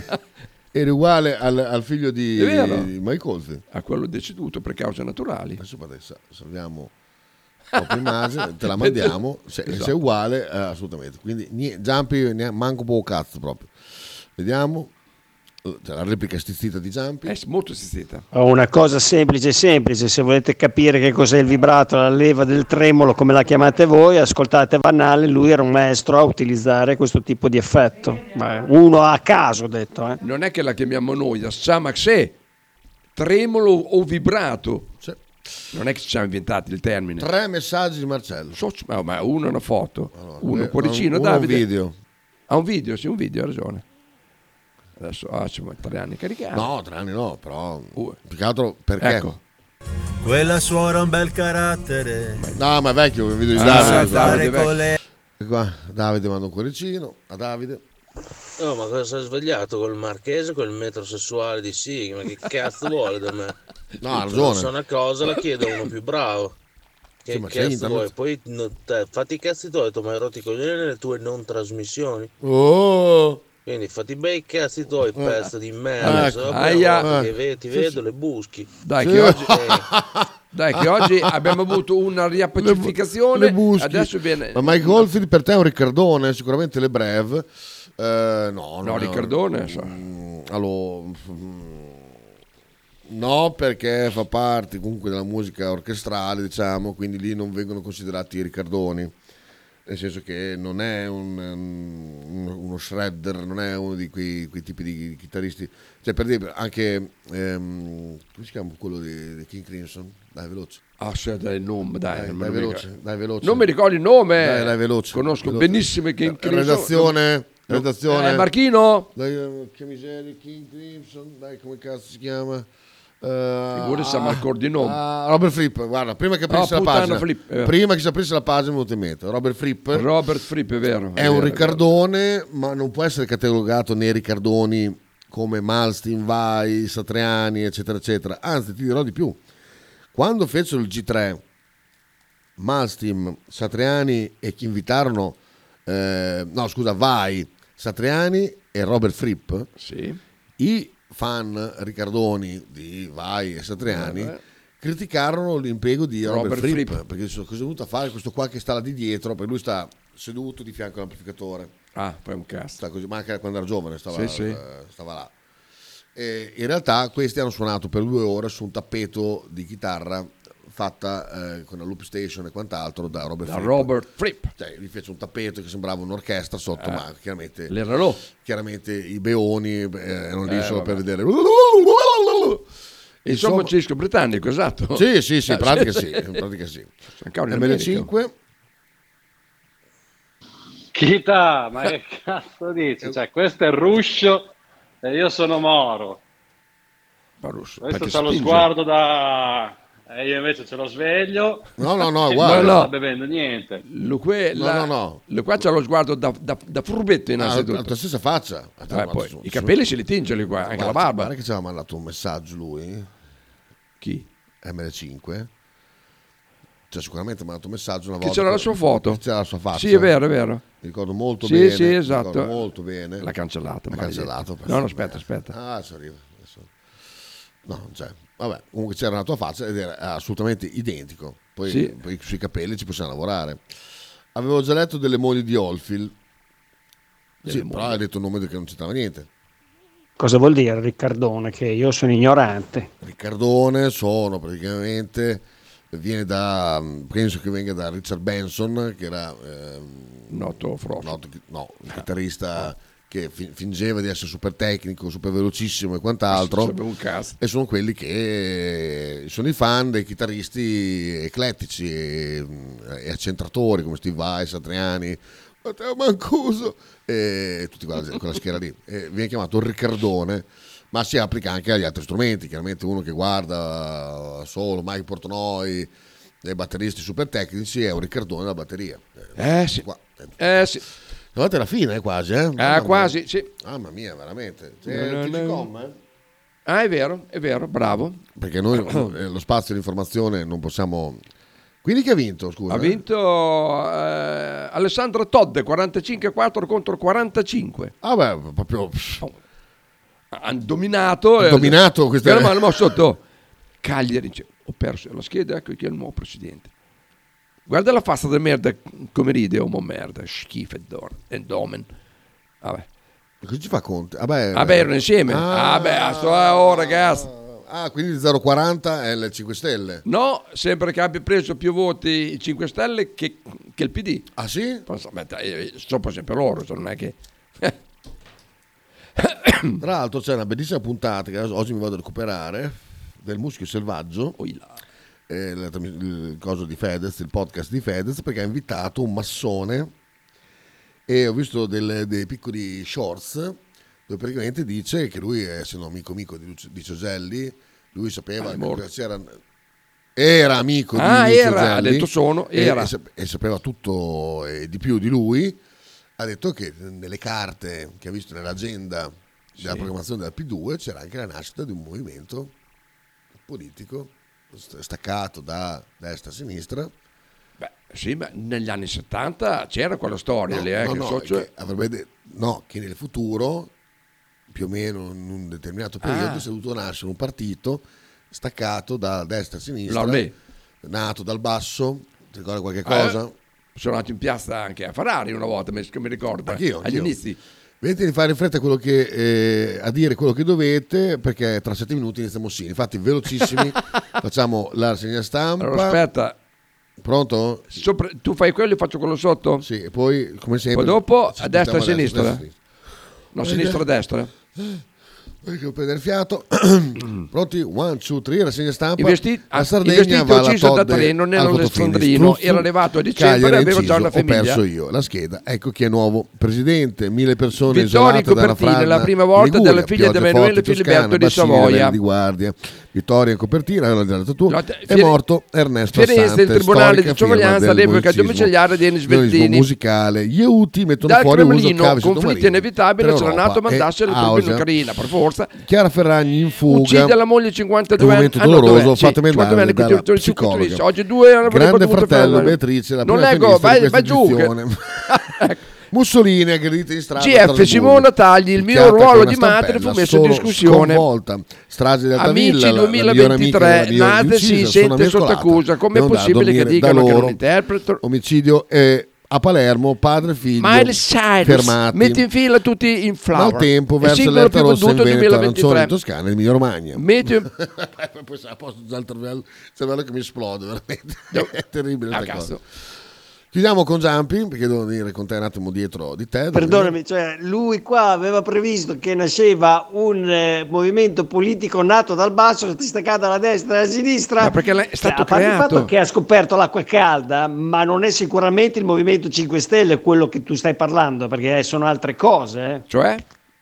[SPEAKER 6] Era uguale al, al figlio di,
[SPEAKER 5] È vero?
[SPEAKER 6] di Mike Oldfield.
[SPEAKER 5] A quello deceduto per cause naturali.
[SPEAKER 6] Adesso adesso salviamo dopo immagine, te la mandiamo. Se,
[SPEAKER 5] Esatto.
[SPEAKER 6] se è uguale, eh, assolutamente. Quindi nie- Jumpy, ne- manco un po' cazzo proprio. Vediamo. C'è la replica stizzita di Jumpy.
[SPEAKER 5] È molto stizzita.
[SPEAKER 10] Ho una cosa semplice semplice, se volete capire che cos'è il vibrato, la leva del tremolo come la chiamate voi, ascoltate Van Halen, lui era un maestro a utilizzare questo tipo di effetto. Ma uno a caso ho detto, eh.
[SPEAKER 5] Non è che la chiamiamo noi, la Samaxè, tremolo o vibrato. Non è che ci siamo inventati il termine.
[SPEAKER 6] Tre messaggi di Marcello.
[SPEAKER 5] So- ma, ma uno è una foto, uno
[SPEAKER 6] eh,
[SPEAKER 5] cuoricino,
[SPEAKER 6] uno un
[SPEAKER 5] Davide.
[SPEAKER 6] video.
[SPEAKER 5] Ha un video, sì, un video, ha ragione. Adesso ah, ci vuole tre anni caricare.
[SPEAKER 6] No, tre anni no, però più che altro perché?
[SPEAKER 5] Ecco.
[SPEAKER 15] Quella suora ha un bel carattere.
[SPEAKER 6] No, ma è vecchio il video di
[SPEAKER 15] Ah,
[SPEAKER 6] Davide.
[SPEAKER 15] Davide, vecchio. Con le-
[SPEAKER 6] Qua, Davide manda un cuoricino a Davide.
[SPEAKER 4] No, ma cosa si è svegliato col marchese, col metrosessuale di Sig? Ma che cazzo vuole da me?
[SPEAKER 6] No, ha
[SPEAKER 4] Se
[SPEAKER 6] ragione.
[SPEAKER 4] so una cosa la chiedo a uno più bravo. Che
[SPEAKER 6] Sì, ma c'è
[SPEAKER 4] cazzo
[SPEAKER 6] internet.
[SPEAKER 4] vuoi? Poi no, te, fatti i cazzi tuoi, tu mi hai rotto i coglioni nelle tue non trasmissioni.
[SPEAKER 6] Oh!
[SPEAKER 4] Quindi fatti bei cazzi tuoi,
[SPEAKER 6] Eh.
[SPEAKER 4] pezzo di merda.
[SPEAKER 5] Ecco.
[SPEAKER 4] So,
[SPEAKER 5] Aia.
[SPEAKER 4] volta che
[SPEAKER 5] Eh.
[SPEAKER 4] ve- ti
[SPEAKER 5] Sì,
[SPEAKER 4] vedo
[SPEAKER 5] sì.
[SPEAKER 4] le buschi.
[SPEAKER 5] Dai,
[SPEAKER 4] Sì.
[SPEAKER 5] che oggi,
[SPEAKER 4] Eh.
[SPEAKER 5] dai, che oggi abbiamo avuto una riappacificazione.
[SPEAKER 6] Le buschi.
[SPEAKER 5] Adesso viene.
[SPEAKER 6] Ma Mike Oldfield per te è un Riccardone, sicuramente le Brev. Eh, no,
[SPEAKER 5] No,
[SPEAKER 6] non è un-
[SPEAKER 5] Riccardone, so.
[SPEAKER 6] Mm, allora, mm, no, perché fa parte comunque della musica orchestrale, diciamo, quindi lì non vengono considerati i Riccardoni. Nel senso che non è un, um, uno shredder, non è uno di quei, quei tipi di chitarristi. Cioè, per dire, anche ehm, come si chiama quello di, di King Crimson? Dai, veloce.
[SPEAKER 5] Ah, sì, dai, il nome, dai.
[SPEAKER 6] Dai,
[SPEAKER 5] non
[SPEAKER 6] dai,
[SPEAKER 5] me lo
[SPEAKER 6] veloce,
[SPEAKER 5] ricordo.
[SPEAKER 6] dai, veloce.
[SPEAKER 5] Non mi ricordo il nome.
[SPEAKER 6] Dai, dai, veloce.
[SPEAKER 5] Conosco
[SPEAKER 6] Veloce.
[SPEAKER 5] benissimo King Crimson.
[SPEAKER 6] Redazione,
[SPEAKER 5] No.
[SPEAKER 6] redazione.
[SPEAKER 5] Eh, Marchino?
[SPEAKER 6] Dai, eh, che miseria, King Crimson, dai, come cazzo si chiama? Uh,
[SPEAKER 5] Figurati se mi ricordi il nome.
[SPEAKER 6] Robert Fripp, guarda, prima che aprisse
[SPEAKER 5] Ah,
[SPEAKER 6] la
[SPEAKER 5] puttana,
[SPEAKER 6] pagina,
[SPEAKER 5] Fripp, eh.
[SPEAKER 6] prima che si aprisse la pagina mi è venuto in mente. Robert Fripp
[SPEAKER 5] Robert Fripp, è vero.
[SPEAKER 6] è
[SPEAKER 5] è
[SPEAKER 6] un
[SPEAKER 5] vero,
[SPEAKER 6] Riccardone, ma non può essere catalogato nei Riccardoni come Malmsteen, Vai, Satriani, eccetera, eccetera. Anzi, ti dirò di più. Quando fecero il G tre, Malmsteen, Satriani e chi invitarono, eh, no scusa, Vai, Satriani e Robert Fripp,
[SPEAKER 5] sì.
[SPEAKER 6] i fan Riccardoni di Vai e Satriani
[SPEAKER 5] Eh,
[SPEAKER 6] criticarono l'impiego di Robert,
[SPEAKER 5] Robert
[SPEAKER 6] Fripp,
[SPEAKER 5] Fripp.
[SPEAKER 6] perché cosa è venuto a fare questo qua che sta là di dietro, perché lui sta seduto di fianco all'amplificatore.
[SPEAKER 5] Ah, poi un cazzo.
[SPEAKER 6] Sta così, ma anche quando era giovane stava,
[SPEAKER 5] Sì, sì.
[SPEAKER 6] eh, stava là. E in realtà questi hanno suonato per due ore su un tappeto di chitarra fatta eh, con la loop station e quant'altro da Robert
[SPEAKER 5] Da
[SPEAKER 6] Fripp.
[SPEAKER 5] Robert Fripp.
[SPEAKER 6] Cioè, gli fece un tappeto che sembrava un'orchestra sotto,
[SPEAKER 5] Eh,
[SPEAKER 6] ma chiaramente
[SPEAKER 5] l'erano.
[SPEAKER 6] chiaramente i beoni eh, erano lì
[SPEAKER 5] Eh,
[SPEAKER 6] solo
[SPEAKER 5] vabbè.
[SPEAKER 6] per vedere.
[SPEAKER 5] Il sommo cisco britannico, esatto.
[SPEAKER 6] Sì, sì, sì, in
[SPEAKER 5] Eh,
[SPEAKER 6] pratica sì, in pratica sì.
[SPEAKER 5] Ancora in
[SPEAKER 6] M L
[SPEAKER 5] America.
[SPEAKER 6] cinque
[SPEAKER 16] Chita, ma che cazzo dici? Cioè, questo è Ruscio e io sono Moro.
[SPEAKER 5] Russo,
[SPEAKER 16] Questo
[SPEAKER 5] perché
[SPEAKER 16] c'ha lo
[SPEAKER 5] spinge.
[SPEAKER 16] sguardo da... E io invece ce lo sveglio.
[SPEAKER 6] No, no, no,
[SPEAKER 16] e
[SPEAKER 6] guarda.
[SPEAKER 16] non
[SPEAKER 5] No, no.
[SPEAKER 16] sta bevendo niente.
[SPEAKER 5] Lo, que,
[SPEAKER 6] No,
[SPEAKER 5] la-
[SPEAKER 6] no, no.
[SPEAKER 5] lo qua c'ha lo sguardo da, da, da furbetto
[SPEAKER 6] Ah,
[SPEAKER 5] innanzitutto.
[SPEAKER 6] la tua stessa faccia.
[SPEAKER 5] Eh, poi, i capelli se li tinge lui qua, anche
[SPEAKER 6] Guarda,
[SPEAKER 5] la barba.
[SPEAKER 6] Guarda che ci aveva mandato un messaggio lui.
[SPEAKER 5] Chi?
[SPEAKER 6] M L cinque. Cioè sicuramente mi ha mandato un messaggio una
[SPEAKER 5] Che
[SPEAKER 6] volta.
[SPEAKER 5] c'era la sua foto.
[SPEAKER 6] Che c'era la sua faccia.
[SPEAKER 5] Sì, è vero, è vero.
[SPEAKER 6] Mi ricordo molto
[SPEAKER 5] Sì,
[SPEAKER 6] bene.
[SPEAKER 5] sì,
[SPEAKER 6] mi
[SPEAKER 5] esatto.
[SPEAKER 6] ricordo molto bene.
[SPEAKER 5] L'ha cancellato.
[SPEAKER 6] L'ha
[SPEAKER 5] maledetto.
[SPEAKER 6] cancellato.
[SPEAKER 5] No, no, aspetta, aspetta.
[SPEAKER 6] Ah, adesso arriva. Adesso... No, non c'è. Vabbè, comunque c'era la tua faccia ed era assolutamente identico. Poi,
[SPEAKER 5] Sì.
[SPEAKER 6] poi sui capelli ci possiamo lavorare. Avevo già letto delle mogli di Oldfield.
[SPEAKER 5] Delle
[SPEAKER 6] Sì,
[SPEAKER 5] mogli.
[SPEAKER 6] però hai detto un nome che non c'entrava niente.
[SPEAKER 10] Cosa vuol dire Riccardone? Che io sono ignorante.
[SPEAKER 6] Riccardone sono praticamente, viene da, penso che venga da Richard Benson, che era ehm,
[SPEAKER 5] noto,
[SPEAKER 6] noto no, un chitarrista che fi- fingeva di essere super tecnico, super velocissimo e quant'altro,
[SPEAKER 5] un cazzo.
[SPEAKER 6] e sono quelli che sono i fan dei chitarristi eclettici e, e accentratori come Steve Vai, Satriani, Matteo Mancuso e tutti quella, quella schiera lì. E viene chiamato Riccardone, ma si applica anche agli altri strumenti. Chiaramente uno che guarda solo Mike Portnoy, dei batteristi super tecnici, è un Riccardone della batteria.
[SPEAKER 5] Eh sì,
[SPEAKER 6] Qua.
[SPEAKER 5] eh sì.
[SPEAKER 6] Guardate la fine, eh, quasi, eh?
[SPEAKER 5] Ah, quasi, sì.
[SPEAKER 6] Mamma mia, veramente.
[SPEAKER 5] No,
[SPEAKER 6] C'è
[SPEAKER 5] no,
[SPEAKER 6] T G
[SPEAKER 5] no.
[SPEAKER 6] Com, eh?
[SPEAKER 5] Ah, è vero, è vero, bravo.
[SPEAKER 6] Perché noi eh, lo spazio di informazione non possiamo. Quindi chi ha vinto, scusa?
[SPEAKER 5] Ha vinto eh, Alessandro Todde, quarantacinque a quattro contro quarantacinque.
[SPEAKER 6] Ah beh, proprio.
[SPEAKER 5] Hanno dominato.
[SPEAKER 6] Ha dominato queste-
[SPEAKER 5] Questa... Ma sotto Cagliari, dice, ho perso la scheda, ecco chi è il nuovo presidente. Guarda la faccia di merda come ride, uomo merda, schifo e dor, e domen. Vabbè.
[SPEAKER 6] Cosa ci fa Conte? Vabbè,
[SPEAKER 5] Vabbè, erano insieme. Ah, beh, ah, sto, ah, oh ragazzi.
[SPEAKER 6] Ah, quindi il zero quaranta è il cinque Stelle.
[SPEAKER 5] No, sembra che abbia preso più voti i cinque Stelle che, che il P D.
[SPEAKER 6] Ah sì?
[SPEAKER 5] Sono sempre loro, non è che...
[SPEAKER 6] Tra l'altro c'è una bellissima puntata che oggi mi vado a recuperare del Muschio Selvaggio.
[SPEAKER 5] Oh, là.
[SPEAKER 6] Eh, il, il coso di Fedez, il podcast di Fedez, perché ha invitato un massone e ho visto delle, dei piccoli shorts dove praticamente dice che lui, essendo amico amico di, Lucio, di Cioselli, lui sapeva
[SPEAKER 5] ah,
[SPEAKER 6] che c'era, era amico
[SPEAKER 5] ah,
[SPEAKER 6] di
[SPEAKER 5] era,
[SPEAKER 6] Cioselli,
[SPEAKER 5] ha detto sono,
[SPEAKER 6] e,
[SPEAKER 5] era.
[SPEAKER 6] e, e sapeva tutto e di più di lui. Ha detto che nelle carte che ha visto nell'agenda della
[SPEAKER 5] sì.
[SPEAKER 6] programmazione del P due c'era anche la nascita di un movimento politico staccato da destra a sinistra.
[SPEAKER 5] Beh, sì, ma negli anni settanta c'era quella storia
[SPEAKER 6] no,
[SPEAKER 5] lì, eh,
[SPEAKER 6] no,
[SPEAKER 5] che
[SPEAKER 6] no,
[SPEAKER 5] socio...
[SPEAKER 6] che avrebbe de- no, che nel futuro, più o meno in un determinato periodo,
[SPEAKER 5] Ah.
[SPEAKER 6] si è dovuto nascere un partito staccato da destra a sinistra,
[SPEAKER 5] L'Orlé.
[SPEAKER 6] nato dal basso. Ti ricordi qualche cosa?
[SPEAKER 5] Eh, sono andato in piazza anche a Ferrari una volta, mi mi ricordo,
[SPEAKER 6] Anch'io,
[SPEAKER 5] agli
[SPEAKER 6] anch'io.
[SPEAKER 5] inizi.
[SPEAKER 6] Vedete di fare in fretta quello che, eh, a dire quello che dovete, perché tra sette minuti iniziamo sì. Infatti, velocissimi, facciamo la rassegna stampa.
[SPEAKER 5] Allora, aspetta.
[SPEAKER 6] Pronto?
[SPEAKER 5] Sopra, tu fai quello e faccio quello sotto?
[SPEAKER 6] Sì, e poi come sempre.
[SPEAKER 5] Poi dopo
[SPEAKER 6] ci
[SPEAKER 5] a destra e a
[SPEAKER 6] spostiamo
[SPEAKER 5] sinistra?
[SPEAKER 6] destra, destra.
[SPEAKER 5] No, sinistra e destra.
[SPEAKER 6] Devo prendere fiato. Pronti? One, two, three, rassegna stampa.
[SPEAKER 5] I vestiti,
[SPEAKER 6] la
[SPEAKER 5] ah,
[SPEAKER 6] Sardegna
[SPEAKER 5] i vestiti
[SPEAKER 6] va alla
[SPEAKER 5] uccisi da
[SPEAKER 6] Todd
[SPEAKER 5] treno
[SPEAKER 6] al
[SPEAKER 5] nell'Alessandrino,
[SPEAKER 6] Fotofini.
[SPEAKER 5] era arrivato a dicembre
[SPEAKER 6] Cagliari
[SPEAKER 5] e aveva
[SPEAKER 6] inciso,
[SPEAKER 5] già una famiglia.
[SPEAKER 6] Ho perso io la scheda. Ecco chi è nuovo presidente. Mille persone
[SPEAKER 5] Vittorio
[SPEAKER 6] isolate dalla
[SPEAKER 5] Copertine,
[SPEAKER 6] frana
[SPEAKER 5] la prima volta
[SPEAKER 6] Liguria,
[SPEAKER 5] della figlia di
[SPEAKER 6] piogge
[SPEAKER 5] Emanuele
[SPEAKER 6] forti,
[SPEAKER 5] Filiberto
[SPEAKER 6] Toscana,
[SPEAKER 5] di
[SPEAKER 6] bacine,
[SPEAKER 5] Savoia.
[SPEAKER 6] venti di guardia. Vittoria in copertina, l'ho già detto tu.
[SPEAKER 5] No,
[SPEAKER 6] è
[SPEAKER 5] Fiere-
[SPEAKER 6] morto Ernesto
[SPEAKER 5] Firenze,
[SPEAKER 6] Assante,
[SPEAKER 5] il tribunale
[SPEAKER 6] storica
[SPEAKER 5] di sorveglianza
[SPEAKER 6] firma del
[SPEAKER 5] all'epoca
[SPEAKER 6] municismo-
[SPEAKER 5] domiciliare di Enis
[SPEAKER 6] sionismo
[SPEAKER 5] Veltini.
[SPEAKER 6] musicale. Gli Euti mettono
[SPEAKER 5] Dal
[SPEAKER 6] fuori uso
[SPEAKER 5] Cremlino,
[SPEAKER 6] cavi
[SPEAKER 5] conflitti
[SPEAKER 6] sottomarini
[SPEAKER 5] inevitabili,
[SPEAKER 6] per
[SPEAKER 5] c'era
[SPEAKER 6] Europa
[SPEAKER 5] nato mandasse
[SPEAKER 6] e
[SPEAKER 5] le truppe in
[SPEAKER 6] Austria.
[SPEAKER 5] Ucraina, per forza.
[SPEAKER 6] Chiara Ferragni in fuga.
[SPEAKER 5] Uccide la moglie cinquantadue
[SPEAKER 6] Un
[SPEAKER 5] anni.
[SPEAKER 6] momento
[SPEAKER 5] Ah, no,
[SPEAKER 6] doloroso,
[SPEAKER 5] dov'è? Sì,
[SPEAKER 6] fatemi
[SPEAKER 5] cinquantadue
[SPEAKER 6] andare
[SPEAKER 5] anni
[SPEAKER 6] dalla
[SPEAKER 5] con i
[SPEAKER 6] psicologa.
[SPEAKER 5] tutoristi. Oggi due hanno
[SPEAKER 6] Grande
[SPEAKER 5] potuto
[SPEAKER 6] fratello
[SPEAKER 5] fare-
[SPEAKER 6] Beatrice, la
[SPEAKER 5] non
[SPEAKER 6] prima
[SPEAKER 5] leggo,
[SPEAKER 6] femminista
[SPEAKER 5] vai,
[SPEAKER 6] di
[SPEAKER 5] vai
[SPEAKER 6] questa
[SPEAKER 5] giù.
[SPEAKER 6] edizione. Mussolini aggredita in strada.
[SPEAKER 5] G F
[SPEAKER 6] a Strasburgo.
[SPEAKER 5] Simona Tagli, il mio
[SPEAKER 6] Picchiata con
[SPEAKER 5] ruolo
[SPEAKER 6] una
[SPEAKER 5] di madre
[SPEAKER 6] stampella,
[SPEAKER 5] fu messo in
[SPEAKER 6] solo
[SPEAKER 5] discussione.
[SPEAKER 6] sconvolta. Strage di Altavilla,
[SPEAKER 5] Amici
[SPEAKER 6] la- la migliore amica
[SPEAKER 5] duemilaventitré,
[SPEAKER 6] della migliore
[SPEAKER 5] Nate si
[SPEAKER 6] uccisa,
[SPEAKER 5] sente
[SPEAKER 6] sono
[SPEAKER 5] sotto
[SPEAKER 6] mescolata.
[SPEAKER 5] accusa. Com'è
[SPEAKER 6] Devo andare a
[SPEAKER 5] possibile che
[SPEAKER 6] dormire da
[SPEAKER 5] dicano che
[SPEAKER 6] loro.
[SPEAKER 5] non interpreto?
[SPEAKER 6] Omicidio è a Palermo, padre e figlio
[SPEAKER 5] Miley Cyrus,
[SPEAKER 6] fermati.
[SPEAKER 5] metti in fila tutti in flower.
[SPEAKER 6] Maltempo
[SPEAKER 5] Il
[SPEAKER 6] verso
[SPEAKER 5] singolo
[SPEAKER 6] l'Erta
[SPEAKER 5] più
[SPEAKER 6] Rossa in
[SPEAKER 5] venduto
[SPEAKER 6] Veneto, arancione in
[SPEAKER 5] duemilaventitré.
[SPEAKER 6] Toscana, Emilia Romagna.
[SPEAKER 5] Metti
[SPEAKER 6] Poi a posto già il cervello, il cervello che mi esplode, veramente. È terribile
[SPEAKER 5] Ah,
[SPEAKER 6] questa
[SPEAKER 5] cazzo.
[SPEAKER 6] cosa. Chiudiamo con Giampi, perché devo venire con te un attimo dietro di te.
[SPEAKER 10] Perdonami, cioè lui qua aveva previsto che nasceva un eh, movimento politico nato dal basso, distaccato dalla destra e dalla sinistra.
[SPEAKER 5] Ma perché è stato
[SPEAKER 10] Cioè, a parte il
[SPEAKER 5] creato.
[SPEAKER 10] fatto che ha scoperto l'acqua calda, ma non è sicuramente il Movimento cinque Stelle quello che tu stai parlando, perché sono altre cose. eh.
[SPEAKER 5] Cioè?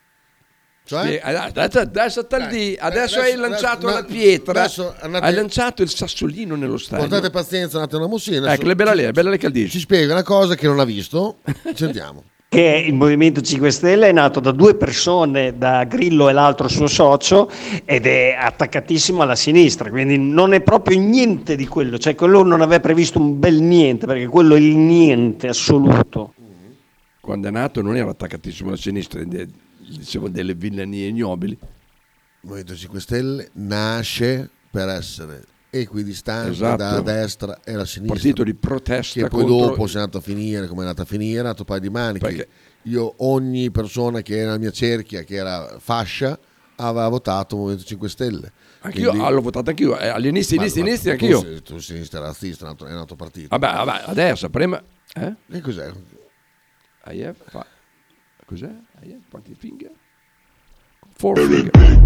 [SPEAKER 6] Cioè?
[SPEAKER 5] Sì, adesso, adesso, tal di, adesso,
[SPEAKER 6] adesso-
[SPEAKER 5] hai lanciato
[SPEAKER 6] adesso-
[SPEAKER 5] la pietra,
[SPEAKER 6] adesso andate-
[SPEAKER 5] hai lanciato il sassolino nello stadio.
[SPEAKER 6] Portate pazienza, un attimo una mossina.
[SPEAKER 5] Ecco, è bella lì, è bella lì che dici.
[SPEAKER 6] Ci spiega una cosa che non ha visto. Sentiamo.
[SPEAKER 10] Che il Movimento cinque Stelle è nato da due persone, da Grillo e l'altro suo socio, ed è attaccatissimo alla sinistra, quindi non è proprio niente di quello, cioè quello non aveva previsto un bel niente, perché quello è il niente assoluto.
[SPEAKER 5] Quando è nato non era attaccatissimo alla sinistra, de- dicevo delle villanie ignobili.
[SPEAKER 6] Il Movimento cinque Stelle nasce per essere equidistante
[SPEAKER 5] Esatto.
[SPEAKER 6] da destra e la sinistra.
[SPEAKER 5] Partito di protesta
[SPEAKER 6] che poi
[SPEAKER 5] contro-
[SPEAKER 6] dopo si è andato a finire come è andato a finire, è andato a paio di maniche.
[SPEAKER 5] Perché-
[SPEAKER 6] Io ogni persona che era nella mia cerchia, che era fascia, aveva votato Movimento cinque Stelle.
[SPEAKER 5] Anch'io
[SPEAKER 6] Quindi-
[SPEAKER 5] ah, l'ho votato anch'io, eh, all'inizio,
[SPEAKER 6] Ma-
[SPEAKER 5] inizi,
[SPEAKER 6] ma
[SPEAKER 5] inizi,
[SPEAKER 6] tu
[SPEAKER 5] anch'io.
[SPEAKER 6] sei- Tu sinistra razzista, è un altro- è un altro partito.
[SPEAKER 5] Vabbè, vabbè, adesso, prima... Eh?
[SPEAKER 6] E cos'è?
[SPEAKER 5] I have fi- Cos'è? I have party finger? Four finger.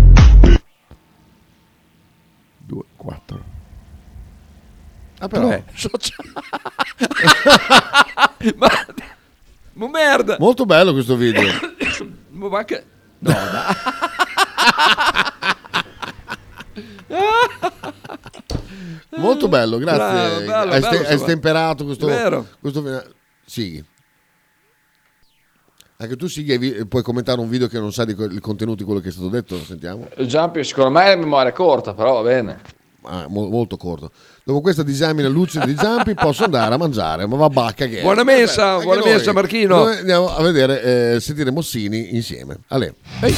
[SPEAKER 5] Due, quattro.
[SPEAKER 6] Ah, però.
[SPEAKER 5] Tre. ma, ma merda.
[SPEAKER 6] Molto bello questo video.
[SPEAKER 5] Ma va che... No, dai.
[SPEAKER 6] Molto bello, grazie.
[SPEAKER 5] Bravo, bello,
[SPEAKER 6] hai,
[SPEAKER 5] bello,
[SPEAKER 6] ste- hai
[SPEAKER 5] insomma.
[SPEAKER 6] stemperato questo,
[SPEAKER 5] Vero.
[SPEAKER 6] questo Sighi. Anche tu Sighi hai vi- puoi commentare un video che non sa di que- il contenuto di quello che è stato detto, sentiamo.
[SPEAKER 8] Giampi, secondo me è la memoria corta, però va bene.
[SPEAKER 6] Ah, mo- molto corto. Dopo questa disamina lucida di Zampi posso andare a mangiare, ma va bacca che è.
[SPEAKER 5] Buona messa,
[SPEAKER 6] Anche
[SPEAKER 5] buona
[SPEAKER 6] noi-
[SPEAKER 5] messa, Marchino.
[SPEAKER 6] Noi andiamo a vedere, eh, sentire Mossini insieme. Ale.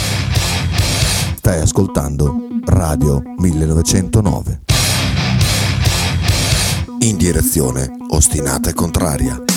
[SPEAKER 1] Stai ascoltando Radio millenovecentonove. In direzione ostinata e contraria.